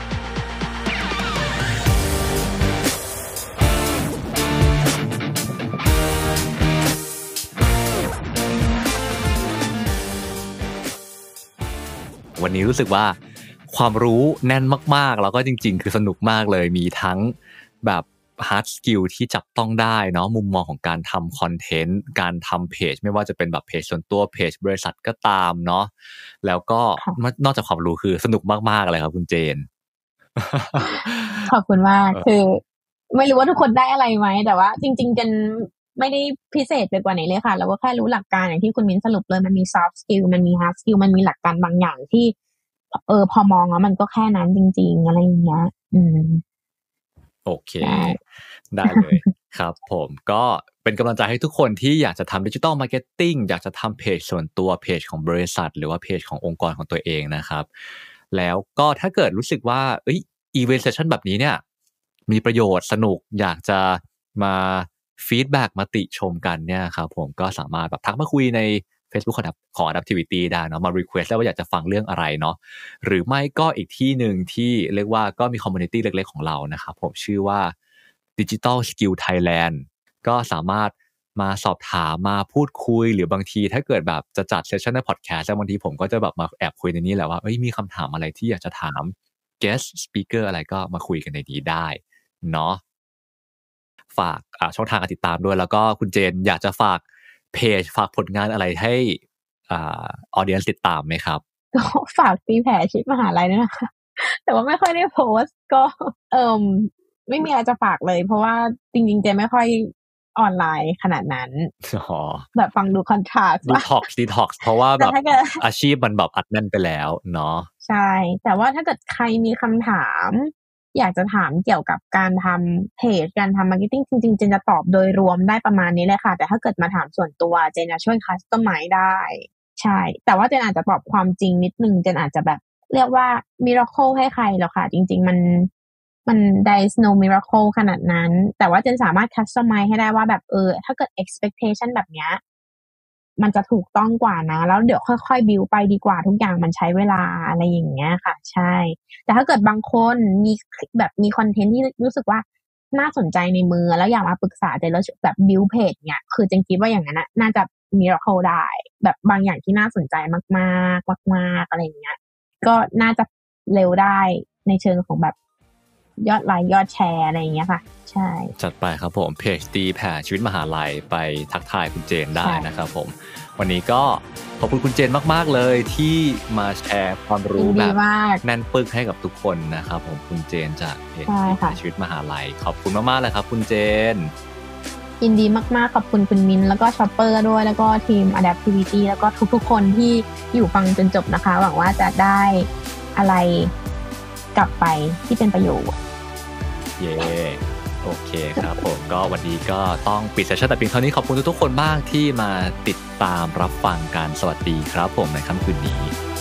วันนี้รู้สึกว่าความรู้แน่นมากๆแล้วก็จริงๆคือสนุกมากเลยมีทั้งแบบฮาร์ดสกิลที่จับต้องได้เนาะมุมมองของการทำคอนเทนต์การทำเพจไม่ว่าจะเป็นแบบเพจส่วนตัวเพจบริษัทก็ตามเนาะแล้วก็นอกจากความรู้คือสนุกมากๆเลยครับคุณเจนขอบคุณมากคือไม่รู้ว่าทุกคนได้อะไรไหมแต่ว่าจริงๆเจนไม่ได้พิเศษไปกว่าไหนเลยค่ะเราก็แค่รู้หลักการอย่างที่คุณมิ้นสรุปเลยมันมี soft skill มันมี hard skill มันมีหลักการบางอย่างที่พอมองแล้วมันก็แค่นั้นจริงๆอะไรอย่างเงี้ยโอเคได้เลยครับผมก็เป็นกำลังใจให้ทุกคนที่อยากจะทำดิจิทัลมาร์เก็ตติ้งอยากจะทำเพจส่วนตัวเพจของบริษัทหรือว่าเพจขององค์กรของตัวเองนะครับแล้วก็ถ้าเกิดรู้สึกว่าอีเวนต์เซสชั่นแบบนี้เนี่ยมีประโยชน์สนุกอยากจะมาฟีดแบ็กมาติชมกันเนี่ยครับผมก็สามารถแบบทักมาคุยใน Facebook ของ Adaptivity ได้เนาะมา request ได้ว่าอยากจะฟังเรื่องอะไรเนาะหรือไม่ก็อีกที่หนึ่งที่เรียกว่าก็มี community เล็กๆของเรานะครับผมชื่อว่า Digital Skill Thailand ก็สามารถมาสอบถามมาพูดคุยหรือบางทีถ้าเกิดแบบจะจัดเซสชั่นในพอดแคสต์แล้วบางทีผมก็จะแบบมาแอบคุยในนี้แหละว่ามีคำถามอะไรที่อยากจะถาม guest speaker อะไรก็มาคุยกันในนี้ได้เนาะฝากช่องทางการติดตามด้วยแล้วก็คุณเจนอยากจะฝากเพจฝากผลงานอะไรให้audience ติดตามไหมครับก็ฝากตีแผ่ชีวิตมหาลัยด้วยนะคะแต่ว่าไม่ค่อยได้โพสต์ก็ไม่มีอะไรจะฝากเลยเพราะว่าจริงๆเจนไม่ค่อยออนไลน์ขนาดนั้นแบบฟังดูคอนทราสต์ detox เพราะว่าแบบอาชีพมันแบบอัดแน่นไปแล้วเนาะใช่แต่ว่าถ้าเกิดใครมีคำถามอยากจะถามเกี่ยวกับการทำเพจการทำมาร์เก็ตติ้งจริงๆเจนจะตอบโดยรวมได้ประมาณนี้เลยค่ะแต่ถ้าเกิดมาถามส่วนตัวเจนจะช่วยคัสตอมไมซ์ได้ใช่แต่ว่าเจนอาจจะตอบความจริงนิดนึงเจนอาจจะแบบเรียกว่ามิราเคิลให้ใครหรอกค่ะจริงๆมันthere is no miracle ขนาดนั้นแต่ว่าเจนสามารถ customize ให้ได้ว่าแบบถ้าเกิด expectation แบบเนี้ยมันจะถูกต้องกว่านะแล้วเดี๋ยวค่อยๆ build ไปดีกว่าทุกอย่างมันใช้เวลาอะไรอย่างเงี้ยค่ะใช่แต่ถ้าเกิดบางคนมีคอนเทนต์ที่รู้สึกว่าน่าสนใจในมือแล้วอยากมาปรึกษาเจนแล้วแบบ build page เนี้ยคือเจนคิดว่าอย่างนั้นน่าจะ miracle ได้แบบบางอย่างที่น่าสนใจมากๆมากๆอะไรอย่างเงี้ยก็น่าจะเร็วได้ในเชิงของแบบยอดไลค์ยอดแชร์อะไรอย่างเงี้ยค่ะใช่จัดไปครับผมเพจตีแผ่ชีวิตมหาลัยไปทักทายคุณเจนได้นะครับผมวันนี้ก็ขอบคุณคุณเจนมากๆเลยที่มาแชร์ความรู้แบบแน่นปึกให้กับทุกคนนะครับผมคุณเจนจากเพจตีแผ่ชีวิตมหาลัยขอบคุณมากๆเลยครับคุณเจนยินดีมากๆขอบคุณคุณมิ้นแล้วก็ช็อปเปอร์ด้วยแล้วก็ทีม Adaptivity แล้วก็ทุกๆคนที่อยู่ฟังจนจบนะคะหวังว่าจะได้อะไรกลับไปที่เป็นประโยชน์เย้โอเคครับผมก็วันนี้ก็ต้องปิดเซสชั่นแต่เพียงเท่านี้ขอบคุณทุกๆคนมากที่มาติดตามรับฟังกันสวัสดีครับผมในค่ำคืนนี้